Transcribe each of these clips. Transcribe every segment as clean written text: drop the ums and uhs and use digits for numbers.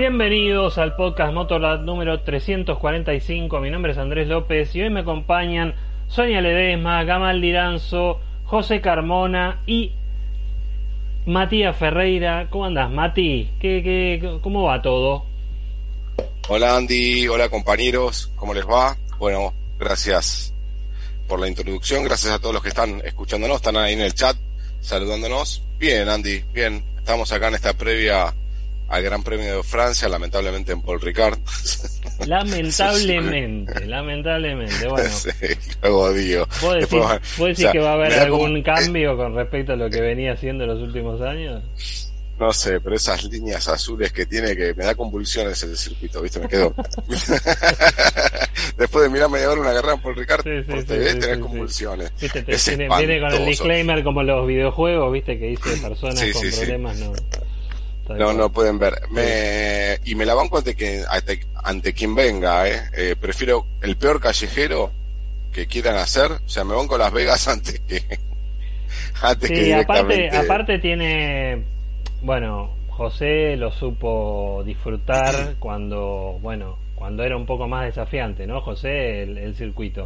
Bienvenidos al podcast Motorrad número 345. Mi nombre es Andrés López y hoy me acompañan Sonia Ledesma, Gamal Diranzo, José Carmona y Matías Ferreira. ¿Cómo andás, Mati? ¿Cómo va todo? Hola Andy, hola compañeros, ¿cómo les va? Bueno, gracias por la introducción, gracias a todos los que están escuchándonos, están ahí en el chat saludándonos. Bien, Andy, bien, estamos acá en esta previa al Gran Premio de Francia, lamentablemente en Paul Ricard. Lamentablemente, bueno. Sí, luego digo. ¿Vos decís que va a haber algún cambio con respecto a lo que venía haciendo en los últimos años? No sé, pero esas líneas azules que tiene, que me da convulsiones el circuito, ¿viste? Me quedo. Después de mirar media hora una carrera en Paul Ricard, por TV, tenés convulsiones. ¿Viste? Viene con el disclaimer como los videojuegos, ¿viste? Que dice personas con problemas, no. No pueden ver. Y me la banco ante quien venga, prefiero el peor callejero que quieran hacer, o sea, me banco Las Vegas antes que directamente. Aparte tiene, bueno, José lo supo disfrutar cuando era un poco más desafiante, ¿no, José? El circuito.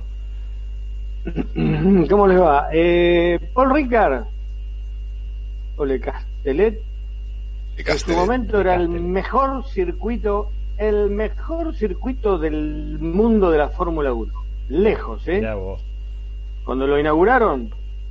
¿Cómo les va? Paul Ricard, Ole Castellet, en su momento era el mejor circuito del mundo de la Fórmula 1. Lejos, Cuando lo inauguraron,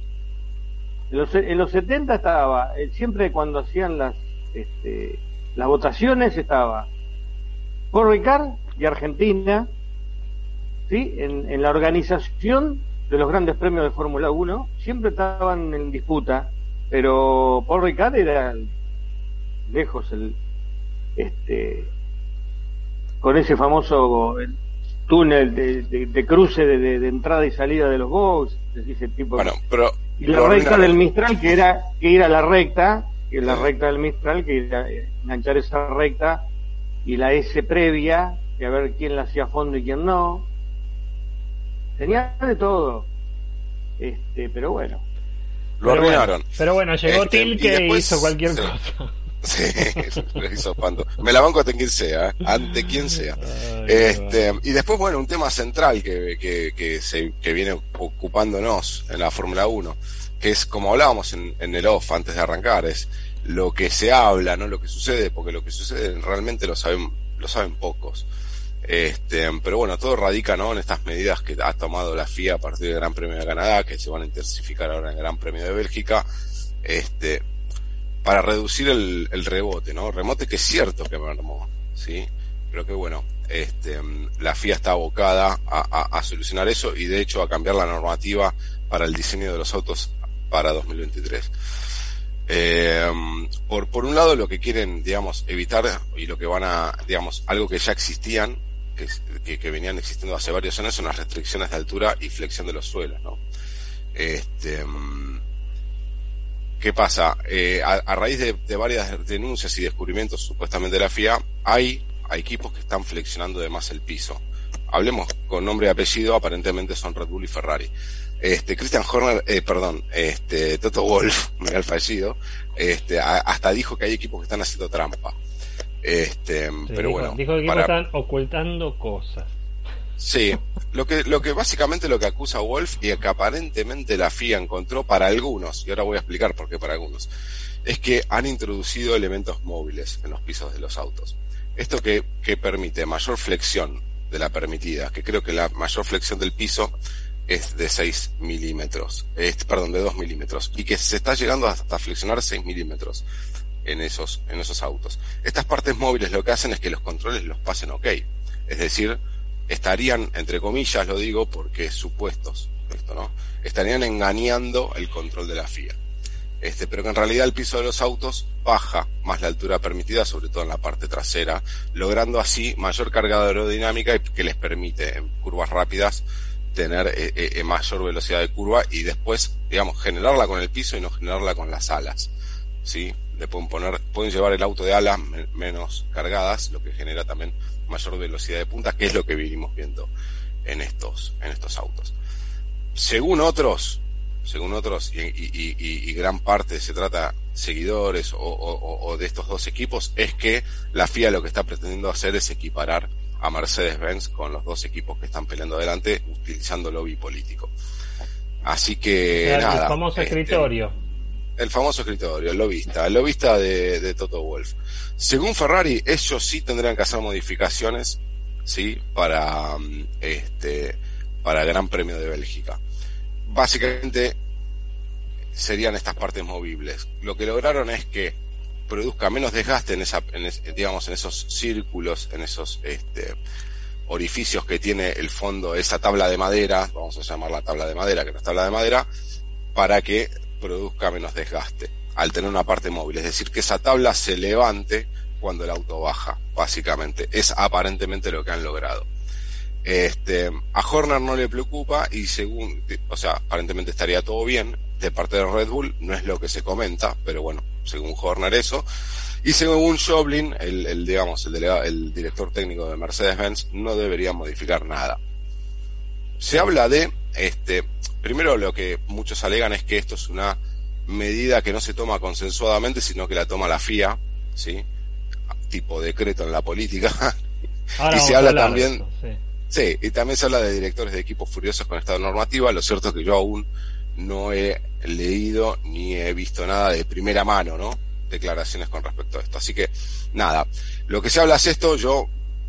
en los 70 estaba, siempre cuando hacían las votaciones estaba Paul Ricard y Argentina, ¿sí? En la organización de los grandes premios de Fórmula 1, siempre estaban en disputa, pero Paul Ricard era lejos con ese famoso túnel de cruce de entrada y salida de los box, ese tipo. Bueno, pero y la recta del Mistral que era la recta, la recta del Mistral, que era enganchar esa recta y la S previa, que a ver quién la hacía a fondo y quién no. Tenía de todo, pero bueno. Lo arruinaron. Pero bueno, llegó Til que después, hizo cualquier cosa. Sí, lo hizo espanto. Me la banco ante quien sea, y después, bueno, un tema central que viene ocupándonos en la Fórmula 1, que es, como hablábamos en el off antes de arrancar, es lo que se habla, no lo que sucede, porque lo que sucede realmente lo saben pocos. Pero bueno, todo radica, ¿no?, en estas medidas que ha tomado la FIA a partir del Gran Premio de Canadá, que se van a intensificar ahora en el Gran Premio de Bélgica, para reducir el rebote, ¿no? Rebote que es cierto que mermó, ¿sí? Pero que bueno, la FIA está abocada a solucionar eso y de hecho a cambiar la normativa para el diseño de los autos para 2023. Por un lado, lo que quieren, digamos, evitar, y lo que van a, digamos, algo que ya existían, que venían existiendo hace varios años, son las restricciones de altura y flexión de los suelos, ¿no? ¿Qué pasa? A raíz de varias denuncias y descubrimientos supuestamente de la FIA, hay equipos que están flexionando de más el piso. Hablemos con nombre y apellido, aparentemente son Red Bull y Ferrari. Christian Horner, Toto Wolff, mira el fallido, hasta dijo que hay equipos que están haciendo trampa. Pero bueno. Dijo que equipos están ocultando cosas. Sí, lo que básicamente lo que acusa Wolff, y que aparentemente la FIA encontró para algunos, y ahora voy a explicar por qué para algunos, es que han introducido elementos móviles en los pisos de los autos. Esto que permite mayor flexión de la permitida, que creo que la mayor flexión del piso es de 6 milímetros, de 2 milímetros, y que se está llegando hasta flexionar 6 milímetros en esos autos. Estas partes móviles lo que hacen es que los controles los pasen ok, es decir, estarían, entre comillas lo digo porque supuestos, esto, ¿no?, estarían engañando el control de la FIA. Pero que en realidad el piso de los autos baja más la altura permitida, sobre todo en la parte trasera, logrando así mayor carga aerodinámica y que les permite en curvas rápidas tener mayor velocidad de curva y después, digamos, generarla con el piso y no generarla con las alas, ¿sí? Le pueden llevar el auto de alas menos cargadas, lo que genera también mayor velocidad de punta, que es lo que vinimos viendo en estos autos. Según otros, según otros, y gran parte se trata seguidores o de estos dos equipos, es que la FIA lo que está pretendiendo hacer es equiparar a Mercedes-Benz con los dos equipos que están peleando adelante utilizando lobby político. Así que nada. El famoso escritorio. El famoso escritorio, el lobista de Toto Wolff. Según Ferrari, ellos sí tendrían que hacer modificaciones, sí, para el Gran Premio de Bélgica. Básicamente serían estas partes movibles. Lo que lograron es que produzca menos desgaste en esos círculos, en esos orificios que tiene el fondo, esa tabla de madera, vamos a llamarla tabla de madera, que no es tabla de madera, para que produzca menos desgaste al tener una parte móvil, es decir, que esa tabla se levante cuando el auto baja, básicamente. Es aparentemente lo que han logrado. A Horner no le preocupa y aparentemente estaría todo bien. De parte de Red Bull no es lo que se comenta, pero bueno, según Horner eso. Y según Schöblin, el director técnico de Mercedes-Benz, no debería modificar nada. Se habla de, primero lo que muchos alegan es que esto es una medida que no se toma consensuadamente, sino que la toma la FIA, ¿sí? Tipo decreto en la política. Ahora y se habla también, esto, sí. Sí, y también se habla de directores de equipos furiosos con esta normativa. Lo cierto es que yo aún no he leído ni he visto nada de primera mano, ¿no? Declaraciones con respecto a esto. Así que, nada, lo que se habla es esto. Yo,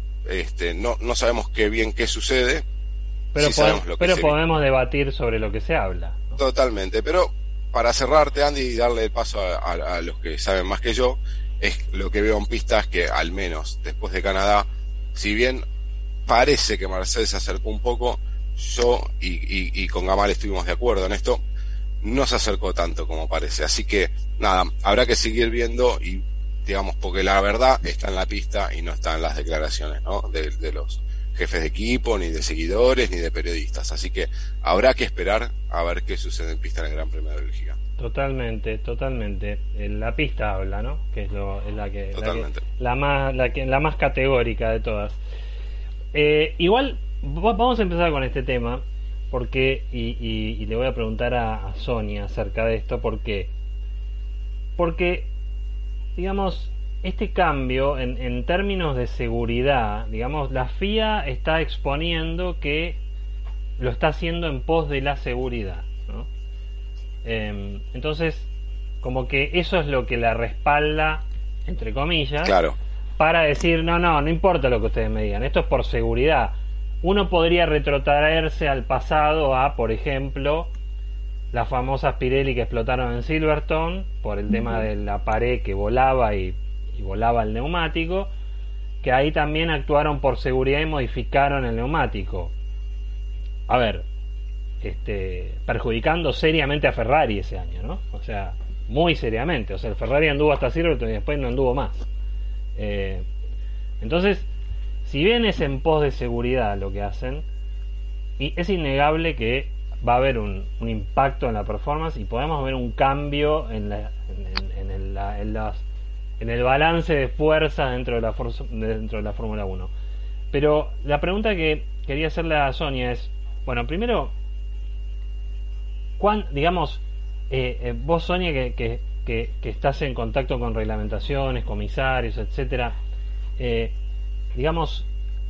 no sabemos qué sucede. Pero, sí podemos debatir sobre lo que se habla, ¿no? Totalmente, pero para cerrarte, Andy, y darle el paso a los que saben más que yo, es lo que veo en pistas que, al menos después de Canadá, si bien parece que Mercedes se acercó un poco, yo y con Gamal estuvimos de acuerdo en esto, no se acercó tanto como parece. Así que, nada, habrá que seguir viendo y, digamos, porque la verdad está en la pista y no está en las declaraciones, ¿no? De los jefes de equipo, ni de seguidores, ni de periodistas. Así que habrá que esperar a ver qué sucede en pista en el Gran Premio de Bélgica. Totalmente. La pista habla, ¿no? Que es la más categórica de todas. Igual vamos a empezar con este tema porque y le voy a preguntar a Sonia acerca de esto. ¿Por qué? Porque, digamos, este cambio en términos de seguridad, digamos, la FIA está exponiendo que lo está haciendo en pos de la seguridad, ¿no? Entonces, como que eso es lo que la respalda, entre comillas, claro, para decir, no importa lo que ustedes me digan, esto es por seguridad. Uno podría retrotraerse al pasado a, por ejemplo, las famosas Pirelli que explotaron en Silverstone por el tema de la pared que volaba y volaba el neumático, que ahí también actuaron por seguridad y modificaron el neumático. A ver, perjudicando seriamente a Ferrari ese año, ¿no? O sea, muy seriamente. O sea, el Ferrari anduvo hasta Silverstone y después no anduvo más. Entonces, si bien es en pos de seguridad lo que hacen, y es innegable que va a haber un impacto en la performance y podemos ver un cambio en el balance de fuerzas dentro de la Fórmula 1. Pero la pregunta que quería hacerle a Sonia es, bueno, primero, digamos, vos, Sonia, que estás en contacto con reglamentaciones, comisarios, etcétera, digamos,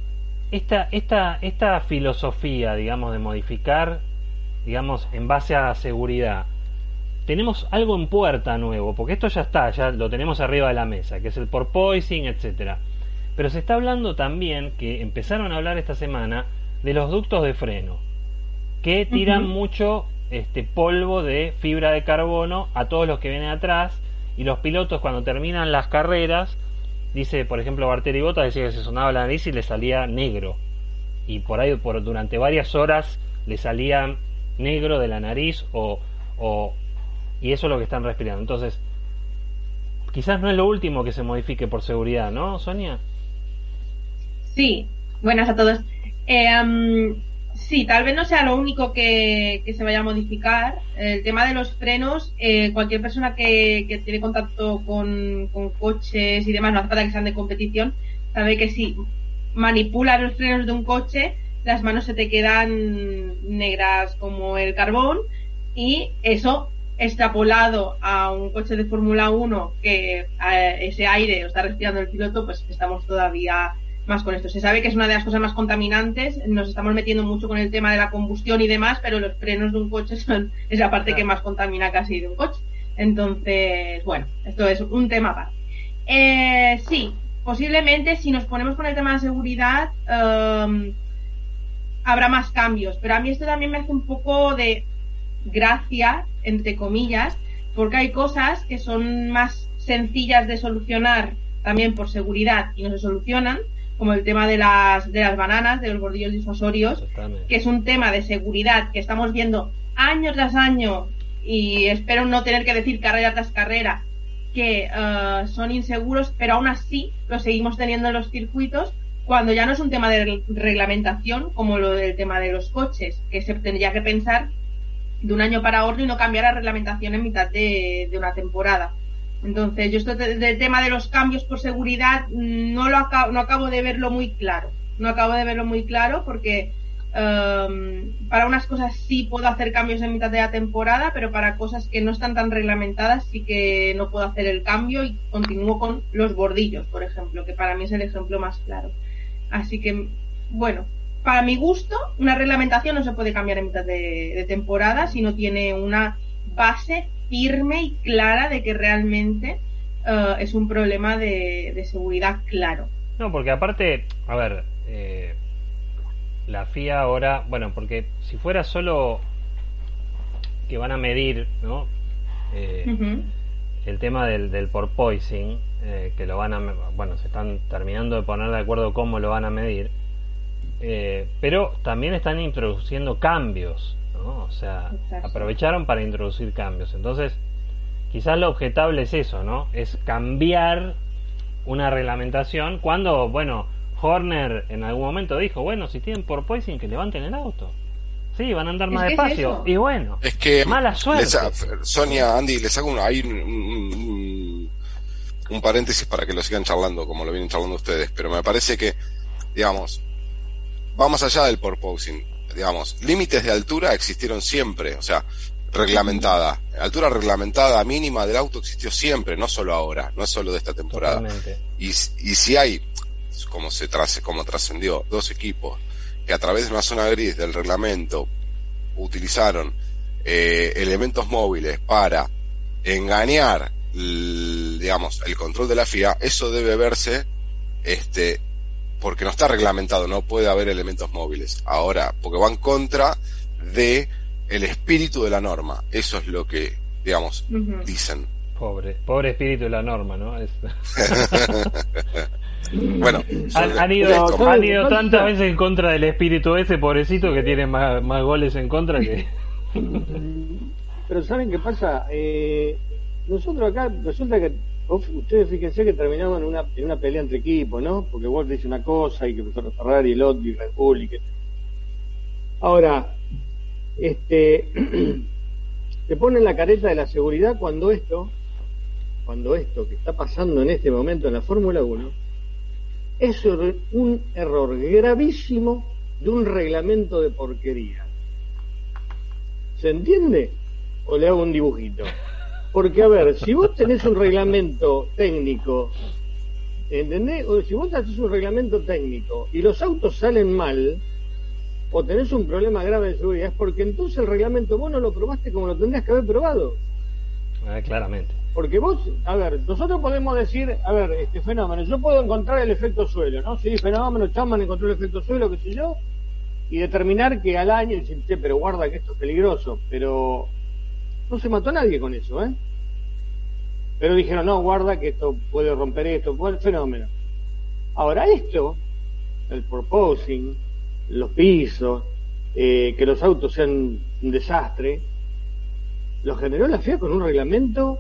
esta filosofía, digamos, de modificar, digamos, en base a seguridad, tenemos algo en puerta nuevo, porque esto ya está, ya lo tenemos arriba de la mesa, que es el porpoising, etcétera. Pero se está hablando también, que empezaron a hablar esta semana, de los ductos de freno, que tiran mucho polvo de fibra de carbono a todos los que vienen atrás, y los pilotos, cuando terminan las carreras, dice, por ejemplo, Valtteri Bottas decía que se sonaba la nariz y le salía negro, y por ahí durante varias horas le salía negro de la nariz y eso es lo que están respirando. Entonces, quizás no es lo último que se modifique por seguridad, ¿no, Sonia? Sí, buenas a todos. Sí, tal vez no sea lo único que se vaya a modificar. El tema de los frenos, cualquier persona que tiene contacto con coches y demás, no hace falta que sean de competición, sabe que si manipulas los frenos de un coche, las manos se te quedan negras como el carbón. y eso extrapolado a un coche de Fórmula 1 que ese aire lo está respirando el piloto, pues estamos todavía más con esto. Se sabe que es una de las cosas más contaminantes, nos estamos metiendo mucho con el tema de la combustión y demás, pero los frenos de un coche son esa parte que más contamina casi de un coche. Entonces, bueno, esto es un tema aparte. Sí, posiblemente si nos ponemos con el tema de seguridad habrá más cambios, pero a mí esto también me hace un poco de gracia, entre comillas, porque hay cosas que son más sencillas de solucionar también por seguridad y no se solucionan, como el tema de las bananas, de los bordillos disuasorios, que es un tema de seguridad que estamos viendo año tras año, y espero no tener que decir carrera tras carrera que son inseguros, pero aún así los seguimos teniendo en los circuitos, cuando ya no es un tema de reglamentación como lo del tema de los coches, que se tendría que pensar de un año para otro y no cambiar la reglamentación en mitad de una temporada. Entonces, yo esto del tema de los cambios por seguridad no acabo de verlo muy claro. No acabo de verlo muy claro porque para unas cosas sí puedo hacer cambios en mitad de la temporada, pero para cosas que no están tan reglamentadas sí que no puedo hacer el cambio y continúo con los bordillos, por ejemplo, que para mí es el ejemplo más claro. Así que, bueno, para mi gusto, una reglamentación no se puede cambiar en mitad de temporada si no tiene una base firme y clara de que realmente es un problema de seguridad claro. No, porque aparte, a ver, la FIA ahora, bueno, porque si fuera solo que van a medir, ¿no? El tema del porpoising, que lo van a, bueno, se están terminando de poner de acuerdo cómo lo van a medir, pero también están introduciendo cambios, ¿no? O sea, aprovecharon para introducir cambios. Entonces, quizás lo objetable es eso, ¿no? Es cambiar una reglamentación cuando, bueno, Horner en algún momento dijo, bueno, si tienen porpoising que levanten el auto. Sí, van a andar más despacio. Y bueno, es que mala suerte. Sonia, Andy, les hago ahí un paréntesis para que lo sigan charlando como lo vienen charlando ustedes, pero me parece que, digamos, va más allá del porpoising. Digamos, límites de altura existieron siempre, o sea, reglamentada. Altura reglamentada mínima del auto existió siempre, no solo ahora, no es solo de esta temporada. Totalmente. Y si hay, como trascendió, dos equipos que a través de una zona gris del reglamento utilizaron elementos móviles para engañar digamos el control de la FIA, eso debe verse porque no está reglamentado, no puede haber elementos móviles ahora, porque van contra de el espíritu de la norma. Eso es lo que, digamos, dicen. Pobre espíritu de la norma, ¿no? Bueno, han ido tantas veces en contra del espíritu ese, pobrecito, que tiene más goles en contra que... Pero ¿saben qué pasa? Nosotros acá, resulta que ustedes fíjense que terminamos en una pelea entre equipos, ¿no? Porque Wolf dice una cosa y que Ferrari, el otro y Red Bull y que... Ahora, te ponen la careta de la seguridad cuando esto que está pasando en este momento en la Fórmula 1 es un error gravísimo de un reglamento de porquería. ¿Se entiende? ¿O le hago un dibujito? Porque, a ver, si vos tenés un reglamento técnico, ¿entendés? O si vos haces un reglamento técnico y los autos salen mal, o tenés un problema grave de seguridad, es porque entonces el reglamento vos no lo probaste como lo tendrías que haber probado. Claramente. Porque vos, a ver, nosotros podemos decir, a ver, este fenómeno, yo puedo encontrar el efecto suelo, ¿no? Sí, fenómeno, Chapman encontró el efecto suelo, qué sé yo, y determinar que al año, decir, pero guarda que esto es peligroso, pero no se mató a nadie con eso, ¿eh? Pero dijeron, no, guarda que esto puede romper esto, fue el fenómeno. Ahora esto, el porpoising, los pisos, que los autos sean un desastre, lo generó la FIA con un reglamento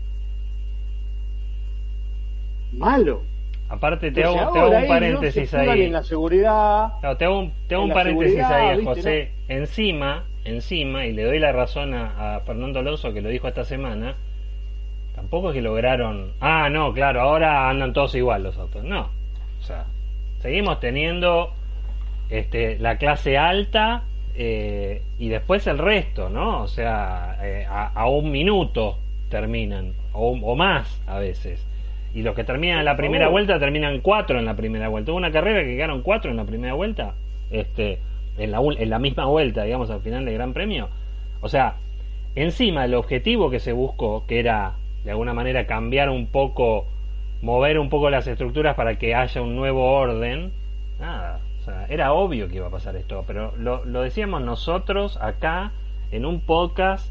malo. Aparte te hago un paréntesis ahí. En la seguridad. No, te hago un paréntesis ahí, José. ¿No? Encima, y le doy la razón a Fernando Alonso que lo dijo esta semana, tampoco es que lograron... Ah, no, claro, ahora andan todos igual los autos. No, o sea, seguimos teniendo la clase alta y después el resto, ¿no? O sea, a un minuto terminan, o más a veces. Y los que terminan en la primera vuelta terminan 4 en la primera vuelta. Hubo una carrera que quedaron 4 en la primera vuelta, en la misma vuelta, digamos, al final del Gran Premio. O sea, encima el objetivo que se buscó, que era de alguna manera cambiar un poco, mover un poco las estructuras para que haya un nuevo orden, nada. O sea, era obvio que iba a pasar esto, pero lo decíamos nosotros acá en un podcast.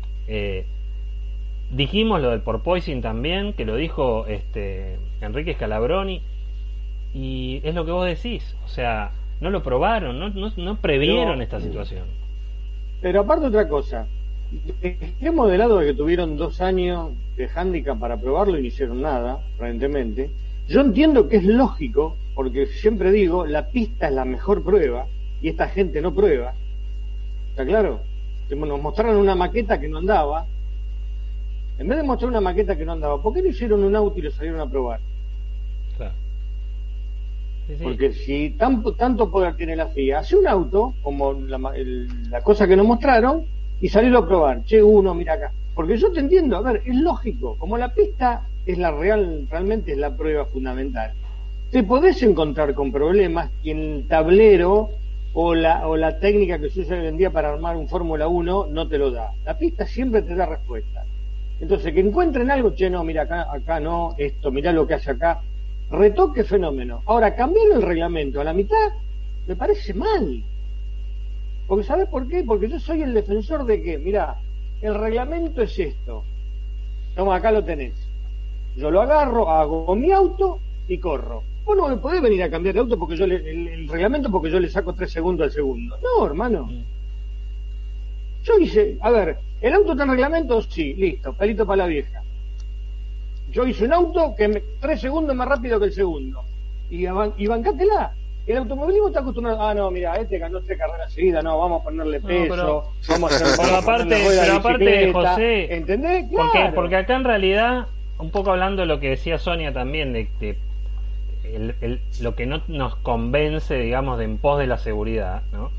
Dijimos lo del porpoising también, que lo dijo Enrique Scalabroni, y es lo que vos decís. O sea, no lo probaron, no previeron esta situación. Pero aparte otra cosa, dejemos de lado de que tuvieron 2 años de handicap para probarlo y no hicieron nada, aparentemente. Yo entiendo que es lógico, porque siempre digo, la pista es la mejor prueba, y esta gente no prueba. ¿Está claro? Nos mostraron una maqueta que no andaba. En vez de mostrar una maqueta que no andaba, ¿por qué no hicieron un auto y lo salieron a probar? Claro. Sí. Porque si tanto poder tiene la FIA, hace un auto, como la cosa que nos mostraron, y salirlo a probar. Che, mira acá. Porque yo te entiendo, a ver, es lógico, como la pista es realmente es la prueba fundamental. Te podés encontrar con problemas que en el tablero o la técnica que se usa hoy en día para armar un Fórmula 1 no te lo da. La pista siempre te da respuesta. Entonces, que encuentren algo, che, no, mira, acá no, esto, mirá lo que hace acá. Retoque, fenómeno. Ahora, cambiar el reglamento a la mitad me parece mal. Porque, ¿sabes por qué? Porque yo soy el defensor de que, mira, el reglamento es esto. Toma, acá lo tenés. Yo lo agarro, hago mi auto y corro. Vos no me podés venir a cambiar de auto porque el reglamento porque yo le saco 3 segundos al segundo. No, hermano. Yo hice, a ver, ¿el auto está en reglamento? Sí, listo, pelito para la vieja. Yo hice un auto que 3 segundos más rápido que el segundo. Y bancátela. El automovilismo está acostumbrado, no, mira, ganó 3 carreras seguidas, no, vamos a ponerle peso, vamos a hacer pero aparte, José, ¿entendés? Claro. Porque acá en realidad, un poco hablando de lo que decía Sonia también, de lo que no nos convence, digamos, de en pos de la seguridad, ¿no?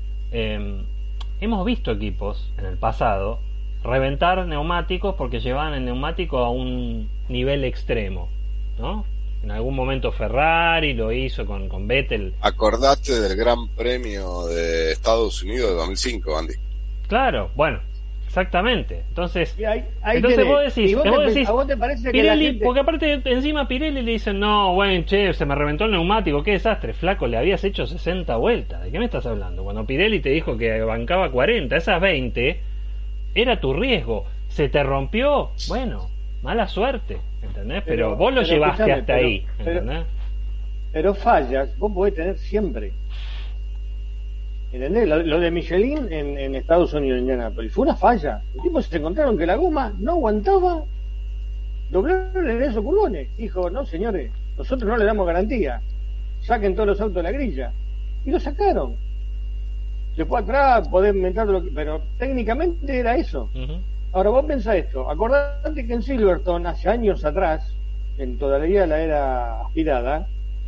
Hemos visto equipos en el pasado reventar neumáticos porque llevaban el neumático a un nivel extremo, ¿no? En algún momento Ferrari lo hizo con Vettel. Acordate del Gran Premio de Estados Unidos de 2005, Andy. Claro, bueno, exactamente. Entonces, ahí entonces vos decís, ¿a vos te parece Pirelli, que la gente... porque aparte encima Pirelli le dicen, no, bueno, che, se me reventó el neumático, qué desastre, flaco, le habías hecho 60 vueltas, ¿de qué me estás hablando? Cuando Pirelli te dijo que bancaba 40, esas 20 era tu riesgo, se te rompió, bueno, mala suerte, ¿entendés? Pero vos lo llevaste hasta ahí, ¿entendés? Pero fallas vos podés tener siempre, ¿entendés? Lo de Michelin en Estados Unidos, en Indianápolis, fue una falla. Los tipos se encontraron que la goma no aguantaba, doblaron en esos curvones. Dijo, no señores, nosotros no le damos garantía, saquen todos los autos de la grilla. Y lo sacaron. Después atrás podés inventar lo que... Pero técnicamente era eso. Ahora vos pensá esto, acordate que en Silverstone hace años atrás, en todavía la era aspirada,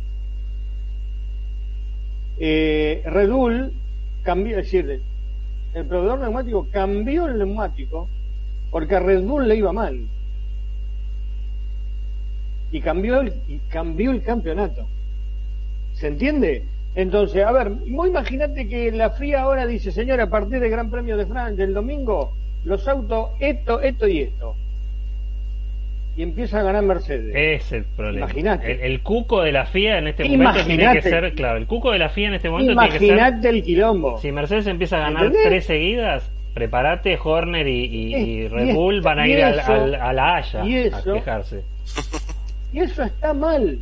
Red Bull cambió, es decir, el proveedor neumático cambió el neumático porque a Red Bull le iba mal y cambió el campeonato. ¿Se entiende? Entonces, a ver, vos imaginate que la FIA ahora dice, señor, a partir del Gran Premio de Francia del domingo, los autos, esto y esto. Y empieza a ganar Mercedes. Es el problema. Imagínate. El cuco de la FIA en este momento tiene que ser, claro, el cuco de la FIA en este momento tiene que ser... Imagínate el quilombo. Si Mercedes empieza a ganar 3 seguidas, prepárate, Horner y Red Bull van a ir a la Haya a quejarse. Y eso está mal,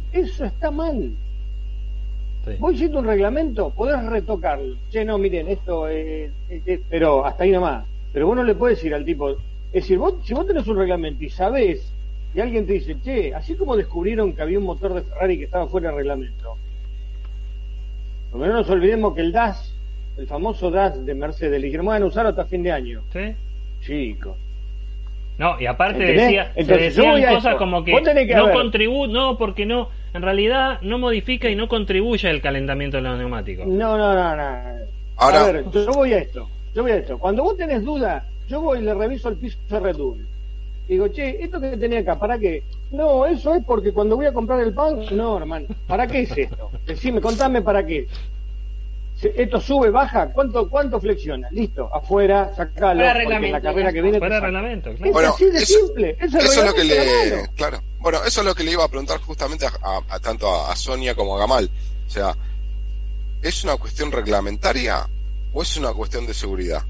Sí. Vos hiciste un reglamento, podés retocarlo. Che, no, miren, esto pero hasta ahí nomás. Pero vos no le podés decir al tipo, es decir, si vos tenés un reglamento y sabés, y alguien te dice, che, así como descubrieron que había un motor de Ferrari que estaba fuera de reglamento, porque no nos olvidemos que el DAS, el famoso DAS de Mercedes, le dijeron, van a usarlo hasta fin de año. Sí. Chicos. No, y aparte se decían cosas como que no contribuye, no, porque no, en realidad no modifica y no contribuye al calentamiento de los neumáticos. No. Ahora, A ver, yo voy a esto. Cuando vos tenés duda, yo voy y le reviso el piso de Red Bull. Digo, che, ¿esto que tenía acá, para qué? No, eso es porque cuando voy a comprar el pan, no, hermano, ¿para qué es esto? Decime, contame para qué. Esto sube, baja, ¿cuánto flexiona? Listo, afuera, sacalo, porque en la carrera que viene... Fuera reglamento, claro. Es Bueno, así de simple, eso es lo que le... Claro. Bueno, eso es lo que le iba a preguntar justamente a tanto a Sonia como a Gamal. O sea, ¿es una cuestión reglamentaria o es una cuestión de seguridad?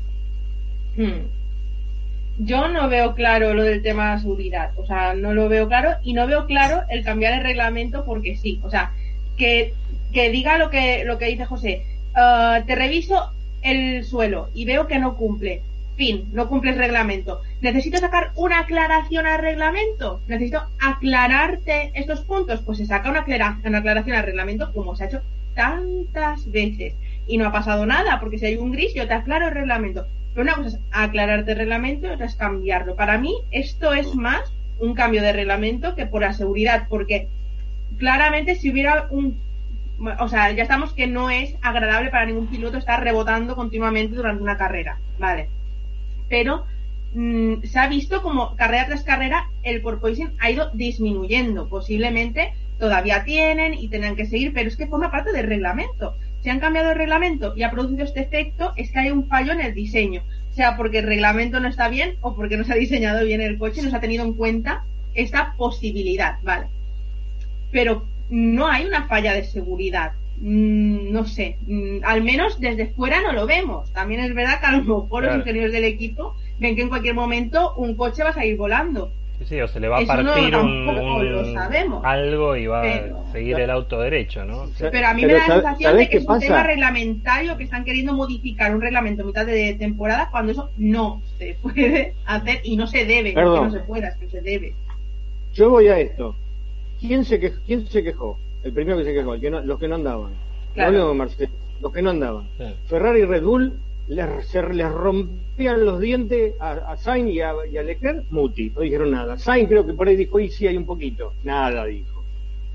Yo no veo claro lo del tema de la seguridad, o sea, no lo veo claro, y no veo claro el cambiar el reglamento porque sí, o sea, que diga lo que dice José, te reviso el suelo y veo que no cumple, fin, no cumple el reglamento. ¿Necesito sacar una aclaración al reglamento? ¿Necesito aclararte estos puntos? Pues se saca una aclaración al reglamento como se ha hecho tantas veces y no ha pasado nada, porque si hay un gris yo te aclaro el reglamento. Pero una cosa es aclararte el reglamento y otra es cambiarlo. Para mí esto es más un cambio de reglamento que por la seguridad, porque claramente si hubiera o sea, ya estamos que no es agradable para ningún piloto estar rebotando continuamente durante una carrera, ¿vale? Pero se ha visto como carrera tras carrera el porpoising ha ido disminuyendo. Posiblemente todavía tienen y tendrán que seguir, pero es que forma parte del reglamento. Si han cambiado el reglamento y ha producido este efecto, es que hay un fallo en el diseño. O sea, porque el reglamento no está bien o porque no se ha diseñado bien el coche, no se ha tenido en cuenta esta posibilidad, ¿vale? Pero no hay una falla de seguridad. No sé, al menos desde fuera no lo vemos. También es verdad que a lo mejor los ingenieros del equipo ven que en cualquier momento un coche va a salir volando. Sí, o se le va a partir lo sabemos, algo y va a seguir el auto derecho, ¿no? Pero a mí me da la sensación de que es un tema reglamentario, que están queriendo modificar un reglamento a mitad de temporada cuando eso no se puede hacer y no se debe. Perdón. Que no se pueda, es que se debe. Yo voy a esto. ¿Quién se quejó? El primero que se quejó, los que no andaban. Claro. No, Marcelo, los que no andaban. Sí. Ferrari y Red Bull les rompían los dientes a Sainz y a Leclerc, muti, no dijeron nada. Sainz creo que por ahí dijo, y sí hay un poquito. Nada dijo.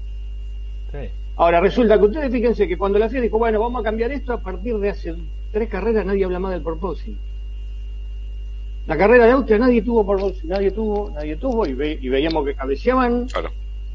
Sí. Ahora resulta que ustedes fíjense que cuando la FIA dijo, bueno, vamos a cambiar esto, a partir de hace 3 carreras nadie habla más del porpoising. La carrera de Austria nadie tuvo porpoising, nadie tuvo, y veíamos que cabeceaban. Claro.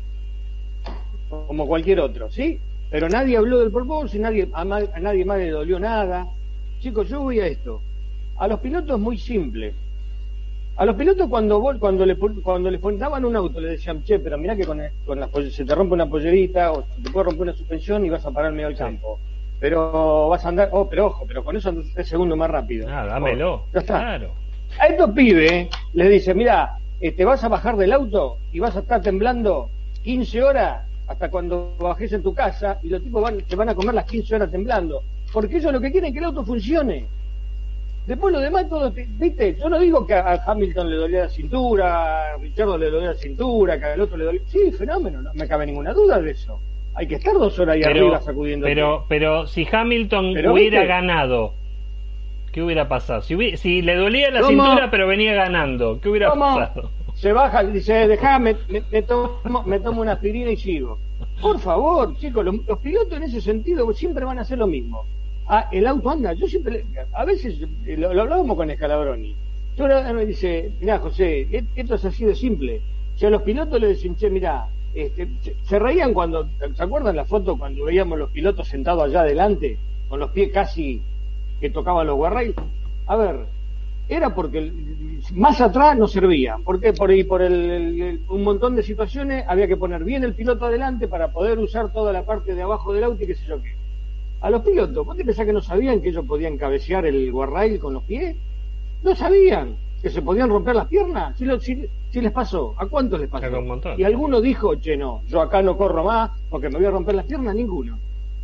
Como cualquier otro, ¿sí? Pero nadie habló del porpoising, a nadie más le dolió nada. Chicos, yo voy a esto. A los pilotos muy simple. A los pilotos cuando les daban un auto le decían, che, pero mirá que se te rompe una pollerita o se te puede romper una suspensión y vas a parar en medio del campo. Pero vas a andar, pero ojo, pero con eso andas 3 segundos más rápido. Dámelo. Ya está. Claro. A estos pibes les dice, mirá, te vas a bajar del auto y vas a estar temblando 15 horas hasta cuando bajes en tu casa y los tipos te van a comer las 15 horas temblando. Porque ellos lo que quieren es que el auto funcione. Después lo demás todo, ¿viste? Yo no digo que a Hamilton le dolía la cintura, a Richardo le dolía la cintura, que al otro le dolía... Sí, fenómeno, no me cabe ninguna duda de eso. Hay que estar 2 horas ahí arriba sacudiendo. Pero si Hamilton hubiera ganado, ¿qué hubiera pasado? Si le dolía la cintura pero venía ganando, ¿qué hubiera pasado? Se baja, dice, dejame, me tomo una aspirina y sigo. Por favor, chicos, los pilotos en ese sentido siempre van a hacer lo mismo. El auto anda, yo siempre, a veces lo hablábamos con Scalabroni. Yo me dice, mirá José, esto es así de simple. Si a los pilotos les dicen, che, mirá, se reían cuando, ¿se acuerdan la foto cuando veíamos los pilotos sentados allá adelante, con los pies casi que tocaban los guarrails? A ver, era porque más atrás no servía, porque por un montón de situaciones había que poner bien el piloto adelante para poder usar toda la parte de abajo del auto y qué sé yo qué. A los pilotos, ¿vos te pensás que no sabían que ellos podían cabecear el guarrail con los pies? No sabían que se podían romper las piernas. Si les pasó, ¿a cuántos les pasó? Y alguno dijo, che, no, yo acá no corro más porque me voy a romper las piernas. Ninguno.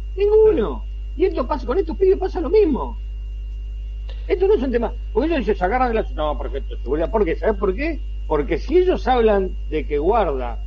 Y esto pasa, con estos pibes pasa lo mismo. Esto no es un tema, porque ellos se agarran de la... No, perfecto, seguridad. ¿Por qué? ¿Sabes por qué? Porque si ellos hablan de que guarda,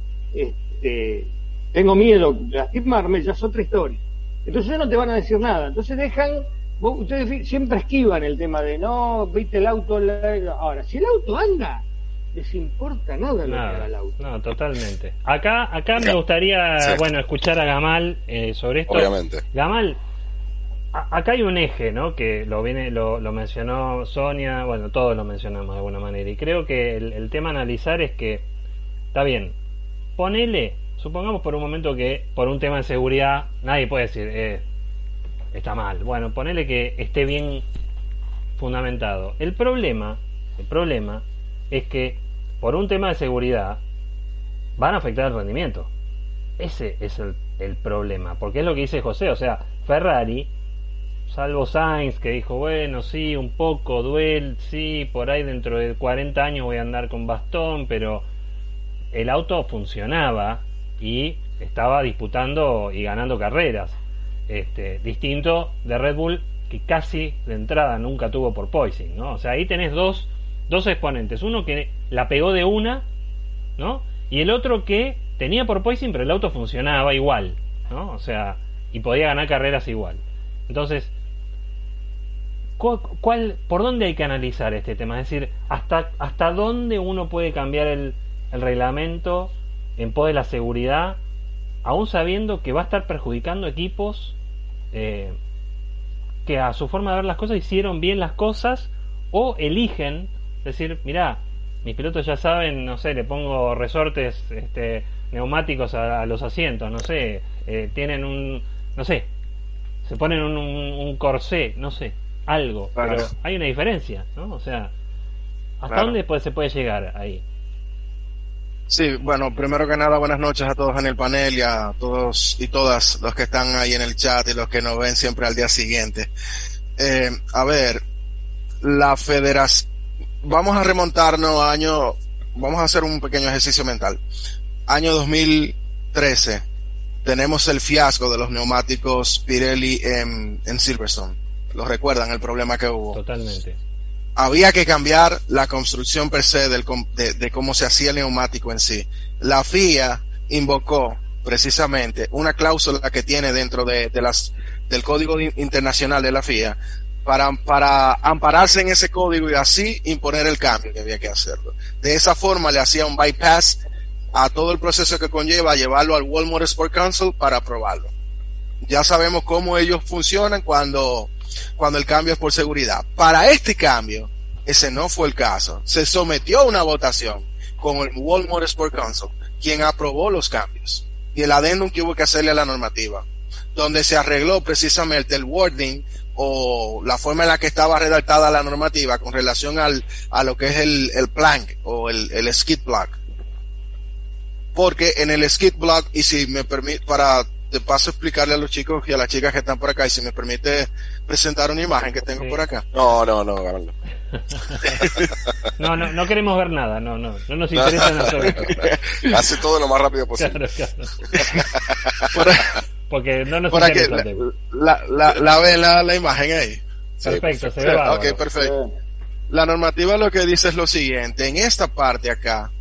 tengo miedo de lastimarme, ya es otra historia. Entonces ellos no te van a decir nada. Entonces ustedes siempre esquivan el tema de, no, viste el auto... Ahora, si el auto anda, les importa nada lo que haga el auto. No, totalmente. Acá me gustaría, escuchar a Gamal sobre esto. Obviamente. Gamal, acá hay un eje, ¿no? Que lo mencionó Sonia, bueno, todos lo mencionamos de alguna manera, y creo que el tema a analizar es que, está bien, supongamos por un momento que por un tema de seguridad, nadie puede decir, está mal, bueno, ponele que esté bien fundamentado. El problema es que por un tema de seguridad van a afectar el rendimiento. Ese es el problema, porque es lo que dice José, o sea, Ferrari, salvo Sainz que dijo, bueno, sí, un poco duele, sí, por ahí dentro de 40 años voy a andar con bastón, pero el auto funcionaba y estaba disputando y ganando carreras, distinto de Red Bull, que casi de entrada nunca tuvo porpoising, ¿no? O sea, ahí tenés dos exponentes, uno que la pegó de una, ¿no? Y el otro que tenía porpoising, pero el auto funcionaba igual, ¿no? O sea, y podía ganar carreras igual. Entonces, ¿por dónde hay que analizar este tema? Es decir, ¿hasta dónde uno puede cambiar el reglamento en pos de la seguridad, aún sabiendo que va a estar perjudicando equipos que a su forma de ver las cosas hicieron bien las cosas, o eligen decir, mirá, mis pilotos ya saben, no sé, le pongo resortes neumáticos a los asientos, no sé, tienen no sé, se ponen un corsé, no sé, algo, claro. Pero hay una diferencia, ¿no? O sea, ¿hasta dónde se puede llegar ahí? Sí, bueno, primero que nada, buenas noches a todos en el panel y a todos y todas los que están ahí en el chat y los que nos ven siempre al día siguiente. A ver, la federación, vamos a remontarnos vamos a hacer un pequeño ejercicio mental. Año 2013, tenemos el fiasco de los neumáticos Pirelli en Silverstone. ¿Lo recuerdan el problema que hubo? Totalmente. Había que cambiar la construcción per se de cómo se hacía el neumático en sí. La FIA invocó precisamente una cláusula que tiene dentro del código internacional de la FIA para ampararse en ese código y así imponer el cambio que había que hacerlo. De esa forma le hacía un bypass a todo el proceso que conlleva llevarlo al World Motorsport Council para aprobarlo. Ya sabemos cómo ellos funcionan cuando el cambio es por seguridad. Para este cambio, ese no fue el caso. Se sometió a una votación con el World Motorsport Council, quien aprobó los cambios y el adendum que hubo que hacerle a la normativa, donde se arregló precisamente el wording o la forma en la que estaba redactada la normativa con relación a lo que es el plank o el skid block. Porque en el skid block, y si me permite, de paso explicarle a los chicos y a las chicas que están por acá, y si me permite presentar una imagen que tengo por acá. No, no queremos ver nada, no nos interesa en absoluto. Hace todo lo más rápido posible. Claro. Porque no nos interesa el tema. La ve la imagen ahí. Perfecto, se ve bárbaro. Ok, perfecto. La normativa lo que dice es lo siguiente, en esta parte acá,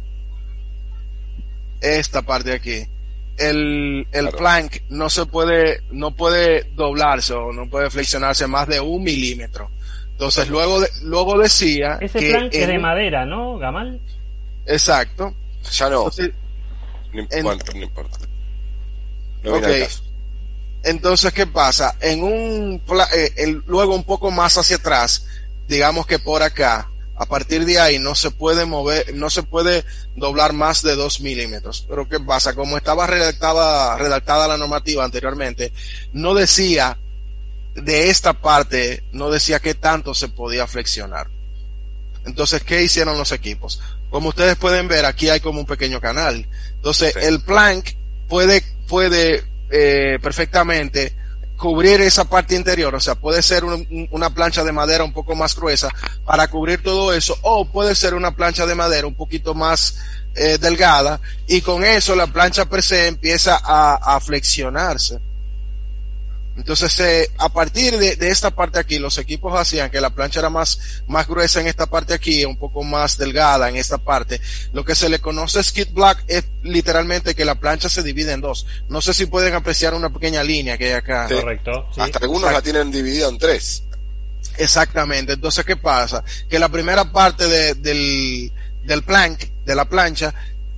esta parte aquí, el claro, plank no puede doblarse o no puede flexionarse más de 1 milímetro. Entonces luego decía ese que plank es de madera, ¿no, Gamal? Exacto. Ya no. Entonces, no importa. No okay. Entonces, ¿qué pasa? Luego un poco más hacia atrás, digamos que por acá, a partir de ahí no se puede mover, no se puede doblar más de 2 milímetros. Pero ¿qué pasa? Como estaba redactada la normativa anteriormente, no decía de esta parte, no decía qué tanto se podía flexionar. Entonces, ¿qué hicieron los equipos? Como ustedes pueden ver, aquí hay como un pequeño canal. Entonces, sí, el plank puede perfectamente cubrir esa parte interior, o sea, puede ser una plancha de madera un poco más gruesa para cubrir todo eso, o puede ser una plancha de madera un poquito más delgada, y con eso la plancha per se empieza a flexionarse. Entonces, a partir de esta parte aquí, los equipos hacían que la plancha era más gruesa en esta parte aquí, un poco más delgada en esta parte. Lo que se le conoce skid block es literalmente que la plancha se divide en dos. No sé si pueden apreciar una pequeña línea que hay acá. Sí. Correcto. Sí. Hasta algunos la tienen dividida en 3. Exactamente. Entonces, ¿qué pasa? Que la primera parte del plank, de la plancha,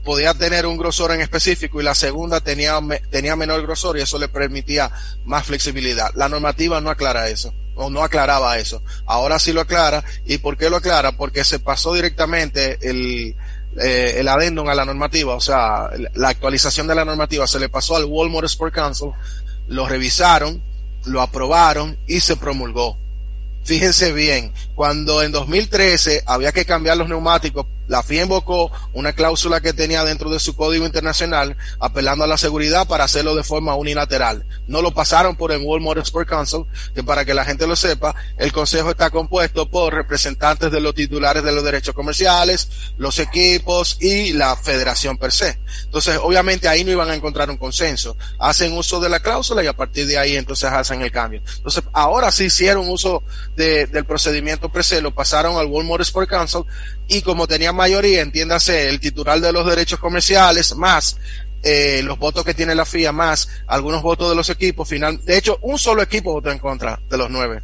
podía tener un grosor en específico y la segunda tenía menor grosor, y eso le permitía más flexibilidad. La normativa no aclara eso, o no aclaraba eso. Ahora sí lo aclara. ¿Y por qué lo aclara? Porque se pasó directamente el adendum a la normativa, o sea, la actualización de la normativa se le pasó al World Motorsport Council, lo revisaron, lo aprobaron y se promulgó. Fíjense bien, cuando en 2013 había que cambiar los neumáticos, la FIA invocó una cláusula que tenía dentro de su código internacional, apelando a la seguridad para hacerlo de forma unilateral. No lo pasaron por el World Motorsport Council, que para que la gente lo sepa, el consejo está compuesto por representantes de los titulares de los derechos comerciales, los equipos y la federación per se. Entonces, obviamente ahí no iban a encontrar un consenso. Hacen uso de la cláusula y a partir de ahí entonces hacen el cambio. Entonces, ahora sí hicieron uso del procedimiento per se, lo pasaron al World Motorsport Council, y como tenía mayoría, entiéndase, el titular de los derechos comerciales, más los votos que tiene la FIA, más algunos votos de los equipos, de hecho, un solo equipo votó en contra de los 9.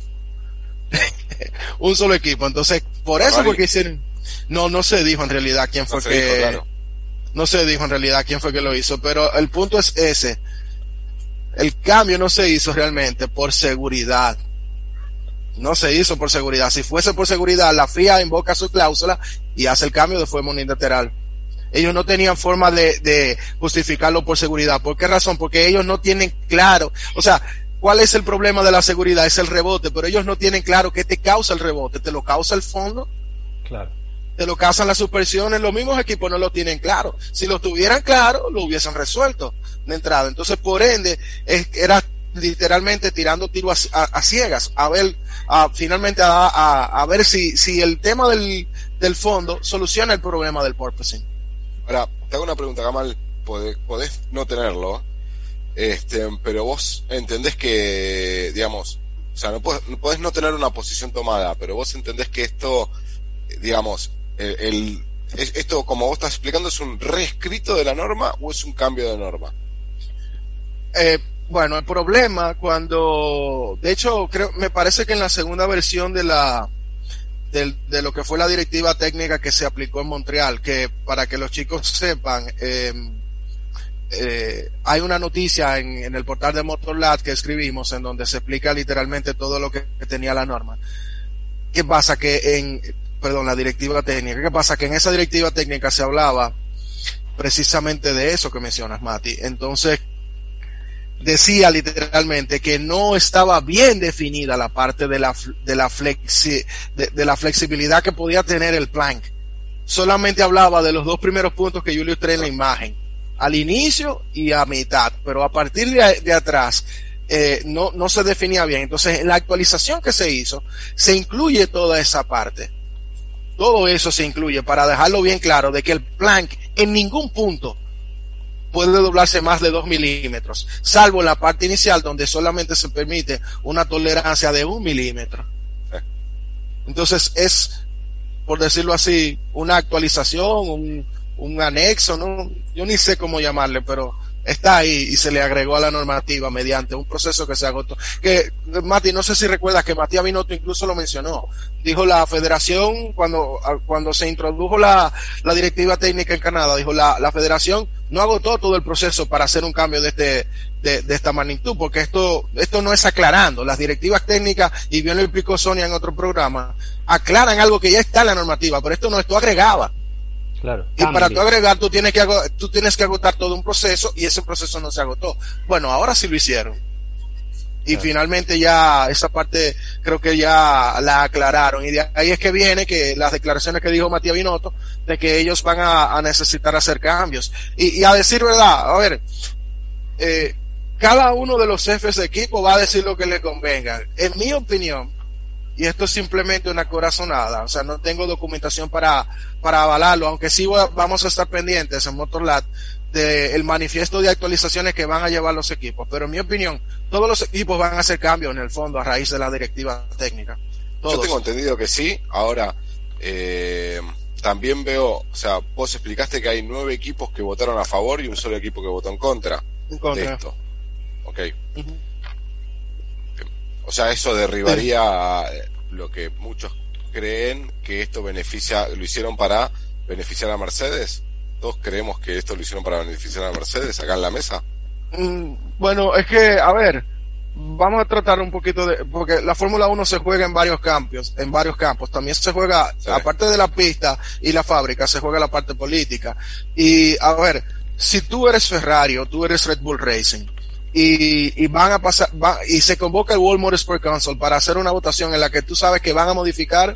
Un solo equipo. Entonces, por eso, porque hicieron, no se dijo en realidad quién fue no se dijo en realidad quién fue que lo hizo, pero el punto es ese. El cambio no se hizo realmente por seguridad. No se hizo por seguridad. Si fuese por seguridad, la FIA invoca su cláusula y hace el cambio de forma unilateral. Ellos no tenían forma de justificarlo por seguridad. ¿Por qué razón? Porque ellos no tienen claro, o sea, ¿cuál es el problema de la seguridad? Es el rebote, pero ellos no tienen claro qué te causa el rebote. ¿Te lo causa el fondo? Claro. ¿Te lo causan las suspensiones? Los mismos equipos no lo tienen claro. Si lo tuvieran claro, lo hubiesen resuelto de entrada. Entonces, por ende, era literalmente tirando tiro a ciegas, a ver, finalmente a ver si el tema del fondo soluciona el problema del porpoising. Ahora, te hago una pregunta, Gamal, podés no tenerlo, pero vos entendés que, digamos, o sea, no podés no tener una posición tomada, pero vos entendés que esto, digamos, esto, como vos estás explicando, ¿es un reescrito de la norma o es un cambio de norma? Bueno, el problema de hecho, me parece que en la segunda versión de lo que fue la directiva técnica que se aplicó en Montreal, que para que los chicos sepan, hay una noticia en el portal de Motorlab que escribimos en donde se explica literalmente todo lo que tenía la norma. ¿Qué pasa? La directiva técnica. ¿Qué pasa? Que en esa directiva técnica se hablaba precisamente de eso que mencionas, Mati. Entonces, decía literalmente que no estaba bien definida la parte de la flexibilidad que podía tener el plank. Solamente hablaba de los dos primeros puntos que yo le trae en la imagen, al inicio y a mitad, pero a partir de atrás no se definía bien. Entonces, en la actualización que se hizo, se incluye toda esa parte. Todo eso se incluye para dejarlo bien claro de que el plank en ningún punto puede doblarse más de 2 milímetros, salvo en la parte inicial donde solamente se permite una tolerancia de 1 milímetro. Entonces es, por decirlo así, una actualización, un anexo, ¿no? Yo ni sé cómo llamarle, pero está ahí y se le agregó a la normativa mediante un proceso que se agotó. Que, Mati, no sé si recuerdas que Matías Binotto incluso lo mencionó. Dijo la federación, cuando se introdujo la directiva técnica en Canadá, dijo la federación no agotó todo el proceso para hacer un cambio de esta magnitud, porque esto no es aclarando. Las directivas técnicas, y bien lo explicó Sonia en otro programa, aclaran algo que ya está en la normativa, pero esto no, esto agregaba. Claro. Y para tú agregar, tú tienes que agotar todo un proceso, y ese proceso no se agotó. Bueno, ahora sí lo hicieron. Y finalmente ya esa parte creo que ya la aclararon. Y de ahí es que viene que las declaraciones que dijo Matías Binotto, de que ellos van a necesitar hacer cambios. Y a decir verdad, a ver, cada uno de los jefes de equipo va a decir lo que le convenga. En mi opinión, y esto es simplemente una corazonada, o sea, no tengo documentación para avalarlo, aunque sí vamos a estar pendientes en Motorlab del manifiesto de actualizaciones que van a llevar los equipos, pero en mi opinión, todos los equipos van a hacer cambios en el fondo a raíz de la directiva técnica. Todos. Yo tengo entendido que sí. Ahora, también veo, o sea, vos explicaste que hay 9 equipos que votaron a favor y un solo equipo que votó en contra de esto. Ok. Uh-huh. O sea, eso derribaría lo que muchos creen que esto lo hicieron para beneficiar a Mercedes. todos creemos que esto lo hicieron para beneficiar a Mercedes acá en la mesa. Bueno, es que, a ver, vamos a tratar un poquito porque la Fórmula 1 se juega en varios campos, también se juega, sí, aparte de la pista y la fábrica, se juega la parte política. Y, a ver, si tú eres Ferrari o tú eres Red Bull Racing, y van a pasar, y se convoca el World Motorsport Council para hacer una votación en la que tú sabes que van a modificar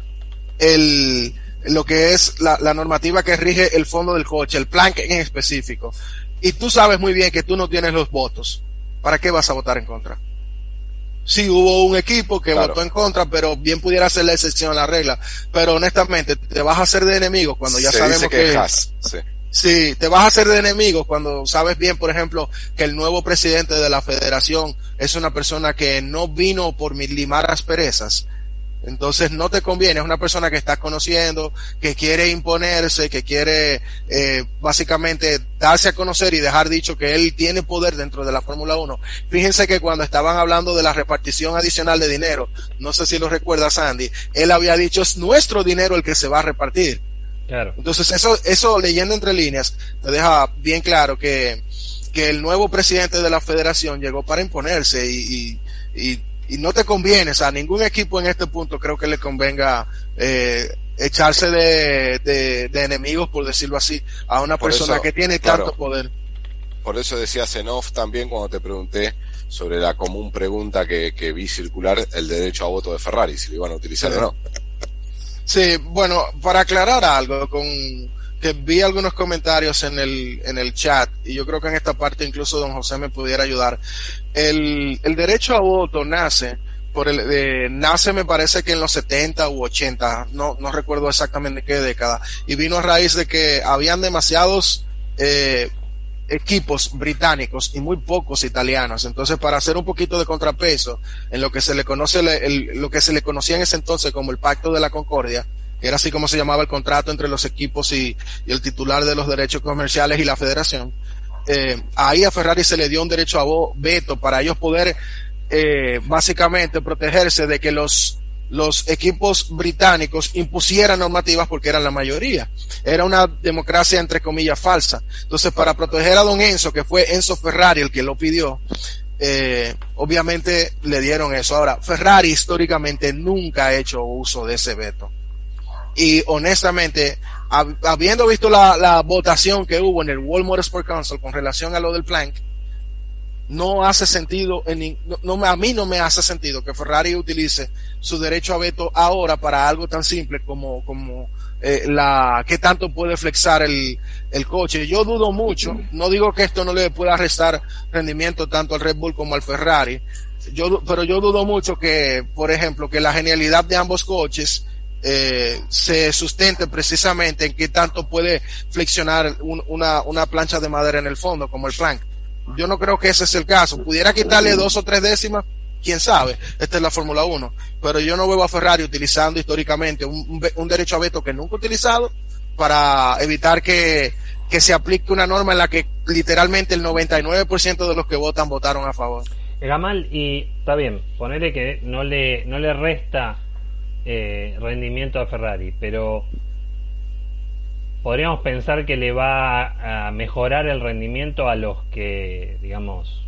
lo que es la normativa que rige el fondo del coche, el plan en específico, y tú sabes muy bien que tú no tienes los votos, ¿para qué vas a votar en contra? Sí, hubo un equipo que votó en contra, pero bien pudiera ser la excepción a la regla. Pero honestamente, te vas a hacer de enemigos cuando ya sabemos que sí, te vas a hacer de enemigos cuando sabes bien, por ejemplo, que el nuevo presidente de la federación es una persona que no vino por limar asperezas. Entonces no te conviene, es una persona que estás conociendo, que quiere imponerse, que quiere básicamente darse a conocer y dejar dicho que él tiene poder dentro de la Fórmula 1. Fíjense que cuando estaban hablando de la repartición adicional de dinero, no sé si lo recuerda Sandy, él había dicho es nuestro dinero el que se va a repartir. Claro. Entonces eso leyendo entre líneas te deja bien claro que el nuevo presidente de la federación llegó para imponerse y no te conviene, o sea, ningún equipo en este punto creo que le convenga echarse de enemigos, por decirlo así, a una persona que tiene tanto poder. Por eso decías en off también cuando te pregunté sobre la común pregunta que vi circular, el derecho a voto de Ferrari, si lo iban a utilizar o no. Sí, bueno, para aclarar algo, que vi algunos comentarios en el chat, y yo creo que en esta parte incluso don José me pudiera ayudar. El derecho a voto nace nace me parece que en los 70 u 80, no recuerdo exactamente qué década, y vino a raíz de que habían demasiados equipos británicos y muy pocos italianos. Entonces, para hacer un poquito de contrapeso en lo que se le conoce, lo que se le conocía en ese entonces como el Pacto de la Concordia, que era así como se llamaba el contrato entre los equipos y el titular de los derechos comerciales y la federación, ahí a Ferrari se le dio un derecho a veto para ellos poder básicamente protegerse de que los equipos británicos impusieran normativas porque eran la mayoría. Era una democracia entre comillas falsa. Entonces, para proteger a don Enzo, que fue Enzo Ferrari el que lo pidió, obviamente le dieron eso. Ahora, Ferrari históricamente nunca ha hecho uso de ese veto. Y honestamente, habiendo visto la votación que hubo en el World Motorsport Council con relación a lo del Plank, no hace sentido, a mí no me hace sentido que Ferrari utilice su derecho a veto ahora para algo tan simple como qué tanto puede flexar el coche. Yo dudo mucho, no digo que esto no le pueda restar rendimiento tanto al Red Bull como al Ferrari, pero yo dudo mucho que, por ejemplo, que la genialidad de ambos coches se sustente precisamente en qué tanto puede flexionar una plancha de madera en el fondo como el Plank. Yo no creo que ese es el caso. Pudiera quitarle 2 o 3 décimas, quién sabe, esta es la Fórmula 1, pero yo no veo a Ferrari utilizando históricamente un derecho a veto que nunca ha utilizado para evitar que se aplique una norma en la que literalmente el 99% de los que votaron a favor. Gamal, y está bien, ponele que no le resta rendimiento a Ferrari, pero podríamos pensar que le va a mejorar el rendimiento a los que, digamos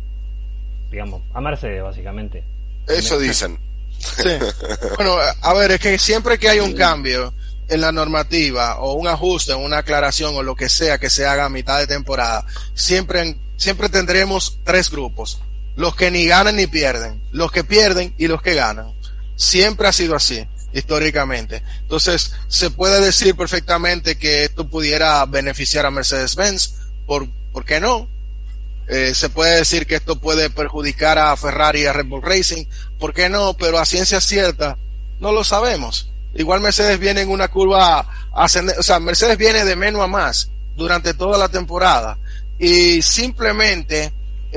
a Mercedes, básicamente. Eso dicen. Sí. Bueno, a ver, es que siempre que hay un cambio en la normativa o un ajuste, una aclaración o lo que sea que se haga a mitad de temporada, siempre tendremos 3 grupos: los que ni ganan ni pierden, los que pierden y los que ganan. Siempre ha sido así históricamente. Entonces, se puede decir perfectamente que esto pudiera beneficiar a Mercedes-Benz. ¿Por qué no? Se puede decir que esto puede perjudicar a Ferrari y a Red Bull Racing. ¿Por qué no? Pero a ciencia cierta no lo sabemos. Igual Mercedes viene en una curva ascendente, o sea, Mercedes viene de menos a más durante toda la temporada, y simplemente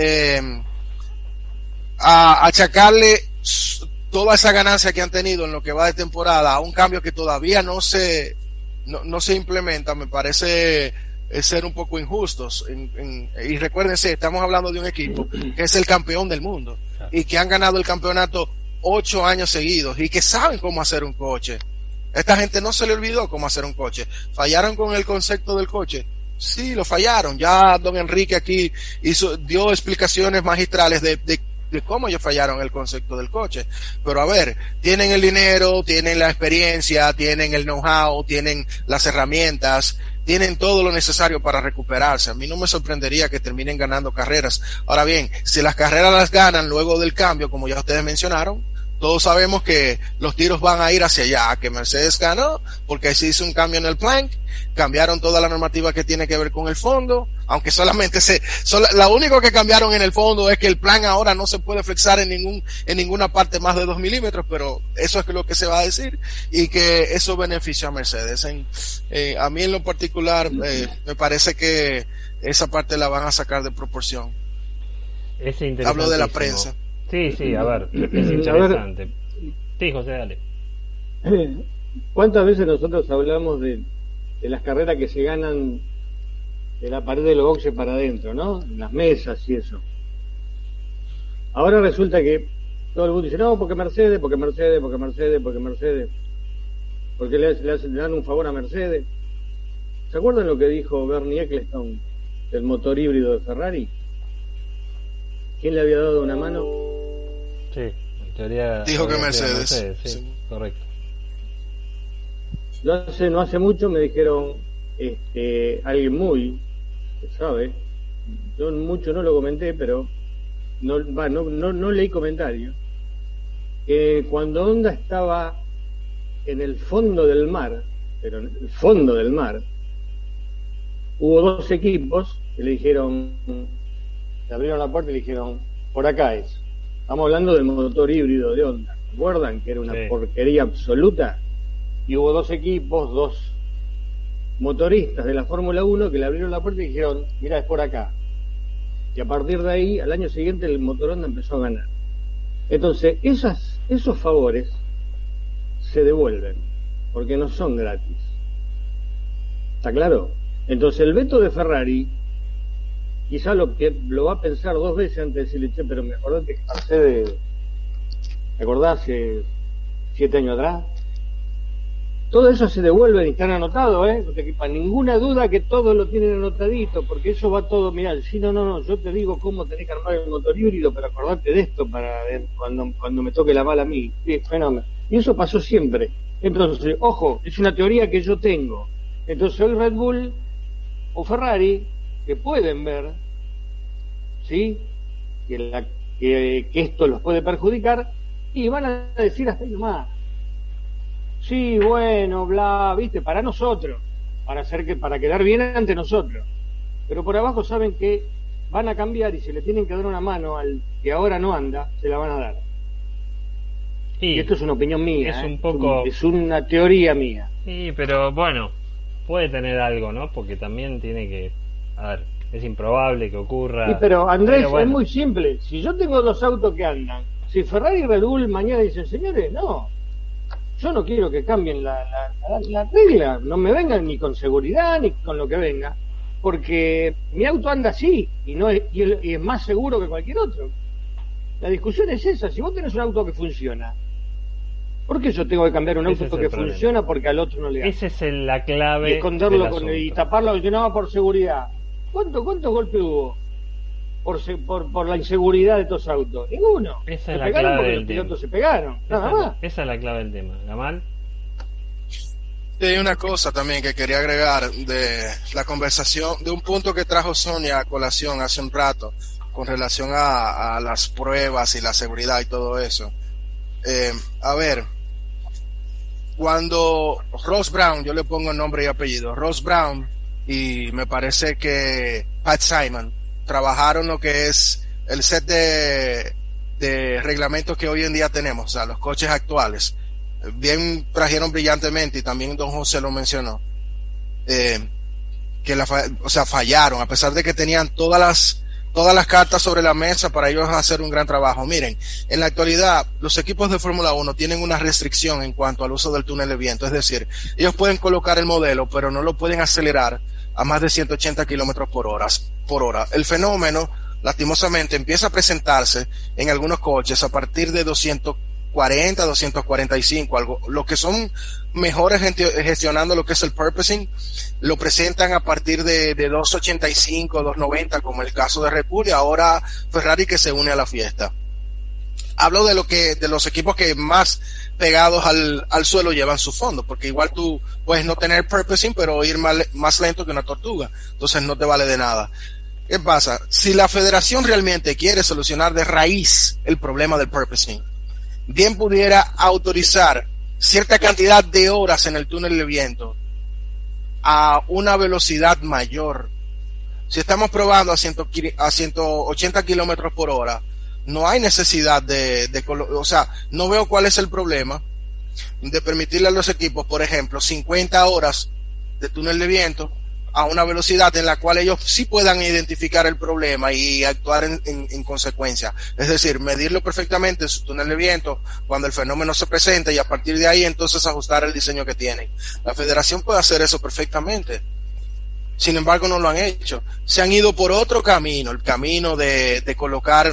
a achacarle toda esa ganancia que han tenido en lo que va de temporada a un cambio que todavía no se implementa, me parece ser un poco injustos. Y recuérdense, estamos hablando de un equipo que es el campeón del mundo y que han ganado el campeonato 8 años seguidos y que saben cómo hacer un coche. Esta gente no se le olvidó cómo hacer un coche. Fallaron con el concepto del coche, Sí, lo fallaron. Ya don Enrique aquí dio explicaciones magistrales de cómo ellos fallaron el concepto del coche. Pero a ver, tienen el dinero, tienen la experiencia, tienen el know-how, tienen las herramientas, tienen todo lo necesario para recuperarse. A mí no me sorprendería que terminen ganando carreras. Ahora bien, si las carreras las ganan luego del cambio, como ya ustedes mencionaron, todos sabemos que los tiros van a ir hacia allá, que Mercedes ganó, porque se hizo un cambio en el plank, cambiaron toda la normativa que tiene que ver con el fondo, aunque solamente lo único que cambiaron en el fondo es que el plan ahora no se puede flexar en ninguna parte más de 2 milímetros, pero eso es lo que se va a decir, y que eso beneficia a Mercedes. A mí en lo particular, me parece que esa parte la van a sacar de proporción. Hablo de la prensa. Sí, a ver, es interesante. Sí, José, dale. ¿Cuántas veces nosotros hablamos de las carreras que se ganan de la pared de los boxes para adentro, ¿no? En las mesas y eso. Ahora resulta que todo el mundo dice, no, porque Mercedes, porque le dan un favor a Mercedes. ¿Se acuerdan lo que dijo Bernie Ecclestone del motor híbrido de Ferrari? ¿Quién le había dado una mano? Sí, en teoría dijo que Mercedes. Sí, correcto. No hace mucho me dijeron alguien muy que sabe, yo mucho no lo comenté, pero no leí comentarios, que cuando Honda estaba en el fondo del mar, pero en el fondo del mar, hubo 2 equipos que le dijeron, le abrieron la puerta y le dijeron, por acá es. Estamos hablando del motor híbrido de Honda. ¿Recuerdan que era una porquería absoluta? Y hubo 2 equipos, 2 motoristas de la Fórmula 1 que le abrieron la puerta y dijeron, mira, es por acá. Y a partir de ahí, al año siguiente, el motor Honda empezó a ganar. Entonces, esos favores se devuelven, porque no son gratis. ¿Está claro? Entonces, el veto de Ferrari quizá lo va a pensar 2 veces antes de decirle, che, pero me acordate que Mercedes, ¿te acordás hace 7 años atrás? Todo eso se devuelve y están anotados, no te quepa ninguna duda que todos lo tienen anotadito, porque eso va todo, mirá, si no, yo te digo cómo tenés que armar el motor híbrido, pero acordate de esto para cuando me toque la bala a mí. Sí, fenómeno. Y eso pasó siempre. Entonces, ojo, es una teoría que yo tengo. Entonces hoy Red Bull o Ferrari, que pueden ver, ¿sí?, que esto los puede perjudicar, y van a decir hasta ahí nomás. Sí, bueno, bla, viste, para nosotros, para quedar bien ante nosotros. Pero por abajo saben que van a cambiar y si le tienen que dar una mano al que ahora no anda, se la van a dar. Y esto es una opinión mía, es un poco, es una teoría mía. Sí, pero bueno, puede tener algo, ¿no? Porque también tiene que, a ver, es improbable que ocurra. Sí, pero Andrés, bueno, es muy simple. Si yo tengo 2 autos que andan, si Ferrari y Red Bull mañana dicen, señores, no, yo no quiero que cambien la regla, no me vengan ni con seguridad ni con lo que venga, porque mi auto anda así y es más seguro que cualquier otro. La discusión es esa. Si vos tenés un auto que funciona, ¿por qué yo tengo que cambiar un auto que funciona porque al otro no le hace? Esa es la clave. Y esconderlo y taparlo y no, por seguridad. ¿Cuántos golpes hubo por la inseguridad de estos autos? Ninguno. Esa es la clave del tema. Se pegaron, nada más. Esa es la clave del tema. ¿Gamal? Sí, hay una cosa también que quería agregar de la conversación, de un punto que trajo Sonia a colación hace un rato, con relación a las pruebas y la seguridad y todo eso. A ver, cuando Ross Brown, yo le pongo nombre y apellido, Ross Brown y me parece que Pat Simon trabajaron lo que es el set de reglamentos que hoy en día tenemos, o sea, los coches actuales. Bien trajeron brillantemente, y también don José lo mencionó, que fallaron, a pesar de que tenían todas las cartas sobre la mesa para ellos hacer un gran trabajo. Miren, en la actualidad los equipos de Fórmula 1 tienen una restricción en cuanto al uso del túnel de viento, es decir, ellos pueden colocar el modelo, pero no lo pueden acelerar a más de 180 kilómetros por hora. El fenómeno, lastimosamente, empieza a presentarse en algunos coches a partir de 200 240, 245, algo. Los que son mejores gestionando lo que es el purposing, lo presentan a partir de 285, 290, como el caso de Red Bull, y ahora Ferrari que se une a la fiesta. Hablo de los equipos que más pegados al suelo llevan su fondo, porque igual tú puedes no tener purposing, pero ir más lento que una tortuga, entonces no te vale de nada. ¿Qué pasa? Si la federación realmente quiere solucionar de raíz el problema del purposing, bien pudiera autorizar cierta cantidad de horas en el túnel de viento a una velocidad mayor. Si estamos probando a 180 kilómetros por hora, no hay necesidad o sea, no veo cuál es el problema de permitirle a los equipos, por ejemplo, 50 horas de túnel de viento a una velocidad en la cual ellos sí puedan identificar el problema y actuar en consecuencia. Es decir, medirlo perfectamente en su túnel de viento cuando el fenómeno se presenta y a partir de ahí entonces ajustar el diseño que tienen. La federación puede hacer eso perfectamente. Sin embargo, no lo han hecho. Se han ido por otro camino, el camino de colocar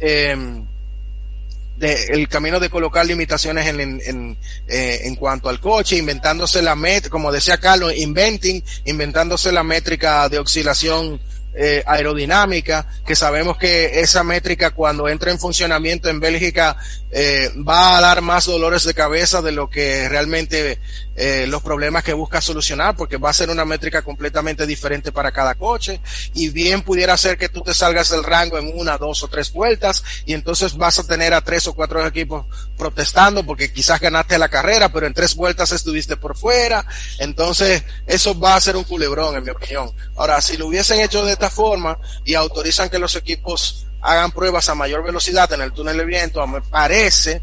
el camino de colocar limitaciones en cuanto al coche, inventándose la métrica, como decía Carlos, inventándose la métrica de oscilación aerodinámica, que sabemos que esa métrica cuando entra en funcionamiento en Bélgica va a dar más dolores de cabeza de lo que realmente los problemas que busca solucionar, porque va a ser una métrica completamente diferente para cada coche, y bien pudiera ser que tú te salgas del rango en 1, 2 o 3 vueltas, y entonces vas a tener a 3 o 4 equipos protestando porque quizás ganaste la carrera, pero en 3 vueltas estuviste por fuera. Entonces eso va a ser un culebrón, en mi opinión. Ahora, si lo hubiesen hecho de esta forma y autorizan que los equipos hagan pruebas a mayor velocidad en el túnel de viento, me parece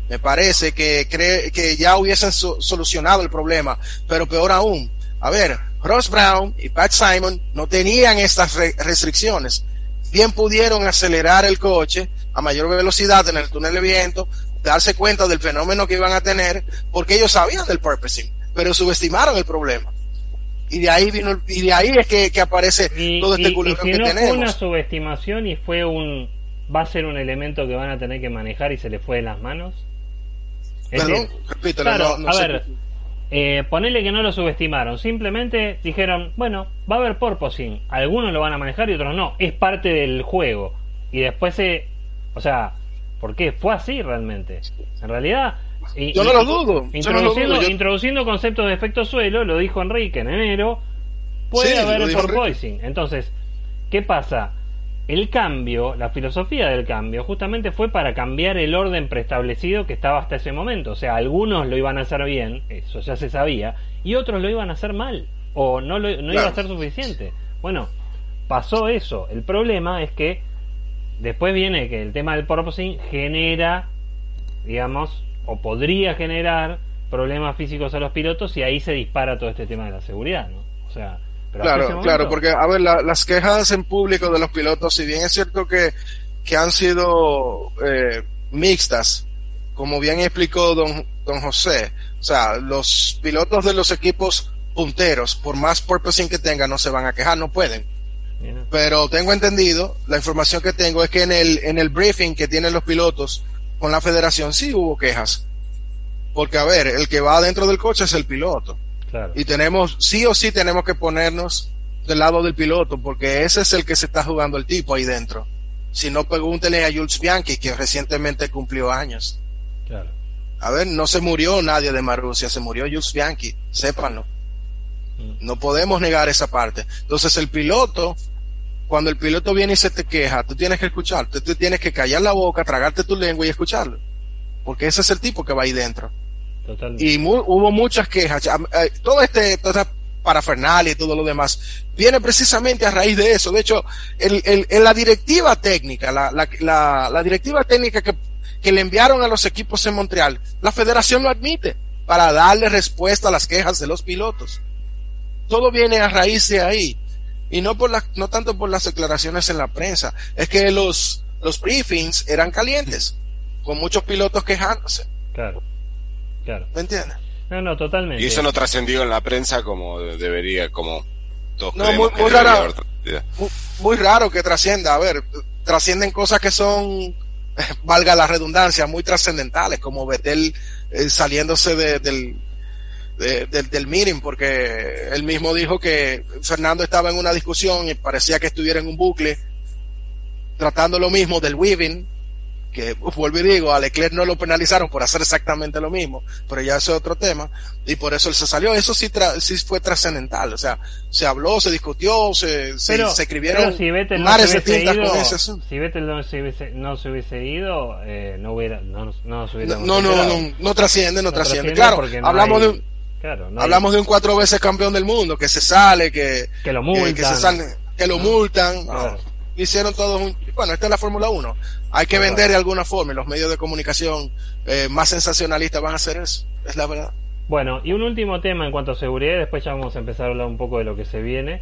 que ya hubiesen solucionado el problema. Pero peor aún, a ver, Ross Brown y Pat Simon no tenían estas restricciones. Bien pudieron acelerar el coche a mayor velocidad en el túnel de viento, darse cuenta del fenómeno que iban a tener, porque ellos sabían del purposing, pero subestimaron el problema. Y de ahí es que aparece todo este culebrón que tenemos. Y si no fue una subestimación y va a ser un elemento que van a tener que manejar y se les fue de las manos. Perdón, repítelo. Claro, no a sé. ver, ponele que no lo subestimaron, simplemente dijeron, bueno, va a haber porpoising, algunos lo van a manejar y otros no, es parte del juego. Y después o sea, ¿por qué? Fue así realmente. En realidad, yo no lo dudo. Introduciendo conceptos de efecto suelo, lo dijo Enrique en enero, puede haber porpoising. Entonces, ¿qué pasa? El cambio, la filosofía del cambio, justamente fue para cambiar el orden preestablecido que estaba hasta ese momento. O sea, algunos lo iban a hacer bien, eso ya se sabía, y otros lo iban a hacer mal, o no iba a ser suficiente. Bueno, pasó eso. El problema es que después viene que el tema del porpoising genera, digamos, o podría generar problemas físicos a los pilotos, y ahí se dispara todo este tema de la seguridad, ¿no? O sea, Claro, porque a ver, las quejas en público de los pilotos, si bien es cierto que han sido mixtas, como bien explicó don José, o sea, los pilotos de los equipos punteros, por más purposing que tengan, no se van a quejar, no pueden. Yeah. Pero tengo entendido, la información que tengo es que en el briefing que tienen los pilotos con la federación sí hubo quejas, porque a ver, el que va dentro del coche es el piloto. Claro. Y sí o sí tenemos que ponernos del lado del piloto, porque ese es el que se está jugando el tipo ahí dentro. Si no, pregúntenle a Jules Bianchi, que recientemente cumplió años. Claro. A ver, no se murió nadie de Marussia, se murió Jules Bianchi, sépanlo. No podemos negar esa parte. Entonces el piloto, cuando el piloto viene y se te queja, tú tienes que escuchar, tú tienes que callar la boca, tragarte tu lengua y escucharlo, porque ese es el tipo que va ahí dentro. Totalmente. Y hubo muchas quejas. Toda esta parafernalia y todo lo demás viene precisamente a raíz de eso. De hecho, en la directiva técnica, la directiva técnica que le enviaron a los equipos en Montreal, la federación lo admite para darle respuesta a las quejas de los pilotos. Todo viene a raíz de ahí, y no tanto por las declaraciones en la prensa. Es que los briefings eran calientes, con muchos pilotos quejándose. Claro. ¿Me entiendes? No, totalmente. Y eso no trascendió en la prensa como debería, como todos muy raro. Muy raro que trascienda. A ver, trascienden cosas que son valga la redundancia, muy trascendentales, como Vettel saliéndose del meeting, porque él mismo dijo que Fernando estaba en una discusión y parecía que estuviera en un bucle tratando lo mismo del weaving, que vuelvo y digo, a Leclerc no lo penalizaron por hacer exactamente lo mismo, pero ya eso es otro tema, y por eso él se salió. Eso sí fue trascendental, o sea, se habló, se discutió, se escribieron si Vettel mares de tintas con ese. Si Vettel no se hubiese ido, no trasciende, claro, hablamos de hablamos de un 4 veces campeón del mundo que se sale, que lo multan, que lo multan. Claro. Hicieron todos bueno, esta es la Fórmula 1. Hay que vender de alguna forma, y los medios de comunicación más sensacionalistas van a hacer eso, es la verdad. Bueno, y un último tema en cuanto a seguridad, y después ya vamos a empezar a hablar un poco de lo que se viene.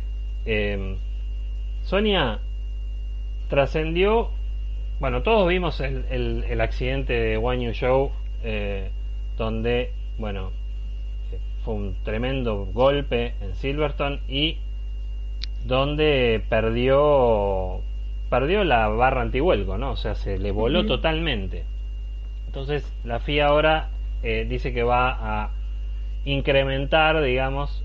Sonia, trascendió, bueno, todos vimos el accidente de Guan Yu Zhou, donde, bueno, fue un tremendo golpe en Silverstone y donde perdió la barra antivuelco, ¿no? O sea, se le voló totalmente. Entonces, la FIA ahora dice que va a incrementar, digamos,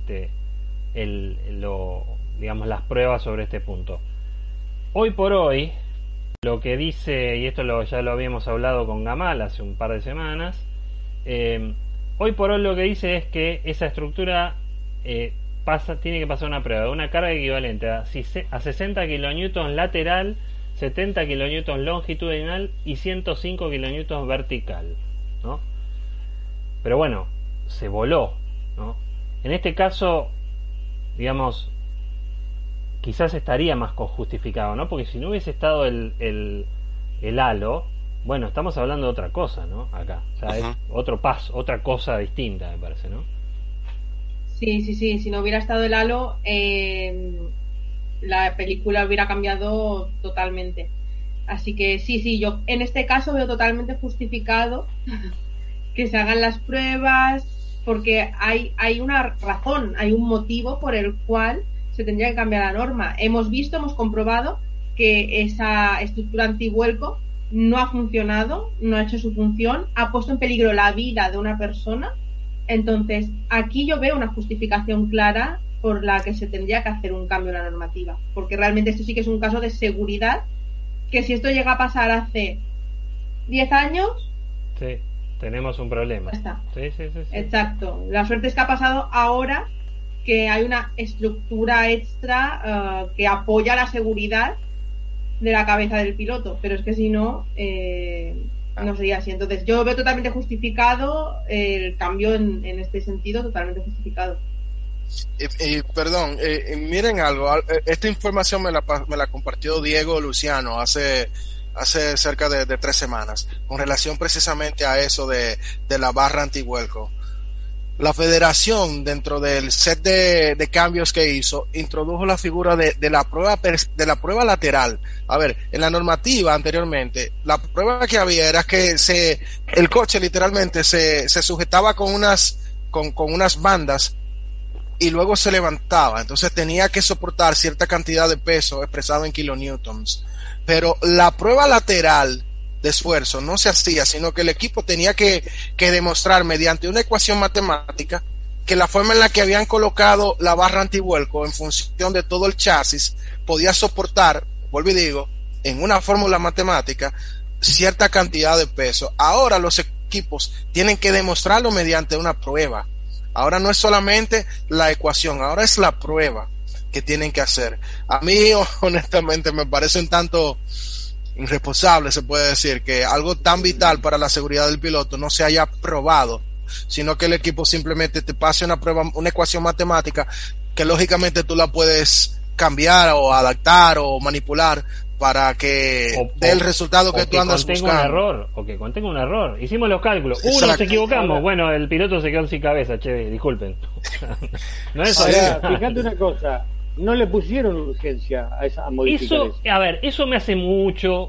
digamos, las pruebas sobre este punto. Hoy por hoy, lo que dice, y esto ya lo habíamos hablado con Gamal hace un par de semanas, hoy por hoy lo que dice es que esa estructura tiene que pasar una prueba de una carga equivalente a 60 kN lateral, 70 kN longitudinal y 105 kN vertical, ¿no? Pero bueno, se voló, ¿no? En este caso, digamos, quizás estaría más justificado, ¿no? Porque si no hubiese estado el halo, bueno, estamos hablando de otra cosa, ¿no? Acá, o sea, es otro paso, otra cosa distinta, me parece, ¿no? Sí, si no hubiera estado el halo, la película hubiera cambiado totalmente. Así que sí, yo en este caso veo totalmente justificado que se hagan las pruebas, porque hay una razón, hay un motivo por el cual se tendría que cambiar la norma. Hemos comprobado que esa estructura antivuelco no ha funcionado, no ha hecho su función, ha puesto en peligro la vida de una persona. Entonces, aquí yo veo una justificación clara por la que se tendría que hacer un cambio en la normativa, porque realmente esto sí que es un caso de seguridad, que si esto llega a pasar hace 10 años... Sí, tenemos un problema. Ya está. Sí. Exacto. La suerte es que ha pasado ahora que hay una estructura extra que apoya la seguridad de la cabeza del piloto, pero es que si no... no sería así. Entonces yo veo totalmente justificado el cambio en este sentido, totalmente justificado. Perdón, miren algo, esta información me la compartió Diego Luciano hace cerca de 3 semanas, con relación precisamente a eso de la barra antivuelco. La federación, dentro del set de cambios que hizo, introdujo la figura de la prueba lateral. A ver, en la normativa anteriormente, la prueba que había era que el coche literalmente se sujetaba con unas bandas y luego se levantaba. Entonces tenía que soportar cierta cantidad de peso expresado en kilonewtons. Pero la prueba lateral de esfuerzo no se hacía, sino que el equipo tenía que demostrar mediante una ecuación matemática que la forma en la que habían colocado la barra antivuelco en función de todo el chasis podía soportar, vuelvo y digo, en una fórmula matemática cierta cantidad de peso. Ahora los equipos tienen que demostrarlo mediante una prueba. Ahora no es solamente la ecuación, ahora es la prueba que tienen que hacer. A mí honestamente me parece un tanto irresponsable, se puede decir, que algo tan vital para la seguridad del piloto no se haya probado, sino que el equipo simplemente te pase una prueba, una ecuación matemática que lógicamente tú la puedes cambiar o adaptar o manipular para que dé el resultado que tú andas buscando. Que contenga un error. Hicimos los cálculos. Nos equivocamos. Bueno, el piloto se quedó sin cabeza, che, disculpen. No es fíjate una cosa. No le pusieron urgencia a modificar eso. A ver, eso me hace mucho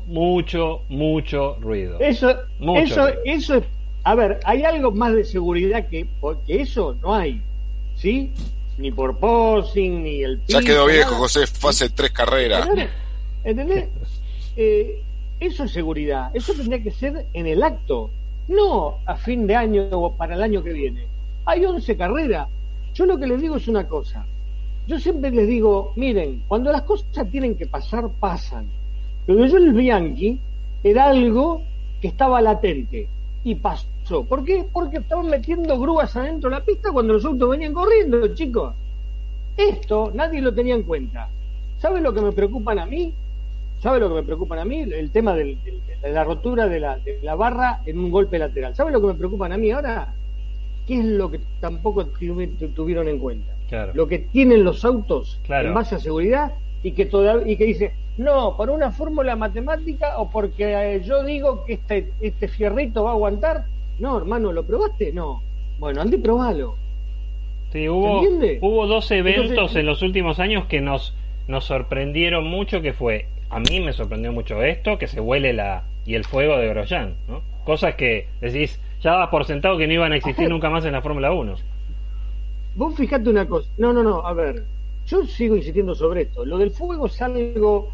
ruido. Eso es, a ver, hay algo más de seguridad porque eso no hay, ¿sí? Ni por posing, ni el ya quedó viejo, nada. José, fue hace 3 carreras. ¿Entendés? Eso es seguridad. Eso tendría que ser en el acto, no a fin de año o para el año que viene. Hay 11 carreras. Yo lo que les digo es una cosa. Yo siempre les digo, miren, cuando las cosas tienen que pasar, pasan. Lo que yo el Bianchi era algo que estaba latente y pasó. ¿Por qué? Porque estaban metiendo grúas adentro de la pista cuando los autos venían corriendo, chicos. Esto nadie lo tenía en cuenta. ¿Sabe lo que me preocupan a mí? ¿Sabe lo que me preocupan a mí? El tema de la rotura de la barra en un golpe lateral. ¿Sabe lo que me preocupan a mí ahora? ¿Qué es lo que tampoco tuvieron en cuenta? Claro. Lo que tienen los autos Claro. en base a seguridad y que dice, no, por una fórmula matemática o porque yo digo que este fierrito va a aguantar. No, hermano, ¿lo probaste? No. Bueno, ande y probalo. Sí, entiende? hubo 2 eventos Entonces, en los últimos años que nos sorprendieron mucho, que fue, a mí me sorprendió mucho esto, que se huele y el fuego de Grosjean, ¿no? Cosas que decís, ya daba por sentado que no iban a existir nunca más en la Fórmula 1. Vos fijate una cosa. No, a ver. Yo sigo insistiendo sobre esto. Lo del fuego es algo...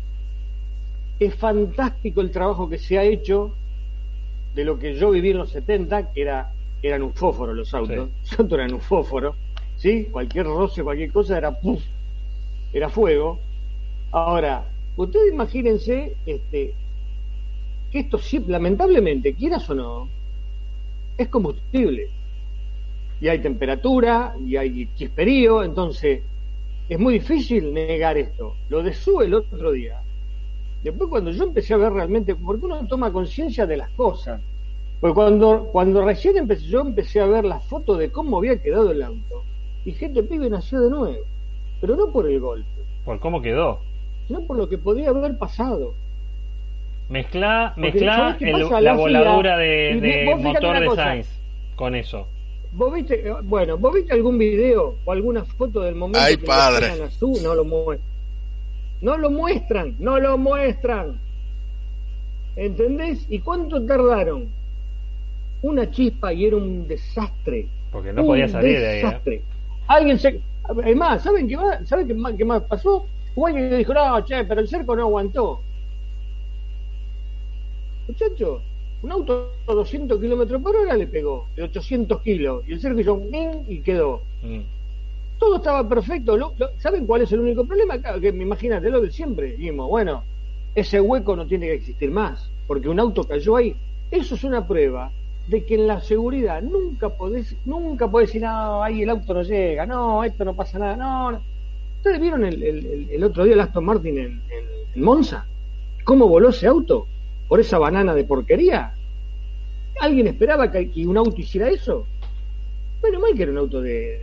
Es fantástico el trabajo que se ha hecho de lo que yo viví en los 70, que eran un fósforo los autos. Sí. Los autos eran un fósforo. ¿Sí? Cualquier roce, cualquier cosa era ¡puf! Era fuego. Ahora, ustedes imagínense que esto sí, lamentablemente, quieras o no, es combustible. Y hay temperatura, y hay chisperío, entonces es muy difícil negar esto. Lo de Sue el otro día. Después cuando yo empecé a ver realmente, porque uno toma conciencia de las cosas. Porque cuando recién yo empecé a ver las fotos de cómo había quedado el auto, dije, este pibe nació de nuevo. Pero no por el golpe, Por cómo quedó. sino por lo que podía haber pasado. Mezclá ¿sabés qué pasa? la La voladura FIA, de y vos fíjate motor una de cosa. Sainz con eso. ¿Vos viste algún video o alguna foto del momento Ay, que padre. le a Su? No lo muestran. ¿Entendés? ¿Y cuánto tardaron? Una chispa y era un desastre. Porque no podía salir de ahí, ¿eh? desastre. Es más, ¿saben qué más pasó? Hubo alguien que dijo, no, che, pero el cerco no aguantó. Muchachos, un auto a 200 kilómetros por hora le pegó, de 800 kilos, y el cerco hizo un ¡ping! Y quedó. Todo estaba perfecto. ¿Saben cuál es el único problema? Claro, que imagínate lo de siempre. Dijimos, bueno, ese hueco no tiene que existir más, porque un auto cayó ahí. Eso es una prueba de que en la seguridad nunca podés decir, no, ahí el auto no llega, no, esto no pasa nada, no. ¿Ustedes vieron el otro día el Aston Martin en Monza? ¿Cómo voló ese auto? ¿Por esa banana de porquería? ¿Alguien esperaba que un auto hiciera eso? Bueno, mal que era un auto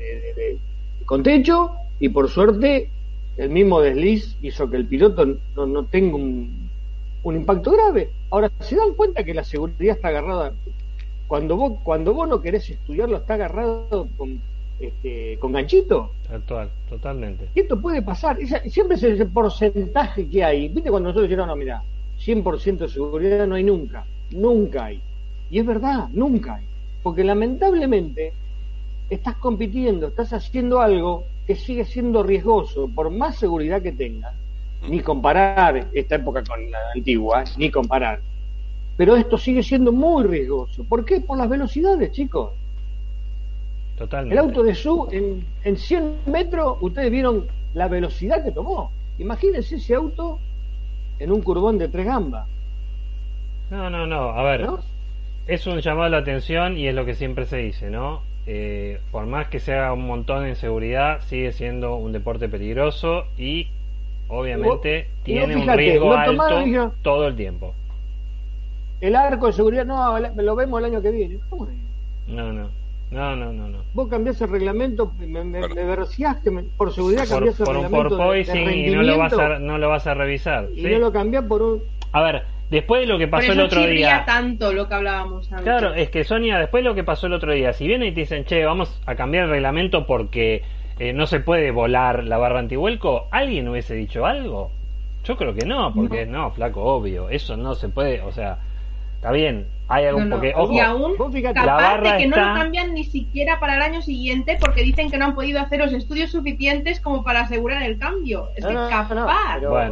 con techo, y por suerte el mismo desliz hizo que el piloto no tenga un impacto grave. Ahora, ¿se dan cuenta que la seguridad está agarrada? Cuando vos no querés estudiarlo, está agarrado con ganchito. Totalmente. Y esto puede pasar. Siempre es ese porcentaje que hay. ¿Viste cuando nosotros decimos, no, mira, 100% de seguridad no hay nunca? Nunca hay. Y es verdad, nunca hay. Porque lamentablemente estás compitiendo, estás haciendo algo que sigue siendo riesgoso, por más seguridad que tengas. Ni comparar esta época con la antigua, ni comparar. Pero esto sigue siendo muy riesgoso. ¿Por qué? Por las velocidades, chicos. Totalmente. El auto de Su, en 100 metros, ustedes vieron la velocidad que tomó. Imagínense ese auto en un curvón de 3 gambas. No. A ver, ¿No? es un llamado a la atención y es lo que siempre se dice, ¿no? Por más que se haga un montón en seguridad, sigue siendo un deporte peligroso y obviamente tiene un riesgo alto todo el tiempo. El arco de seguridad, no, lo vemos el año que viene. ¿Cómo es? No. Vos cambiás el reglamento, me verseás que por seguridad cambiás el por un reglamento porpoising de y no lo vas a revisar. Y ¿sí? no lo cambiás por un... A ver, después de lo que pasó por eso el otro día... tanto lo que hablábamos antes. Claro, es que Sonia, después de lo que pasó el otro día, si vienen y te dicen, che, vamos a cambiar el reglamento porque no se puede volar la barra antivuelco, ¿alguien hubiese dicho algo? Yo creo que no, porque no, flaco, obvio, eso no se puede, o sea, está bien, hay algún... Porque, ojo, y aún fíjate, la capaz barra de que está... no lo cambian ni siquiera para el año siguiente porque dicen que no han podido hacer los estudios suficientes como para asegurar el cambio. Es que capaz. Pero, Bueno.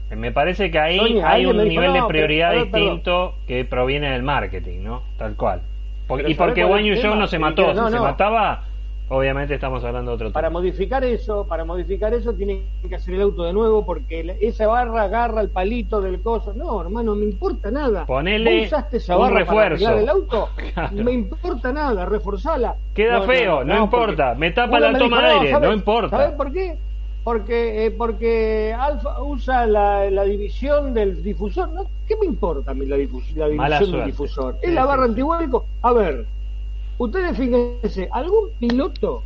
Me parece que ahí Sonia, hay alguien un me dijo, nivel de no, prioridad pero, distinto que proviene del marketing, ¿no? Tal cual. Pero Y porque ¿sabés cuál Wang es el Yuzhou tema? no se Que mató. no, Si se no. mataba, obviamente estamos hablando de otro Para tema. modificar eso tienen que hacer el auto de nuevo porque esa barra agarra el palito del coso. No, hermano, me importa nada. Ponele ¿Vos usaste esa un barra refuerzo. para arreglar el auto? Claro. Me importa nada, reforzala. Queda feo, no importa. Me tapa la toma de aire, no importa. ¿Sabes por qué? Porque Alfa usa la división del difusor. ¿No? ¿Qué me importa a mí la división del difusor? Es la barra antivuelco. A ver, ustedes fíjense, algún piloto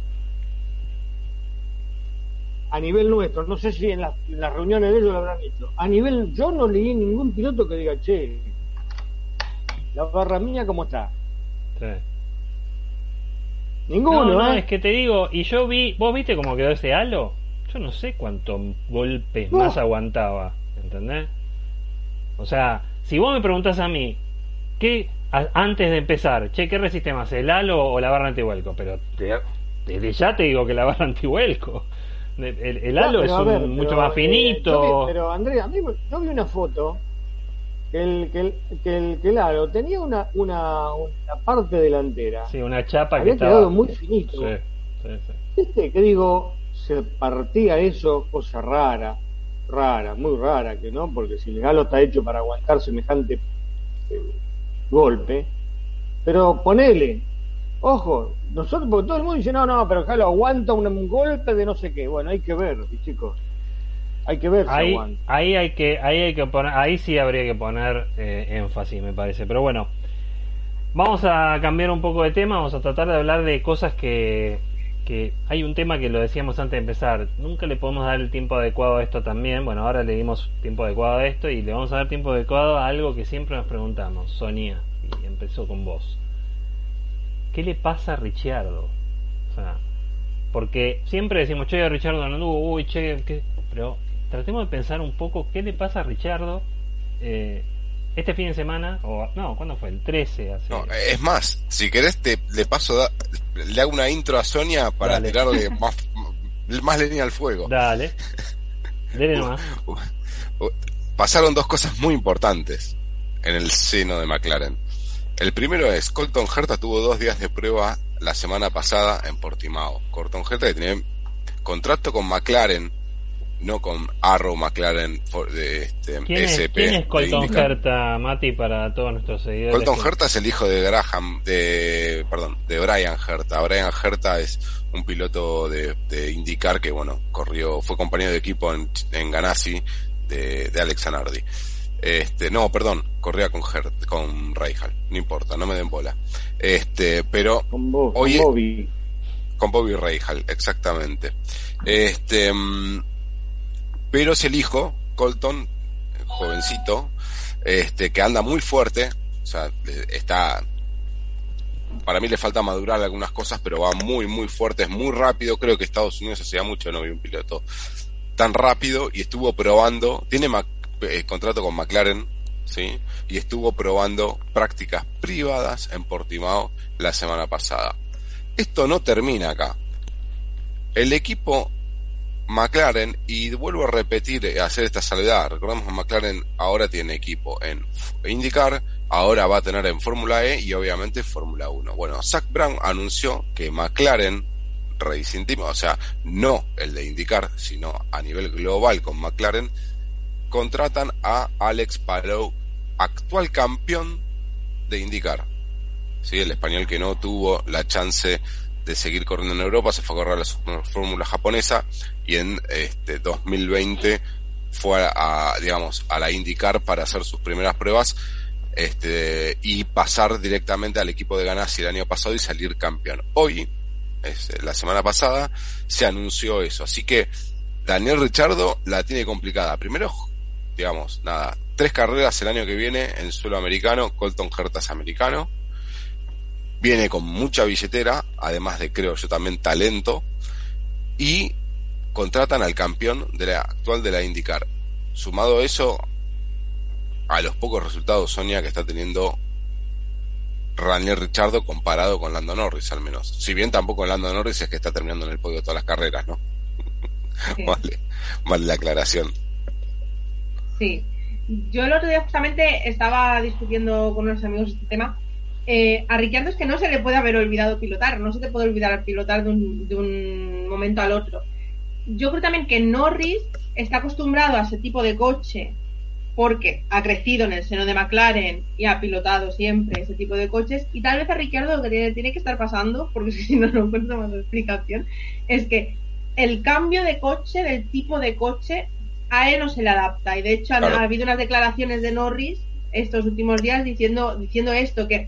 a nivel nuestro, no sé si en las reuniones de ellos lo habrán dicho, a nivel, yo no leí ningún piloto que diga, che, la barra mía, ¿cómo está? Sí. Ninguno, no, es que te digo, y yo vi, ¿vos viste cómo quedó ese halo? Yo no sé cuántos golpes más aguantaba, ¿entendés? O sea, si vos me preguntás a mí, antes de empezar, che, ¿qué resiste más, el halo o la barra antivuelco? Pero desde ya te digo que la barra antivuelco. El halo es mucho más finito. Pero Andrea, yo vi una foto que el halo tenía una parte delantera. Sí, una chapa había que quedado estaba muy finito. Sí. ¿Viste? Que digo, se partía eso, cosa rara, muy rara, que no, porque si el halo está hecho para aguantar semejante golpe, pero ponele. Ojo, nosotros, porque todo el mundo dice, no, pero Jalo aguanta un golpe de no sé qué. Bueno, hay que ver, chicos. Hay que ver si aguanta. Ahí sí habría que poner énfasis, me parece. Pero bueno, vamos a cambiar un poco de tema. Vamos a tratar de hablar de cosas que hay un tema que lo decíamos antes de empezar. Nunca le podemos dar el tiempo adecuado a esto también. Bueno, ahora le dimos tiempo adecuado a esto y le vamos a dar tiempo adecuado a algo que siempre nos preguntamos. Sonia, y empezó con vos. ¿Qué le pasa a Ricciardo? O sea, porque siempre decimos, che, Ricciardo no anduvo, pero tratemos de pensar un poco qué le pasa a Ricciardo este fin de semana, ¿cuándo fue? El 13. Es más, si querés le hago una intro a Sonia para tirarle más leña al fuego. Dale nomás. Pasaron dos cosas muy importantes en el seno de McLaren. El primero es, Colton Herta tuvo 2 días de prueba la semana pasada en Portimao. Colton Herta que tenía contrato con McLaren, no con Arrow McLaren ¿Quién es Colton Herta, Mati, para todos nuestros seguidores? Colton Herta es el hijo de Brian Herta. Brian Herta es un piloto de IndyCar que, fue compañero de equipo en Ganassi de Alex Zanardi. Corría con Rahal, no importa, no me den bola. Pero con Bobby Rahal, exactamente. Pero es el hijo, Colton, jovencito, que anda muy fuerte, o sea, para mí le falta madurar algunas cosas, pero va muy, muy fuerte, es muy rápido. Creo que Estados Unidos hacía mucho no vi un piloto tan rápido, y estuvo probando, tiene contrato con McLaren, ¿sí? Y estuvo probando prácticas privadas en Portimao la semana pasada. Esto no termina acá. El equipo McLaren, y vuelvo a repetir, hacer esta salvedad, recordemos que McLaren ahora tiene equipo en IndyCar, ahora va a tener en Fórmula E y obviamente Fórmula 1. Bueno, Zak Brown anunció que McLaren Racing Team, o sea, no el de IndyCar, sino a nivel global con McLaren, contratan a Alex Palou, actual campeón de IndyCar. ¿Sí? El español que no tuvo la chance de seguir corriendo en Europa, se fue a correr a la fórmula japonesa, y en 2020 fue a la IndyCar para hacer sus primeras pruebas, y pasar directamente al equipo de Ganassi el año pasado y salir campeón. Hoy, la semana pasada, se anunció eso. Así que Daniel Ricciardo la tiene complicada. Primero, 3 carreras el año que viene en suelo americano. Colton Herta es americano. Viene con mucha billetera, además de, creo yo, también talento. Y contratan al campeón actual de la IndyCar. Sumado eso a los pocos resultados, Sonia, que está teniendo Daniel Ricciardo comparado con Lando Norris, al menos. Si bien tampoco Lando Norris es que está terminando en el podio de todas las carreras, ¿no? Sí. Vale la aclaración. Sí. Yo el otro día justamente estaba discutiendo con unos amigos este tema. A Ricciardo es que no se le puede haber olvidado pilotar, no se te puede olvidar pilotar de un momento al otro. Yo creo también que Norris está acostumbrado a ese tipo de coche porque ha crecido en el seno de McLaren y ha pilotado siempre ese tipo de coches, y tal vez a Ricciardo lo que tiene que estar pasando, porque si no encuentro más explicación, es que el cambio de coche, del tipo de coche, a él no se le adapta, y de hecho ha habido unas declaraciones de Norris estos últimos días diciendo esto, que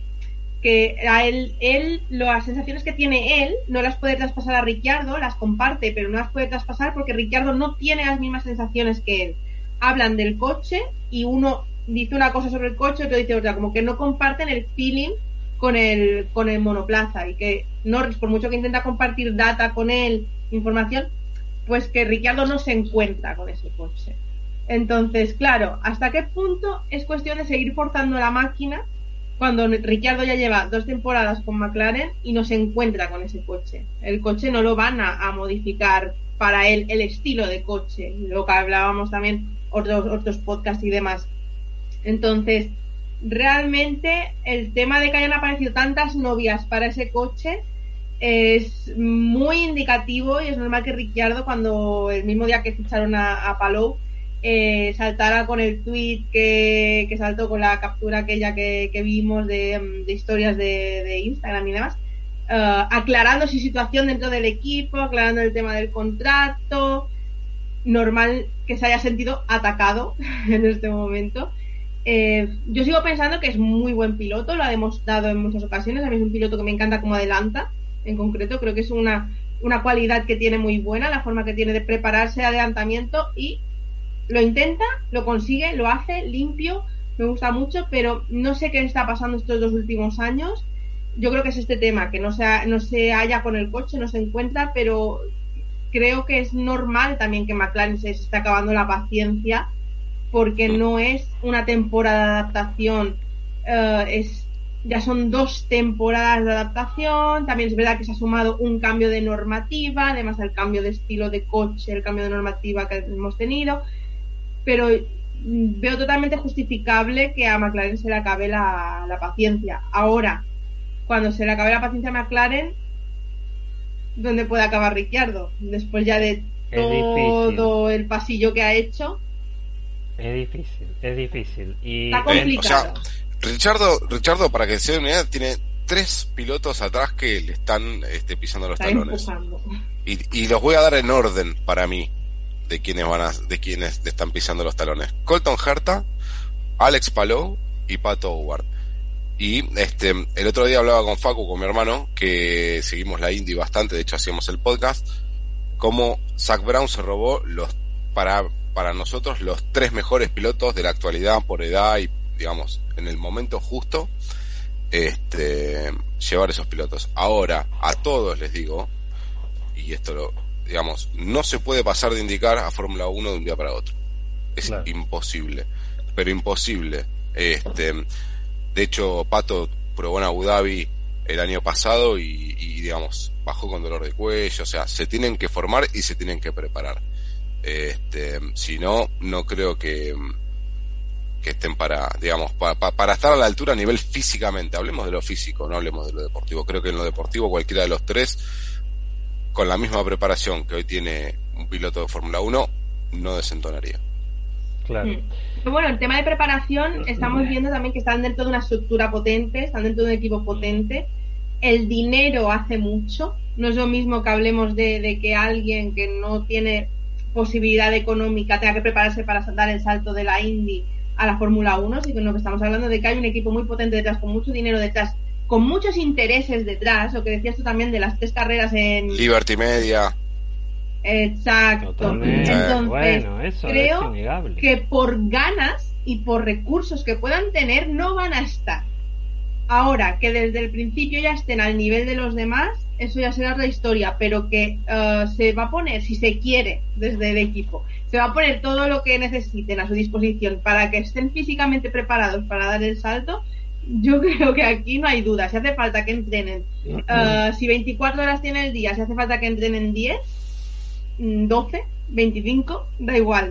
a él las sensaciones que tiene él no las puede traspasar a Ricciardo, las comparte, pero no las puede traspasar porque Ricciardo no tiene las mismas sensaciones que él. Hablan del coche y uno dice una cosa sobre el coche, otro dice otra, como que no comparten el feeling con el monoplaza, y que Norris, por mucho que intenta compartir data con él, información, pues que Ricciardo no se encuentra con ese coche. Entonces, claro, ¿hasta qué punto es cuestión de seguir forzando la máquina cuando Ricciardo ya lleva 2 temporadas con McLaren y no se encuentra con ese coche? El coche no lo van a modificar para él, el estilo de coche, lo que hablábamos también otros podcasts y demás. Entonces, realmente el tema de que hayan aparecido tantas novias para ese coche es muy indicativo, y es normal que Ricciardo, cuando el mismo día que ficharon a Palou, saltara con el tweet que saltó, con la captura aquella que vimos de historias de Instagram y demás, aclarando su situación dentro del equipo, aclarando el tema del contrato. Normal que se haya sentido atacado en este momento. Yo sigo pensando que es muy buen piloto, lo ha demostrado en muchas ocasiones. A mí es un piloto que me encanta cómo adelanta, en concreto creo que es una cualidad que tiene muy buena, la forma que tiene de prepararse de adelantamiento, y lo intenta, lo consigue, lo hace limpio, me gusta mucho, pero no sé qué está pasando estos 2 últimos años. Yo creo que es este tema, que no se halla con el coche, no se encuentra, pero creo que es normal también que McLaren se está acabando la paciencia, porque no es una temporada de adaptación, ya son 2 temporadas de adaptación. También es verdad que se ha sumado un cambio de normativa, además del cambio de estilo de coche, el cambio de normativa que hemos tenido, pero veo totalmente justificable que a McLaren se le acabe la paciencia. Ahora, cuando se le acabe la paciencia a McLaren, ¿dónde puede acabar Ricciardo? Después ya de todo el pasillo que ha hecho. Es difícil. Y está complicado. O sea, Ricciardo, para que se den una idea, tiene 3 pilotos atrás que le están pisando los talones. Y los voy a dar en orden para mí de quienes le están pisando los talones: Colton Herta, Alex Palou y Pato Howard. Y el otro día hablaba con Facu, con mi hermano, que seguimos la Indy bastante, de hecho hacíamos el podcast, como Zak Brown se robó para nosotros los 3 mejores pilotos de la actualidad por edad y, digamos, en el momento justo, llevar esos pilotos. Ahora, a todos les digo, y esto digamos, no se puede pasar de indicar a Fórmula 1 de un día para otro. Es claro. Imposible, pero imposible. De hecho, Pato probó en Abu Dhabi el año pasado y digamos, bajó con dolor de cuello. O sea, se tienen que formar y se tienen que preparar. Si no, no creo que estén para estar a la altura a nivel físicamente. Hablemos de lo físico, no hablemos de lo deportivo. Creo que en lo deportivo cualquiera de los 3, con la misma preparación que hoy tiene un piloto de Fórmula 1, no desentonaría. Claro. Pero bueno, el tema de preparación, estamos viendo también que están dentro de una estructura potente, están dentro de un equipo potente. El dinero hace mucho. No es lo mismo que hablemos de que alguien que no tiene posibilidad económica tenga que prepararse para dar el salto de la Indy a la Fórmula 1, sino que estamos hablando de que hay un equipo muy potente detrás, con mucho dinero detrás, con muchos intereses detrás, lo que decías tú también de las 3 carreras en Liberty Media. Exacto. Totalmente. Entonces, bueno, eso creo es que por ganas y por recursos que puedan tener no van a estar. Ahora, que desde el principio ya estén al nivel de los demás, eso ya será otra historia, pero que se va a poner, si se quiere, desde el equipo, se va a poner todo lo que necesiten a su disposición para que estén físicamente preparados para dar el salto. Yo creo que aquí no hay duda. Si hace falta que entrenen, si 24 horas tiene el día, si hace falta que entrenen 10, 12, 25, da igual.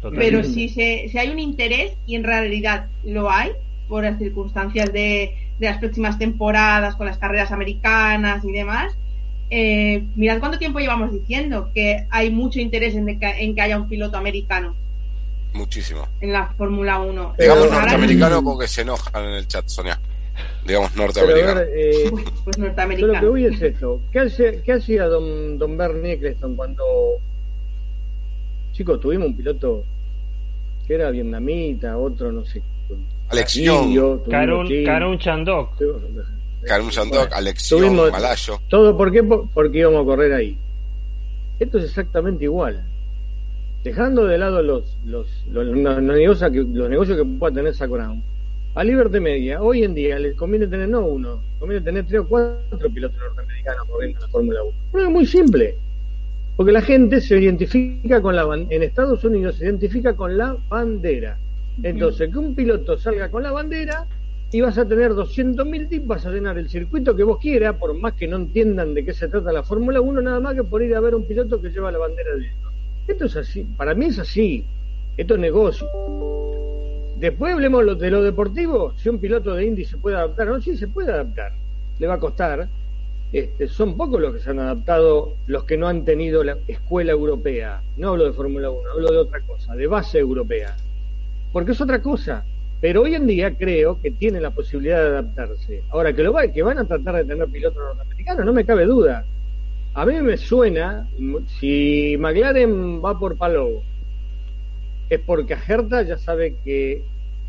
Pero si hay un interés, y en realidad lo hay, por las circunstancias de las próximas temporadas, con las carreras americanas y demás, mirad cuánto tiempo llevamos diciendo que hay mucho interés en que haya un piloto americano. Muchísimo. En la Fórmula 1. Digamos norteamericano porque se enojan en el chat, Sonia. Digamos norteamericano. Pues norteamericano. Yo lo que voy es esto. ¿Qué hacía don Bernie Eccleston cuando... Chicos, tuvimos un piloto que era vietnamita, otro no sé... Alex Young. Karun Chandok. Karun Chandok, Alex Young, malayo. ¿Todo por qué? Porque íbamos a correr ahí. Esto es exactamente igual. Dejando de lado los negocios que pueda tener Zak Brown, a Liberty Media hoy en día les conviene tener no uno, conviene tener 3 o 4 pilotos norteamericanos corriendo en la Fórmula 1. Es muy simple, porque la gente se identifica con en Estados Unidos se identifica con la bandera. Entonces, que un piloto salga con la bandera y vas a tener 200.000 tips, vas a llenar el circuito que vos quieras, por más que no entiendan de qué se trata la Fórmula 1, nada más que por ir a ver un piloto que lleva la bandera de ellos. Esto es así, para mí es así, esto es negocio. Después hablemos de lo deportivo, si un piloto de Indy se puede adaptar, no, sí se puede adaptar, le va a costar. Son pocos los que se han adaptado, los que no han tenido la escuela europea, no hablo de Fórmula 1, hablo de otra cosa, de base europea, porque es otra cosa, pero hoy en día creo que tiene la posibilidad de adaptarse. Ahora, que van a tratar de tener pilotos norteamericanos, no me cabe duda. A mí me suena, si McLaren va por Palou, es porque a Herta ya sabe que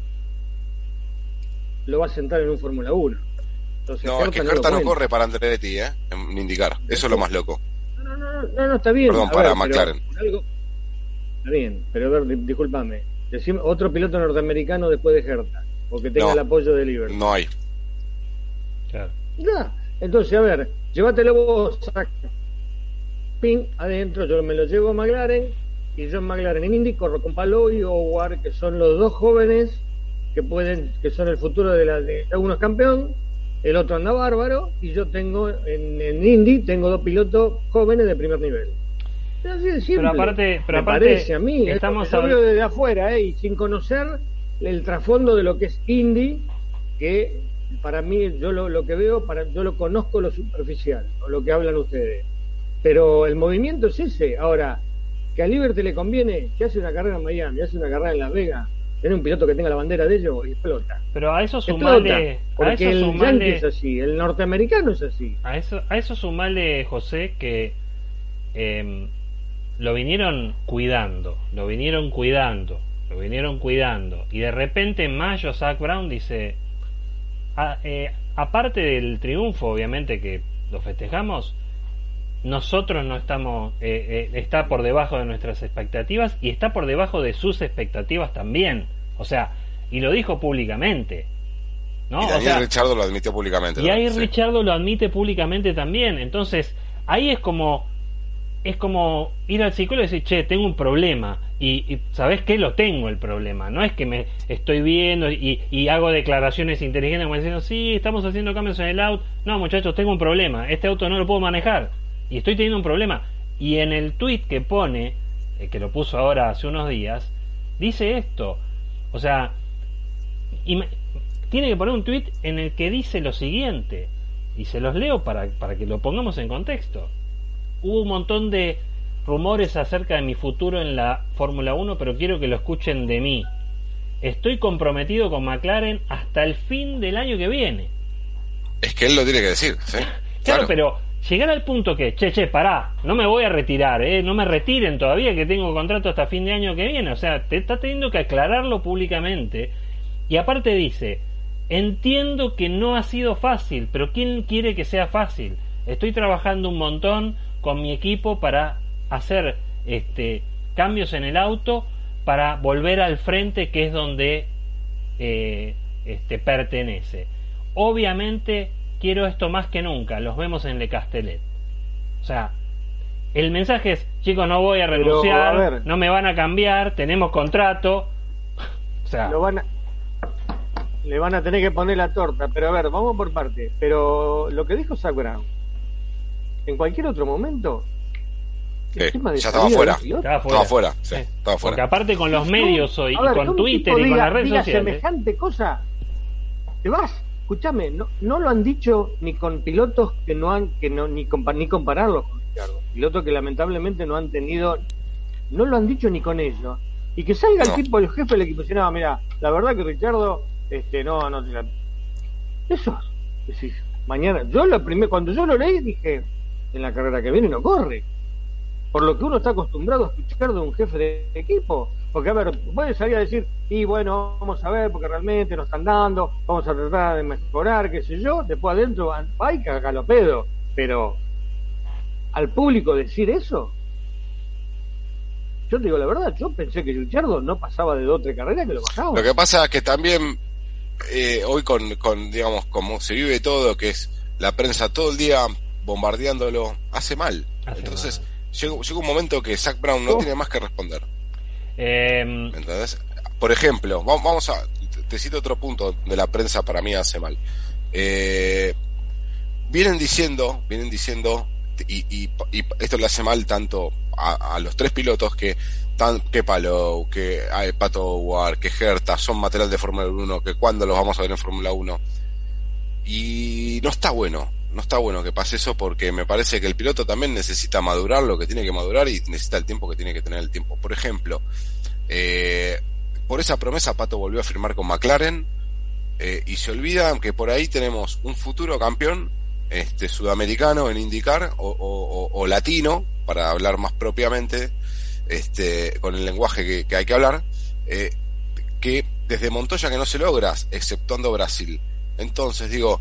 lo va a sentar en un Fórmula 1. Entonces, no, es que Herta no corre para Andretti, en IndyCar. Eso es lo más loco. No, está bien. Perdón, para McLaren. Está bien, pero a ver, discúlpame. Decime otro piloto norteamericano después de Herta, o que tenga el apoyo de Liberty. No hay. Claro. Ya, entonces, a ver, llévatelo vos, pin adentro, yo me lo llevo a McLaren, y yo en McLaren en Indy corro con Palou y Howard, que son los dos jóvenes que son el futuro de uno es campeón, el otro anda bárbaro, y yo tengo en Indy tengo 2 pilotos jóvenes de primer nivel. Es así de simple. Pero aparte parece a mí, estamos yo hablo desde afuera, y sin conocer el trasfondo de lo que es Indy, que para mí, yo lo que veo, yo lo conozco lo superficial, o lo que hablan ustedes. Pero el movimiento es ese. Ahora, que a Liberty le conviene, que hace una carrera en Miami, hace una carrera en Las Vegas, tener un piloto que tenga la bandera de ellos y explota. Pero a eso sumale... Porque el yankee es así, el norteamericano es así. A eso sumale, José, que lo vinieron cuidando, y de repente en mayo Zak Brown dice... aparte del triunfo, obviamente que lo festejamos, nosotros no estamos, está por debajo de nuestras expectativas y está por debajo de sus expectativas también, o sea, y lo dijo públicamente, ¿no? Y Daniel Ricciardo lo admitió públicamente. Y ahí Ricciardo lo admite públicamente también. Entonces, ahí es como ir al psicólogo y decir, che, tengo un problema, y ¿sabés qué? Lo tengo el problema, no es que me estoy viendo y hago declaraciones inteligentes como diciendo, sí, estamos haciendo cambios en el auto. No, muchachos, tengo un problema, este auto no lo puedo manejar y estoy teniendo un problema. Y en el tweet que pone, que lo puso ahora hace unos días, dice esto, o sea, tiene que poner un tweet en el que dice lo siguiente, y se los leo para que lo pongamos en contexto. Hubo un montón de rumores acerca de mi futuro en la Fórmula 1, pero quiero que lo escuchen de mí. Estoy comprometido con McLaren hasta el fin del año que viene. Es que él lo tiene que decir, ¿sí? Claro, pero llegar al punto que, pará, no me voy a retirar, no me retiren todavía, que tengo contrato hasta fin de año que viene. O sea, te está teniendo que aclararlo públicamente. Y aparte dice, entiendo que no ha sido fácil, pero ¿quién quiere que sea fácil? Estoy trabajando un montón con mi equipo para hacer cambios en el auto para volver al frente, que es donde pertenece. Obviamente quiero esto más que nunca, los vemos en Le Castellet. O sea, el mensaje es, chicos, no voy a renunciar, no me van a cambiar, tenemos contrato. O sea, le van a tener que poner la torta, pero a ver, vamos por parte. Pero lo que dijo Zak Brown, en cualquier otro momento el tema de ya estaba salida fuera. del piloto. Estaba fuera, sí, estaba Porque fuera. aparte con los medios hoy, A ver, y con que un Twitter tipo y con las redes diga sociales. semejante cosa, te vas. Escúchame, no lo han dicho ni con pilotos que no han, ni compararlos con Ricciardo. Pilotos que lamentablemente no han tenido, no lo han dicho ni con ellos. Y que salga el tipo, el jefe del equipo, y dice, no, mira, la verdad que Ricciardo, eso, decís, mañana, cuando yo lo leí dije, en la carrera que viene no corre. Por lo que uno está acostumbrado a escuchar de un jefe de equipo. Porque, a ver, puede salir a decir, y bueno, vamos a ver, porque realmente nos están dando, vamos a tratar de mejorar, qué sé yo, después adentro, ay, cagalo pedo. Pero, al público decir eso, yo te digo la verdad, yo pensé que Ricciardo no pasaba de 2 o 3 carreras que lo bajaba. Lo que pasa es que también, hoy con, digamos, como se vive todo, que es la prensa todo el día bombardeándolo, hace mal. Entonces, llega un momento que Zak Brown no tiene más que responder. ¿Entendés? Por ejemplo, vamos a, te cito otro punto de la prensa para mí hace mal. Vienen diciendo y esto le hace mal tanto a los 3 pilotos que Palou, que Pato O'Ward, que Herta son material de Fórmula 1, que cuando los vamos a ver en Fórmula 1. Y no está bueno que pase eso, porque me parece que el piloto también necesita madurar lo que tiene que madurar y necesita el tiempo que tiene que tener el tiempo. Por ejemplo, por esa promesa Pato volvió a firmar con McLaren, y se olvida que por ahí tenemos un futuro campeón sudamericano en IndyCar o latino, para hablar más propiamente, con el lenguaje que hay que hablar, que desde Montoya que no se logra, exceptuando Brasil. Entonces digo,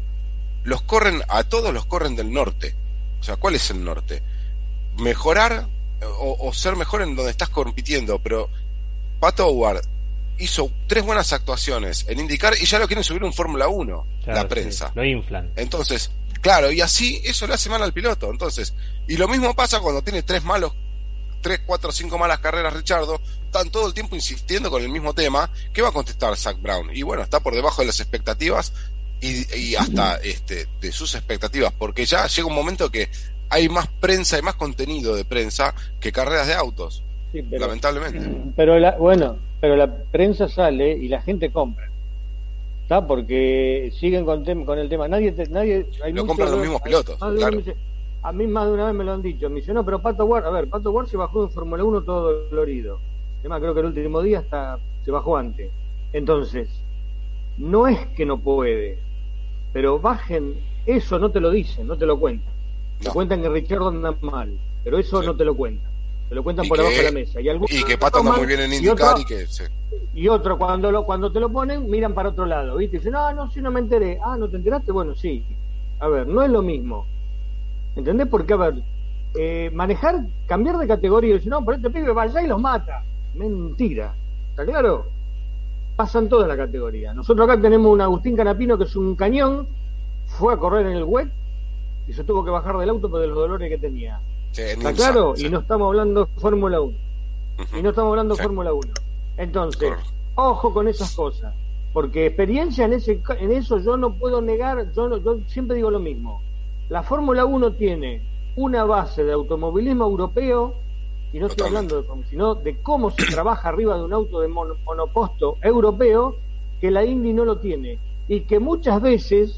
todos los corren del norte. O sea, ¿cuál es el norte? Mejorar o ser mejor en donde estás compitiendo. Pero Pato O'Ward hizo 3 buenas actuaciones en IndyCar y ya lo quieren subir a un Fórmula 1, claro, la prensa. Sí, lo inflan. Entonces, claro, y así eso le hace mal al piloto. Entonces, y lo mismo pasa cuando tiene 3, 4, 5 malas carreras Ricciardo. Están todo el tiempo insistiendo con el mismo tema. ¿Qué va a contestar Zak Brown? Y bueno, está por debajo de las expectativas y hasta de sus expectativas, porque ya llega un momento que hay más prensa, hay más contenido de prensa que carreras de autos, sí, lamentablemente. Pero la prensa sale y la gente compra, ¿está? Porque siguen con el tema. Nadie lo compran los mismos pilotos, claro. A mí más de una vez me lo han dicho. Me dice, no, pero Pato O'Ward se bajó en Fórmula 1 todo dolorido. Además, creo que el último día hasta se bajó antes. Entonces, no es que no puede, pero bajen, eso no te lo dicen, no te lo cuentan. Te cuentan que Ricciardo anda mal, pero eso no te lo cuentan. Te lo cuentan por abajo de la mesa. Y que Pato anda muy bien en IndyCar y que... Sí. Y otro, cuando te lo ponen, miran para otro lado, ¿viste? Y dicen, si no me enteré. Ah, ¿no te enteraste? Bueno, sí. A ver, no es lo mismo. ¿Entendés? Porque, a ver, cambiar de categoría y decir, no, pero este pibe va allá y los mata. Mentira. ¿Está claro? Pasan toda la categoría. Nosotros acá tenemos un Agustín Canapino que es un cañón, fue a correr en el WEC y se tuvo que bajar del auto por los dolores que tenía. Sí, ¿está claro? Sí. Y no estamos hablando de Fórmula 1. Uh-huh. Y no estamos hablando de Fórmula 1. Entonces, ojo con esas cosas. Porque experiencia en eso yo no puedo negar, yo siempre digo lo mismo. La Fórmula 1 tiene una base de automovilismo europeo, y no estoy hablando sino de cómo se trabaja arriba de un auto de monoposto europeo, que la Indy no lo tiene, y que muchas veces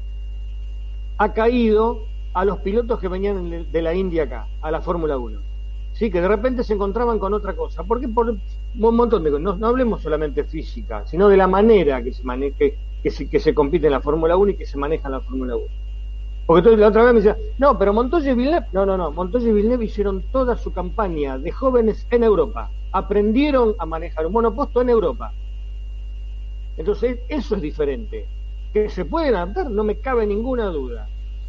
ha caído a los pilotos que venían de la Indy acá, a la Fórmula 1. Sí, que de repente se encontraban con otra cosa. ¿Por qué? Por un montón de cosas. No hablemos solamente física, sino de la manera que se compite en la Fórmula 1 y que se maneja en la Fórmula 1. Porque tú la otra vez me decías, no, pero Montoya y Villeneuve, no, Montoya y Villeneuve hicieron toda su campaña de jóvenes en Europa, aprendieron a manejar un monoposto en Europa. Entonces, eso es diferente. Que se pueden adaptar, no me cabe ninguna duda.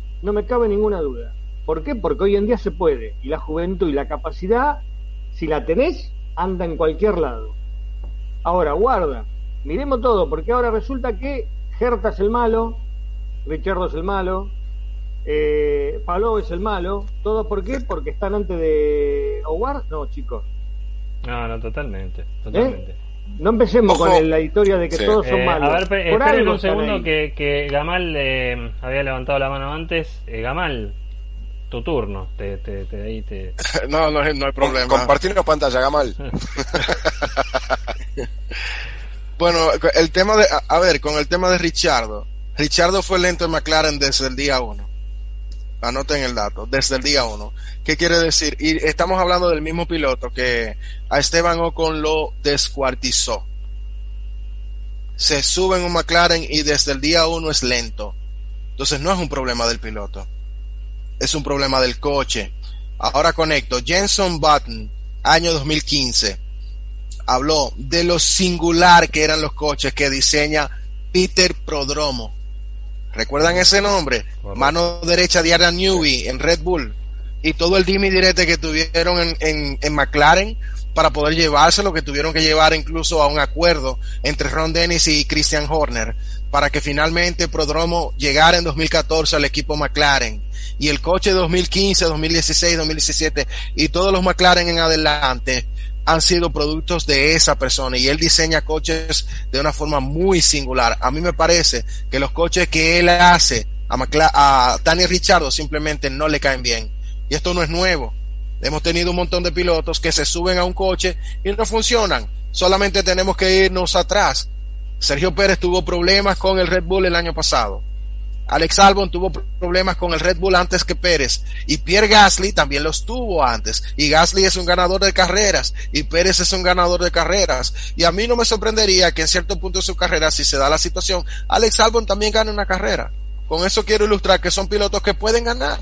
¿Por qué? Porque hoy en día se puede, y la juventud y la capacidad, si la tenés, anda en cualquier lado. Ahora, guarda, miremos todo, porque ahora resulta que Herta es el malo, Ricciardo es el malo, Palou es el malo. ¿Todo por qué? Porque están antes de O'Ward. No, chicos. No, totalmente. No empecemos con la historia de que todos son malos. A ver, esperen un segundo que Gamal había levantado la mano antes. Gamal, tu turno. No hay problema. Compartirnos pantalla, Gamal. Bueno, el tema de, con el tema de Richardo fue lento en McLaren desde el día 1. Anoten el dato, desde el día 1. ¿Qué quiere decir? Y estamos hablando del mismo piloto que a Esteban Ocon lo descuartizó. Se sube en un McLaren y desde el día 1 es lento. Entonces no es un problema del piloto, es un problema del coche. Ahora conecto. Jenson Button, año 2015, habló de lo singular que eran los coches que diseña Peter Prodromo. ¿Recuerdan ese nombre? Correcto. Mano derecha de Adrian Newey en Red Bull, y todo el dime y direte que tuvieron en McLaren para poder llevárselo, que tuvieron que llevar incluso a un acuerdo entre Ron Dennis y Christian Horner para que finalmente Prodromo llegara en 2014 al equipo McLaren. Y el coche 2015, 2016, 2017 y todos los McLaren en adelante han sido productos de esa persona, y él diseña coches de una forma muy singular. A mí me parece que los coches que él hace a Daniel Ricciardo simplemente no le caen bien, y esto no es nuevo. Hemos tenido un montón de pilotos que se suben a un coche y no funcionan. Solamente tenemos que irnos atrás. Sergio Pérez tuvo problemas con el Red Bull el año pasado. Alex Albon tuvo problemas con el Red Bull antes que Pérez, y Pierre Gasly también los tuvo antes, y Gasly es un ganador de carreras y Pérez es un ganador de carreras, y a mí no me sorprendería que en cierto punto de su carrera, si se da la situación, Alex Albon también gane una carrera. Con eso quiero ilustrar que son pilotos que pueden ganar,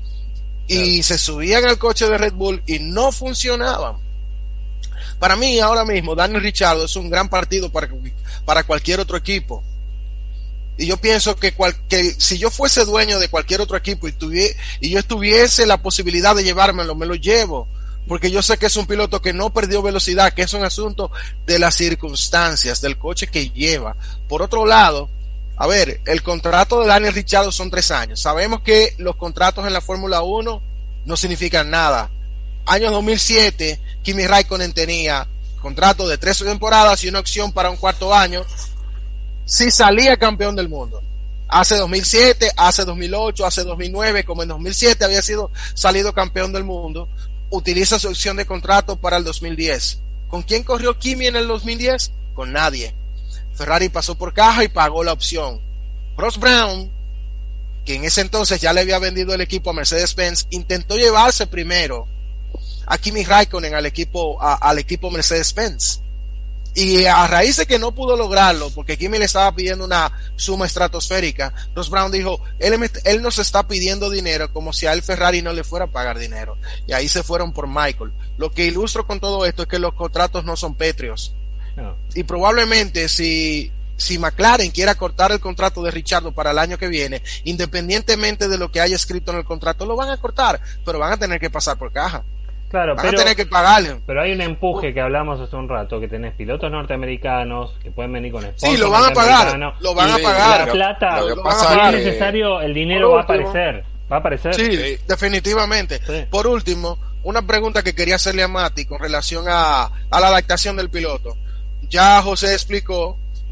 y se subían al coche de Red Bull y no funcionaban. Para mí ahora mismo Daniel Ricciardo es un gran partido para cualquier otro equipo. Y yo pienso que si yo fuese dueño de cualquier otro equipo y yo tuviese la posibilidad de llevármelo, me lo llevo, porque yo sé que es un piloto que no perdió velocidad, que es un asunto de las circunstancias, del coche que lleva. Por otro lado, el contrato de Daniel Ricciardo son 3 años. Sabemos que los contratos en la Fórmula 1 no significan nada. Año 2007, Kimi Raikkonen tenía contrato de 3 temporadas y una opción para un 4º año si salía campeón del mundo. Hace 2007, hace 2008, hace 2009, como en 2007 había salido campeón del mundo, utiliza su opción de contrato para el 2010. ¿Con quién corrió Kimi en el 2010? Con nadie. Ferrari pasó por caja y pagó la opción. Ross Brown, que en ese entonces ya le había vendido el equipo a Mercedes-Benz, intentó llevarse primero a Kimi Raikkonen al equipo Mercedes-Benz. Y a raíz de que no pudo lograrlo, porque Kimi le estaba pidiendo una suma estratosférica, Ross Brown dijo, él nos está pidiendo dinero como si a él Ferrari no le fuera a pagar dinero. Y ahí se fueron por Michael. Lo que ilustro con todo esto es que los contratos no son pétreos. No. Y probablemente si McLaren quiera cortar el contrato de Ricciardo para el año que viene, independientemente de lo que haya escrito en el contrato, lo van a cortar, pero van a tener que pasar por caja. Claro, van a tener que pagarle. Pero hay un empuje que hablamos hace un rato, que tenés pilotos norteamericanos que pueden venir con sponsors. Sí, lo van a pagar. Lo van a pagar. La plata, si es necesario, el dinero va a aparecer. Va a aparecer. Sí, definitivamente. Sí. Por último, una pregunta que quería hacerle a Mati con relación a la adaptación del piloto. Ya don José explicó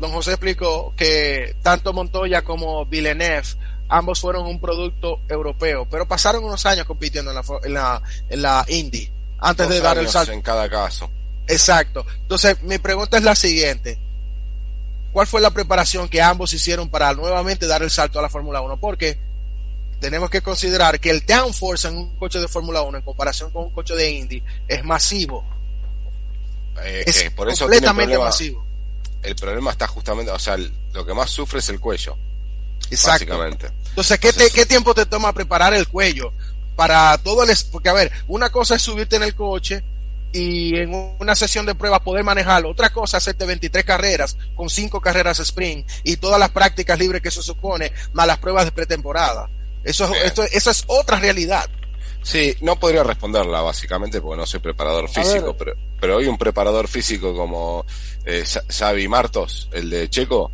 que tanto Montoya como Villeneuve ambos fueron un producto europeo, pero pasaron unos años compitiendo en la Indy antes de dar el salto. En cada caso. Exacto. Entonces, mi pregunta es la siguiente: ¿cuál fue la preparación que ambos hicieron para nuevamente dar el salto a la Fórmula 1? Porque tenemos que considerar que el downforce en un coche de Fórmula 1 en comparación con un coche de Indy es masivo. Es por eso completamente masivo. El problema está justamente, lo que más sufre es el cuello. Exacto. Básicamente. Entonces, ¿qué tiempo te toma preparar el cuello para todo porque una cosa es subirte en el coche y en una sesión de pruebas poder manejarlo, otra cosa es hacerte 23 carreras con 5 carreras sprint y todas las prácticas libres que eso supone, más las pruebas de pretemporada. Eso es otra realidad. Sí, no podría responderla básicamente porque no soy preparador físico, pero hoy un preparador físico como Xavi Martos, el de Checo,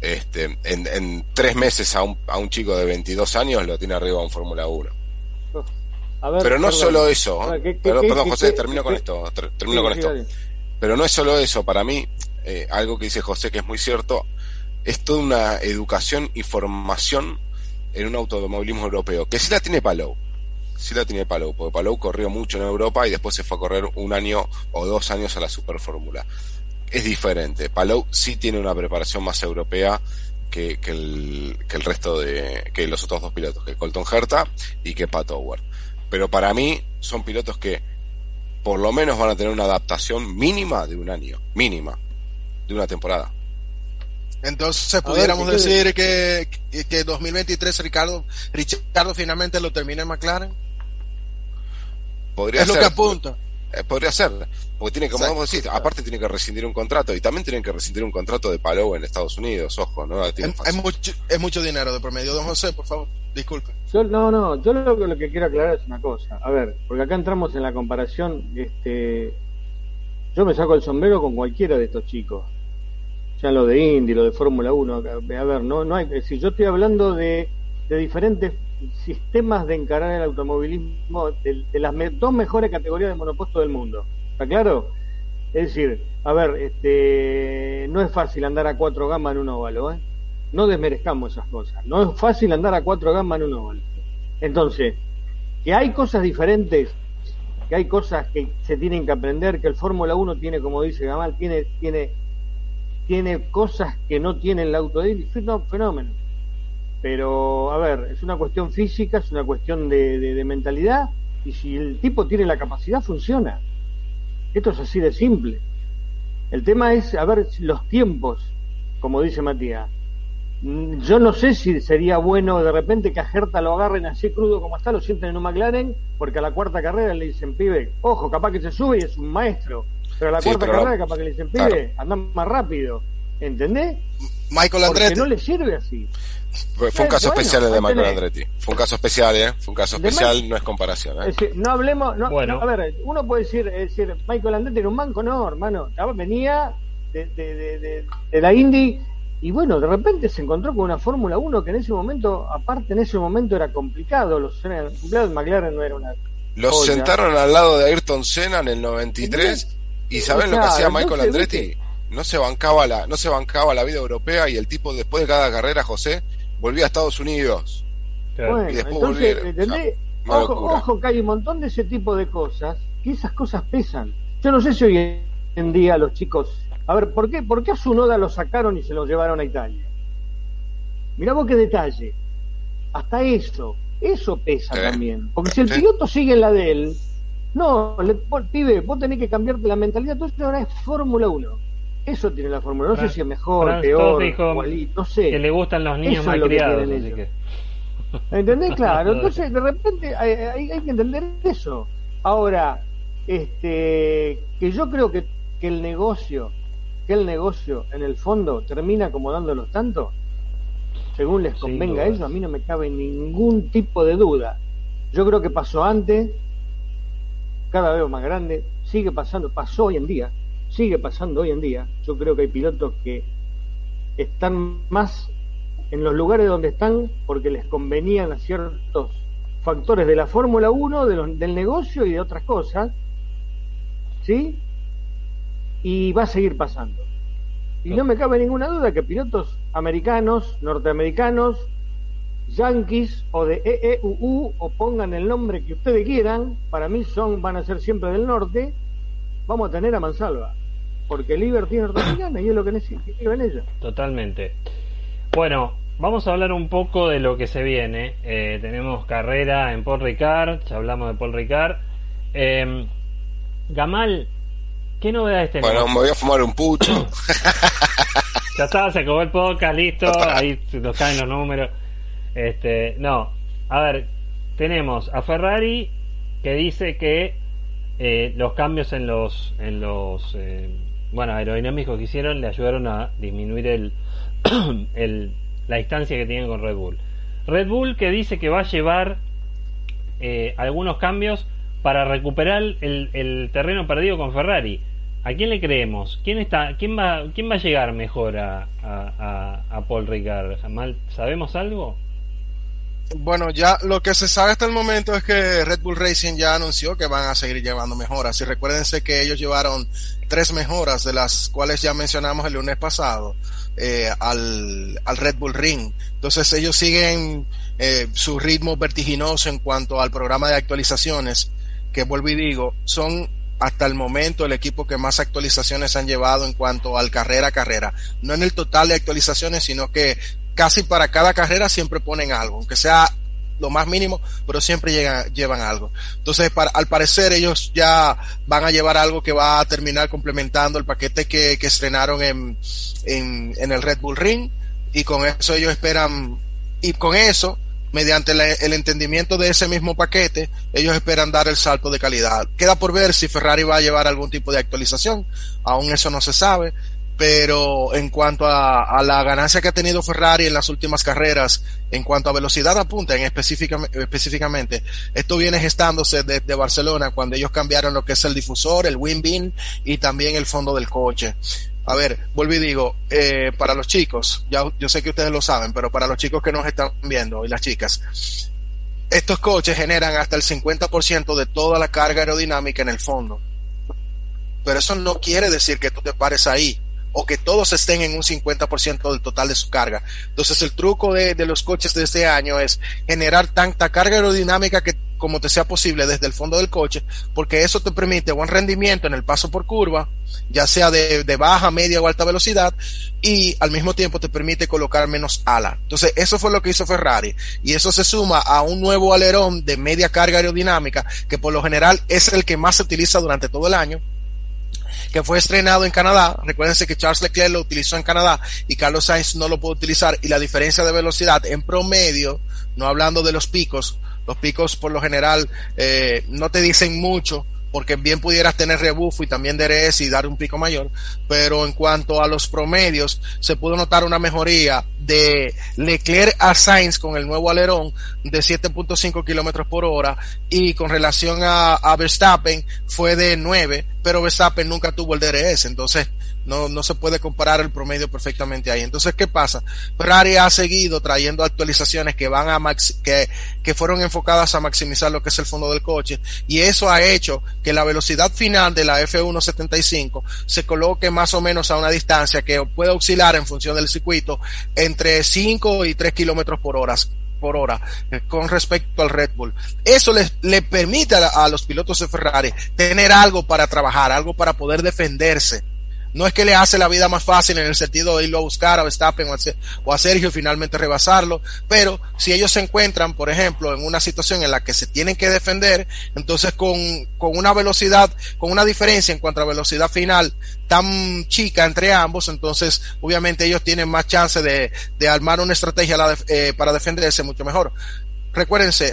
en 3 meses a un chico de 22 años lo tiene arriba a un Fórmula 1. Pero no solo eso, perdón José, termino con esto. Pero no es solo eso, para mí, algo que dice José que es muy cierto, es toda una educación y formación en un automovilismo europeo, que sí la tiene Palou, sí la tiene Palou, porque Palou corrió mucho en Europa y después se fue a correr 1 año o 2 años a la Super Fórmula. Es diferente. Palou sí tiene una preparación más europea que el resto que los otros 2 pilotos, que Colton Herta y que Pat Howard. Pero para mí son pilotos que por lo menos van a tener una adaptación mínima de 1 año, mínima, de una temporada. Entonces pudiéramos decir que 2023 Ricardo finalmente lo termina en McLaren. Podría es ser, lo que apunta. Podría ser, porque tiene, como vos decís, aparte tiene que rescindir un contrato, y también tienen que rescindir un contrato de Palou en Estados Unidos, ojo, ¿no? Es mucho dinero de promedio. Don José, por favor, disculpe. Yo lo que quiero aclarar es una cosa, a ver, porque acá entramos en la comparación, yo me saco el sombrero con cualquiera de estos chicos, ya lo de Indy, lo de Fórmula 1, a ver, no hay, si yo estoy hablando de diferentes sistemas de encarar el automovilismo de las 2 mejores categorías de monoposto del mundo, ¿está claro? Es decir, a ver, no es fácil andar a 4 gamas en un óvalo, no desmerezcamos esas cosas, no es fácil andar a 4 gamas en un óvalo. Entonces, que hay cosas diferentes, que hay cosas que se tienen que aprender, que el Fórmula 1 tiene, como dice Gamal, tiene cosas que no tiene el auto de fenómeno. Pero, a ver, es una cuestión física, es una cuestión de mentalidad, y si el tipo tiene la capacidad, funciona. Esto es así de simple. El tema es, a ver, los tiempos, como dice Matías. Yo no sé si sería bueno de repente que a Herta lo agarren así crudo como está, lo sienten en un McLaren, porque a la 4ª carrera le dicen, pibe, ojo, capaz que se sube y es un maestro, pero a la 4ª carrera capaz que le dicen, pibe, claro, anda más rápido, ¿entendés? Michael Andretti. Porque no le sirve así. Fue un caso especial el de Michael Andretti. Fue un caso especial, Fue un caso especial, no es comparación, Es decir, no hablemos, a ver, uno puede decir, Michael Andretti era un manco, no, hermano, venía de la Indy, y bueno, de repente se encontró con una Fórmula 1 que en ese momento era complicado. Los empleados de McLaren no era una... Los sentaron al lado de Ayrton Senna en el 93, y ¿saben lo que hacía Michael Andretti? No se bancaba la vida europea, y el tipo después de cada carrera, José, volvía a Estados Unidos. Bueno, y después entonces, volvía. ¿entendés? Ojo, que hay un montón de ese tipo de cosas, que esas cosas pesan. Yo no sé si hoy en día los chicos... A ver, ¿por qué a Tsunoda lo sacaron y se lo llevaron a Italia? Mirá vos qué detalle. Hasta eso pesa también. Porque si el piloto sigue en la de él, pibe, vos tenés que cambiarte la mentalidad. Todo esto ahora es Fórmula 1. Eso tiene la Fórmula 1. No sé si es mejor, peor, igualito, no sé. Que le gustan los niños mal criados. ¿Entendés? Claro. Entonces, de repente, hay que entender eso. Ahora, que yo creo que el negocio en el fondo termina acomodándolos tanto según les convenga a ellos, a mí no me cabe ningún tipo de duda. Yo creo que pasó antes, cada vez más grande, pasó hoy en día, sigue pasando hoy en día. Yo creo que hay pilotos que están más en los lugares donde están porque les convenían a ciertos factores de la Fórmula 1, del negocio y de otras cosas, ¿sí? Y va a seguir pasando. Y no me cabe ninguna duda que pilotos americanos, norteamericanos, yanquis o de EEUU, o pongan el nombre que ustedes quieran, para mí van a ser siempre del norte, vamos a tener a mansalva, porque Liberty es norteamericana y es lo que necesitan ellos. Totalmente. Bueno, vamos a hablar un poco de lo que se viene. Tenemos carrera en Paul Ricard, ya hablamos de Paul Ricard. Gamal, ¿qué novedades tenemos? Bueno, me voy a fumar un pucho. Ya está, se acabó el podcast, listo, ahí nos caen los números. No, a ver, tenemos a Ferrari que dice que los cambios en los aerodinámicos que hicieron le ayudaron a disminuir la distancia que tienen con Red Bull. Red Bull que dice que va a llevar algunos cambios para recuperar el terreno perdido con Ferrari. ¿A quién le creemos? ¿Quién va a llegar mejor a Paul Ricard? ¿Sabemos algo? Bueno, ya lo que se sabe hasta el momento es que Red Bull Racing ya anunció que van a seguir llevando mejoras. Y recuérdense que ellos llevaron 3 mejoras, de las cuales ya mencionamos el lunes pasado, al Red Bull Ring. Entonces ellos siguen su ritmo vertiginoso en cuanto al programa de actualizaciones, que vuelvo y digo, son hasta el momento el equipo que más actualizaciones han llevado en cuanto al carrera a carrera. No en el total de actualizaciones, sino que casi para cada carrera siempre ponen algo, aunque sea lo más mínimo, pero siempre llevan algo. Entonces, al parecer ellos ya van a llevar algo que va a terminar complementando el paquete que estrenaron en el Red Bull Ring, y con eso ellos esperan, y con eso, mediante el entendimiento de ese mismo paquete, ellos esperan dar el salto de calidad. Queda por ver si Ferrari va a llevar algún tipo de actualización, aún eso no se sabe. Pero en cuanto a la ganancia que ha tenido Ferrari en las últimas carreras, en cuanto a velocidad a punta específicamente, esto viene gestándose desde Barcelona, cuando ellos cambiaron lo que es el difusor, el wind beam y también el fondo del coche. A ver, vuelvo y digo, para los chicos, yo sé que ustedes lo saben, pero para los chicos que nos están viendo y las chicas, estos coches generan hasta el 50% de toda la carga aerodinámica en el fondo. Pero eso no quiere decir que tú te pares ahí, o que todos estén en un 50% del total de su carga. Entonces el truco de los coches de este año es generar tanta carga aerodinámica que como te sea posible desde el fondo del coche, porque eso te permite buen rendimiento en el paso por curva, ya sea de baja, media o alta velocidad, y al mismo tiempo te permite colocar menos ala. Entonces eso fue lo que hizo Ferrari, y eso se suma a un nuevo alerón de media carga aerodinámica, que por lo general es el que más se utiliza durante todo el año, que fue estrenado en Canadá. Recuérdense que Charles Leclerc lo utilizó en Canadá y Carlos Sainz no lo pudo utilizar, y la diferencia de velocidad en promedio, no hablando de los picos por lo general no te dicen mucho, porque bien pudieras tener rebufo y también DRS y dar un pico mayor, pero en cuanto a los promedios se pudo notar una mejoría de Leclerc a Sainz con el nuevo alerón de 7.5 kilómetros por hora, y con relación a Verstappen fue de 9, pero Verstappen nunca tuvo el DRS, entonces no se puede comparar el promedio perfectamente ahí. Entonces, ¿qué pasa? Ferrari ha seguido trayendo actualizaciones que van que fueron enfocadas a maximizar lo que es el fondo del coche, y eso ha hecho que la velocidad final de la F1.75 se coloque más o menos a una distancia que puede oscilar en función del circuito entre 5 y 3 kilómetros por hora con respecto al Red Bull. Eso le permite a los pilotos de Ferrari tener algo para trabajar, algo para poder defenderse. No es que le hace la vida más fácil en el sentido de irlo a buscar a Verstappen o a Sergio y finalmente rebasarlo, pero si ellos se encuentran, por ejemplo, en una situación en la que se tienen que defender, entonces con una velocidad, con una diferencia en cuanto a velocidad final tan chica entre ambos, entonces obviamente ellos tienen más chance de armar una estrategia para defenderse mucho mejor. Recuérdense,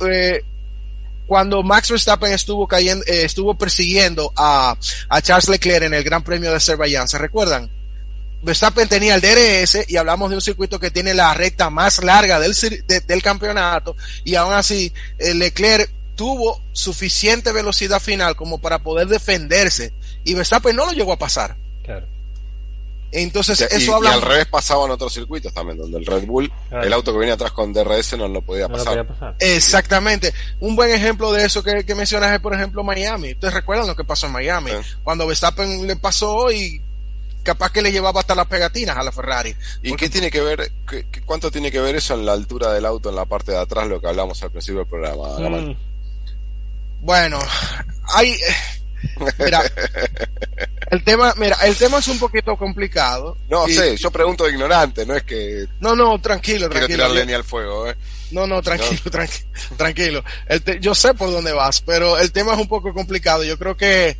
cuando Max Verstappen estuvo persiguiendo a Charles Leclerc en el Gran Premio de Azerbaiyán, ¿se recuerdan? Verstappen tenía el DRS, y hablamos de un circuito que tiene la recta más larga del campeonato, y aún así Leclerc tuvo suficiente velocidad final como para poder defenderse, y Verstappen no lo llegó a pasar. Claro. Entonces, eso habla. Y al revés pasaba en otros circuitos también, donde el Red Bull, claro, el auto que venía atrás con DRS no lo podía pasar. Exactamente. Un buen ejemplo de eso que mencionas es, por ejemplo, Miami. ¿Ustedes recuerdan lo que pasó en Miami? Sí. Cuando Verstappen le pasó y capaz que le llevaba hasta las pegatinas a la Ferrari. ¿Y qué tiene que ver, cuánto tiene que ver eso en la altura del auto, en la parte de atrás, lo que hablamos al principio del programa? Bueno, hay... Mira, el tema es un poquito complicado. No sé, yo pregunto de ignorante, no es que... No, tranquilo. Quiero tirar leña al fuego, No, tranquilo. Yo sé por dónde vas, pero el tema es un poco complicado. Yo creo que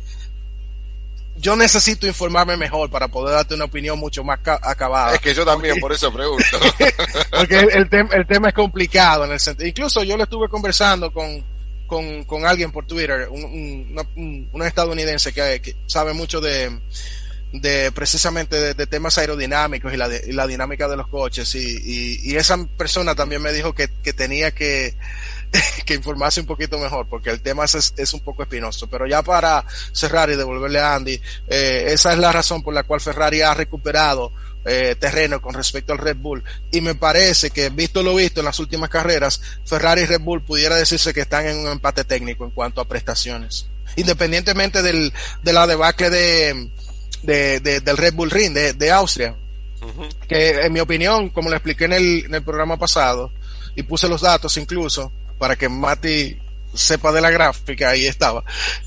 yo necesito informarme mejor para poder darte una opinión mucho más acabada. Es que yo también, por eso pregunto. Porque el tema es complicado en el sentido. Incluso yo lo estuve conversando con alguien por Twitter, un estadounidense que sabe mucho de precisamente de temas aerodinámicos y la dinámica de los coches, y esa persona también me dijo que tenía que informarse un poquito mejor, porque el tema es un poco espinoso. Pero ya para cerrar y devolverle a Andy, esa es la razón por la cual Ferrari ha recuperado terreno con respecto al Red Bull, y me parece que, visto lo visto en las últimas carreras, Ferrari y Red Bull pudiera decirse que están en un empate técnico en cuanto a prestaciones, independientemente de la debacle del Red Bull Ring de Austria, que en mi opinión, como lo expliqué en el programa pasado, y puse los datos incluso para que Mati sepa de la gráfica, ahí estaba,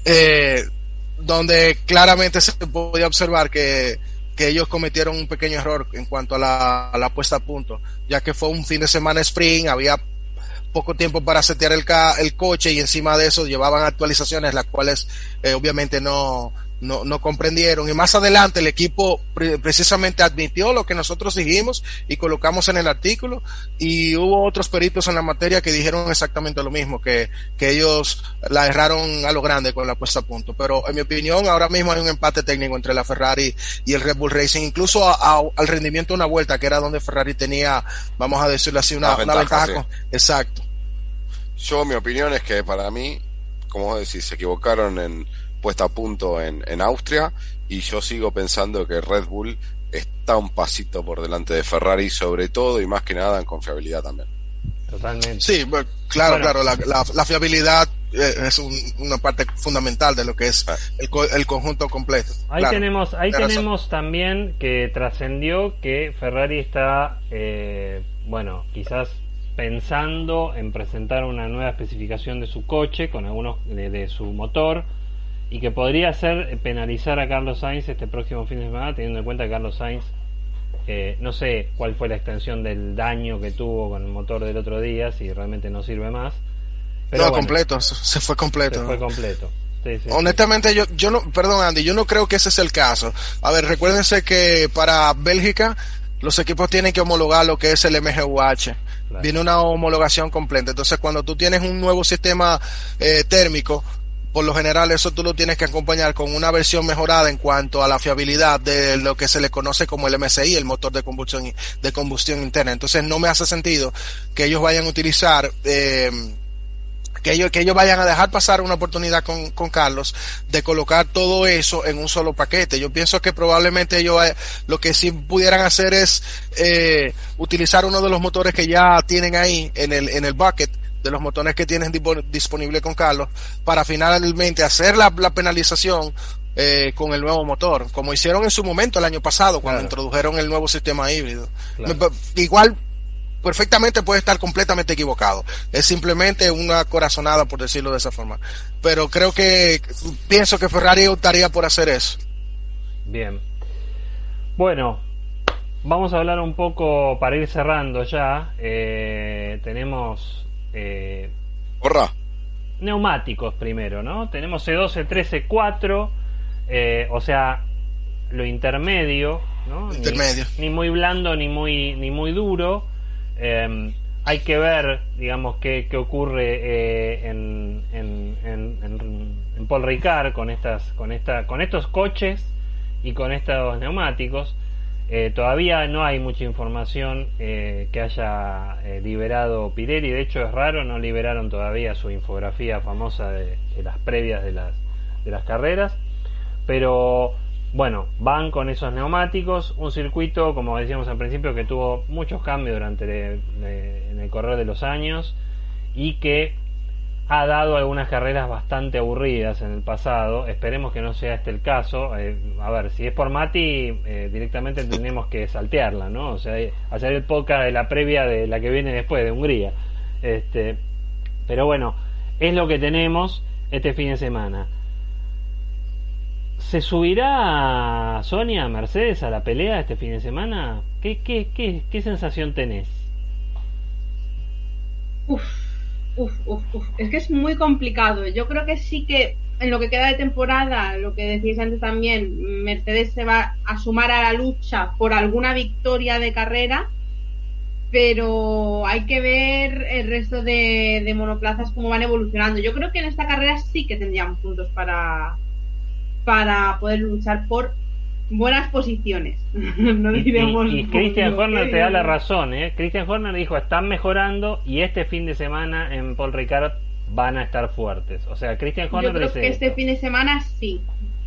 donde claramente se podía observar que ellos cometieron un pequeño error en cuanto a la puesta a punto, ya que fue un fin de semana sprint, había poco tiempo para setear el coche, y encima de eso llevaban actualizaciones las cuales obviamente no comprendieron, y más adelante el equipo precisamente admitió lo que nosotros dijimos y colocamos en el artículo, y hubo otros peritos en la materia que dijeron exactamente lo mismo, que ellos la erraron a lo grande con la puesta a punto. Pero en mi opinión ahora mismo hay un empate técnico entre la Ferrari y el Red Bull Racing, incluso al rendimiento de una vuelta, que era donde Ferrari tenía, vamos a decirlo así, una ventaja sí. Exacto. Yo, mi opinión es que para mí, como vos decís, se equivocaron en puesta a punto en Austria, y yo sigo pensando que Red Bull está un pasito por delante de Ferrari, sobre todo y más que nada en confiabilidad también. Totalmente. Sí, claro, la fiabilidad es una parte fundamental de lo que es el conjunto completo. Ahí claro, tenemos también que trascendió que Ferrari está, quizás pensando en presentar una nueva especificación de su coche con algunos de su motor, y que podría ser penalizar a Carlos Sainz este próximo fin de semana, teniendo en cuenta que Carlos Sainz, no sé cuál fue la extensión del daño que tuvo con el motor del otro día, si realmente no sirve más. Pero no, completo, se fue completo. Sí, honestamente, sí. Yo no, perdón Andy, yo no creo que ese es el caso. A ver, recuérdense que para Bélgica los equipos tienen que homologar lo que es el MGUH. Claro. Viene una homologación completa. Entonces, cuando tú tienes un nuevo sistema térmico, por lo general eso tú lo tienes que acompañar con una versión mejorada en cuanto a la fiabilidad de lo que se le conoce como el MSI, el motor de combustión interna. Entonces no me hace sentido que ellos vayan a utilizar que ellos vayan a dejar pasar una oportunidad con Carlos de colocar todo eso en un solo paquete. Yo pienso que probablemente ellos lo que sí pudieran hacer es utilizar uno de los motores que ya tienen ahí en el bucket, de los motores que tienen disponible con Carlos, para finalmente hacer la penalización con el nuevo motor, como hicieron en su momento el año pasado cuando introdujeron el nuevo sistema híbrido. Igual perfectamente puede estar completamente equivocado, es simplemente una corazonada, por decirlo de esa forma, pero pienso que Ferrari optaría por hacer eso. Bien, bueno, vamos a hablar un poco para ir cerrando ya. Tenemos neumáticos primero, ¿no? Tenemos C2, C3, C4, o sea, lo intermedio, ¿no? Ni muy blando ni muy duro. Hay que ver, digamos, qué ocurre en Paul Ricard con estos coches y con estos neumáticos. Todavía no hay mucha información que haya liberado Pirelli. De hecho es raro, no liberaron todavía su infografía famosa de las previas de las carreras, pero bueno, van con esos neumáticos, un circuito, como decíamos al principio, que tuvo muchos cambios en el correr de los años, y que ha dado algunas carreras bastante aburridas en el pasado. Esperemos que no sea este el caso. A ver, si es por Mati, directamente tenemos que saltearla, ¿no? O sea, hacer el podcast de la previa de la que viene después, de Hungría. Pero bueno, es lo que tenemos este fin de semana. ¿Se subirá Sonia Mercedes a la pelea este fin de semana? ¿Qué sensación tenés? Es que es muy complicado. Yo creo que sí que en lo que queda de temporada, lo que decíais antes también, Mercedes se va a sumar a la lucha por alguna victoria de carrera, pero hay que ver el resto de monoplazas cómo van evolucionando. Yo creo que en esta carrera sí que tendríamos puntos para poder luchar por buenas posiciones. No diremos y Christian Horner te da la razón, Christian Horner dijo, están mejorando, y este fin de semana en Paul Ricard van a estar fuertes. O sea, Christian Horner dice, yo creo que este fin de semana sí.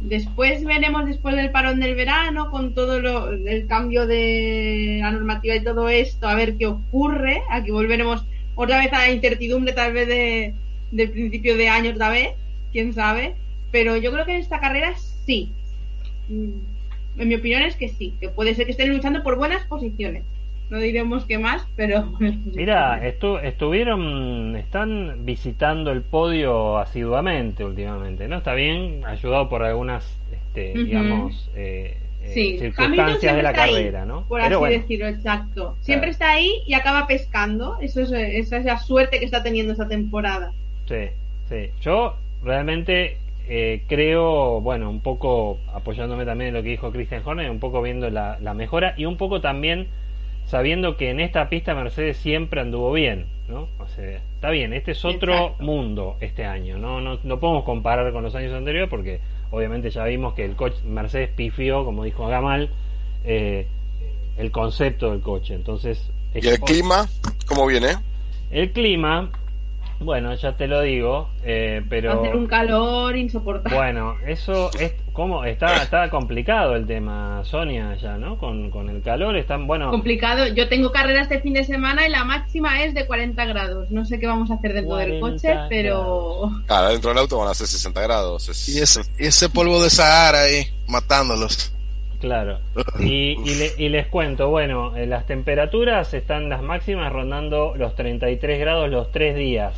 Después veremos, después del parón del verano, con todo el cambio de la normativa y todo esto, a ver qué ocurre. Aquí volveremos otra vez a la incertidumbre, tal vez del principio de año otra vez, quién sabe. Pero yo creo que en esta carrera sí. En mi opinión es que sí, que puede ser que estén luchando por buenas posiciones. No diremos qué más, pero... Mira, están visitando el podio asiduamente últimamente, ¿no? Está bien, ayudado por algunas, digamos, sí, circunstancias de la carrera, ahí, ¿no? por Pero así bueno, decirlo, exacto. Claro. Siempre está ahí y acaba pescando. Esa es la suerte que está teniendo esta temporada. Sí, sí. Yo realmente creo, bueno, un poco apoyándome también en lo que dijo Christian Horner, un poco viendo la mejora y un poco también sabiendo que en esta pista Mercedes siempre anduvo bien, ¿no? O sea, está bien, este es otro Exacto. mundo este año, no podemos comparar con los años anteriores porque obviamente ya vimos que el coche Mercedes pifió, como dijo Gamal, el concepto del coche. Entonces, ¿Y el clima? ¿Cómo viene? el clima, bueno, ya te lo digo, pero Va a hacer un calor insoportable. bueno, eso es como está complicado el tema, Sonia, ya, ¿no? Con el calor están, bueno, Complicado. Yo tengo carrera este fin de semana y la máxima es de 40 grados. No sé qué vamos a hacer dentro del 40 coche, pero... Claro, dentro del auto van a ser 60 grados. Y ese polvo de Sahara ahí, matándolos. claro. Y les cuento, bueno, las temperaturas están las máximas rondando los 33 grados los 3 días.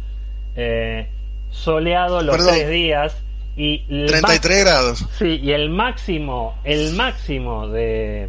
Soleado los Perdón. 3 días y el 33 grados. sí, y el máximo de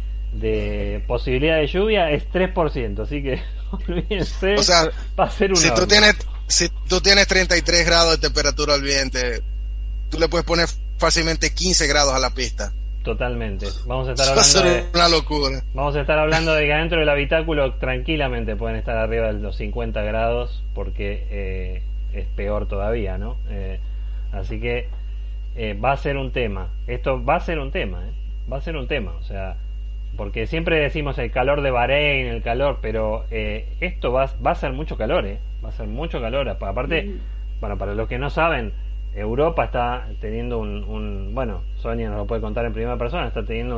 posibilidad de lluvia es 3%, así que olvídense, O sea, va a ser un si tú horno. tienes 33 grados de temperatura ambiente, tú le puedes poner fácilmente 15 grados a la pista. Totalmente. Vamos a estar Eso va a hablando ser una locura. Vamos a estar hablando de que adentro del habitáculo tranquilamente pueden estar arriba de los 50 grados porque es peor todavía, ¿no? Así que va a ser un tema. Esto va a ser un tema, ¿eh? Va a ser un tema, o sea, porque siempre decimos el calor de Bahrein, el calor, pero esto va a ser mucho calor, ¿eh? Va a ser mucho calor. Aparte, bueno, para los que no saben, Europa está teniendo bueno, Sonia nos lo puede contar en primera persona, está teniendo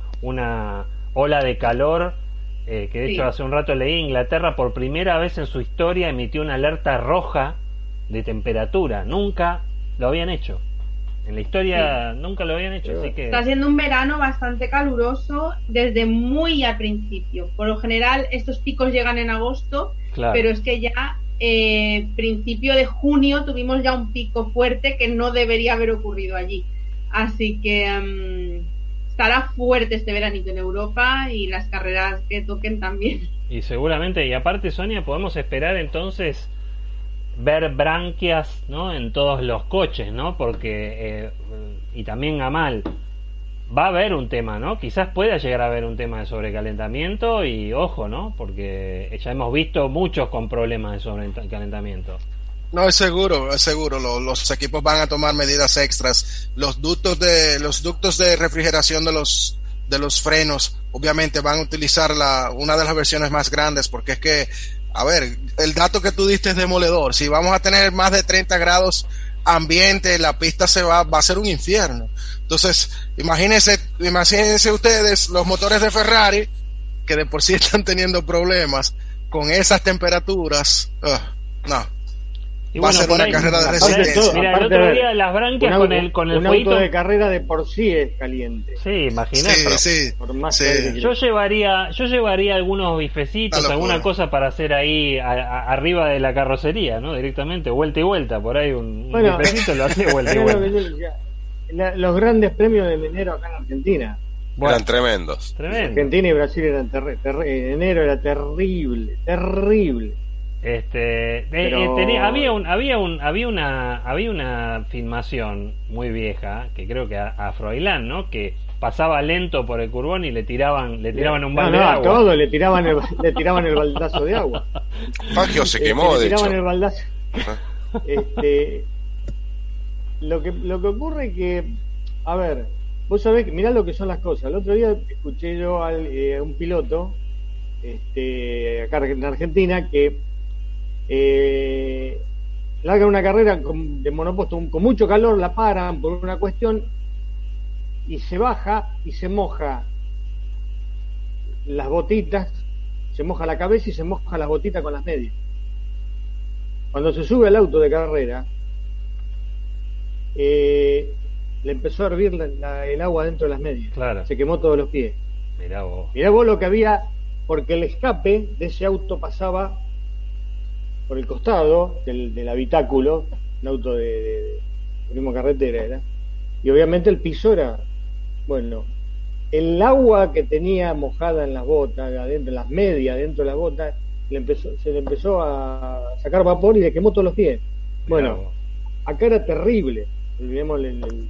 una ola de calor que de hecho Sí. hace un rato leí, Inglaterra por primera vez en su historia emitió una alerta roja de temperatura, nunca lo habían hecho, en la historia nunca lo habían hecho, así que Está siendo un verano bastante caluroso desde muy al principio. Por lo general estos picos llegan en agosto, claro. pero es que ya principio de junio tuvimos ya un pico fuerte que no debería haber ocurrido allí. Así que estará fuerte este veranito en Europa y las carreras que toquen también. Y seguramente, y aparte Sonia, podemos esperar entonces ver branquias, ¿no? En todos los coches, ¿no? Porque y también Gamal, va a haber un tema, ¿no? Quizás pueda llegar a haber un tema de sobrecalentamiento y ojo, ¿no? Porque ya hemos visto muchos con problemas de sobrecalentamiento. No, es seguro, es seguro. Los equipos van a tomar medidas extras. Los ductos de refrigeración de los frenos, obviamente van a utilizar una de las versiones más grandes, porque es que, a ver, el dato que tú diste es demoledor. Si vamos a tener más de 30 grados ambiente, la pista va a ser un infierno. Entonces, imagínense ustedes los motores de Ferrari, que de por sí están teniendo problemas con esas temperaturas. No. Y Va a ser por una ahí, carrera de aparte resistencia. todo, mira, el aparte, otro a ver, día las branquias con el un fueguito. auto de carrera de por sí es caliente. Sí, imagínate. Sí, Por más sí. que Yo llevaría algunos bifecitos, Una locura. alguna cosa para hacer ahí arriba de la carrocería, ¿no? Directamente, vuelta y vuelta, por ahí un Bueno, bifecito lo hace vuelta y era lo que vuelta. yo decía. Los grandes premios de enero acá en Argentina. Bueno, Eran tremendos. tremendo. Argentina y Brasil eran enero era terrible. Pero- había una filmación muy vieja que creo que a Froilán, ¿no? Que pasaba lento por el curbón y le tiraban un balde de a agua. todo le tiraban el baldazo de agua. Fangio se quemó, Le de tiraban hecho. el baldazo. Lo que ocurre que, a ver, vos sabés que mirá lo que son las cosas. El otro día escuché yo a un piloto acá en Argentina que largan una carrera de monoposto con mucho calor, la paran por una cuestión y se baja y se moja las botitas, se moja la cabeza y se moja las botitas con las medias. Cuando se sube al auto de carrera, le empezó a hervir el agua dentro de las medias. Claro. Se quemó todos los pies. Mirá vos. Mirá vos lo que había, porque el escape de ese auto pasaba por el costado del habitáculo, un auto de turismo carretera era, y obviamente el piso era, bueno, el agua que tenía mojada en las botas, adentro, en las medias, dentro de las botas, se le empezó a sacar vapor y le quemó todos los pies. Bueno, acá era terrible. Olvidemos el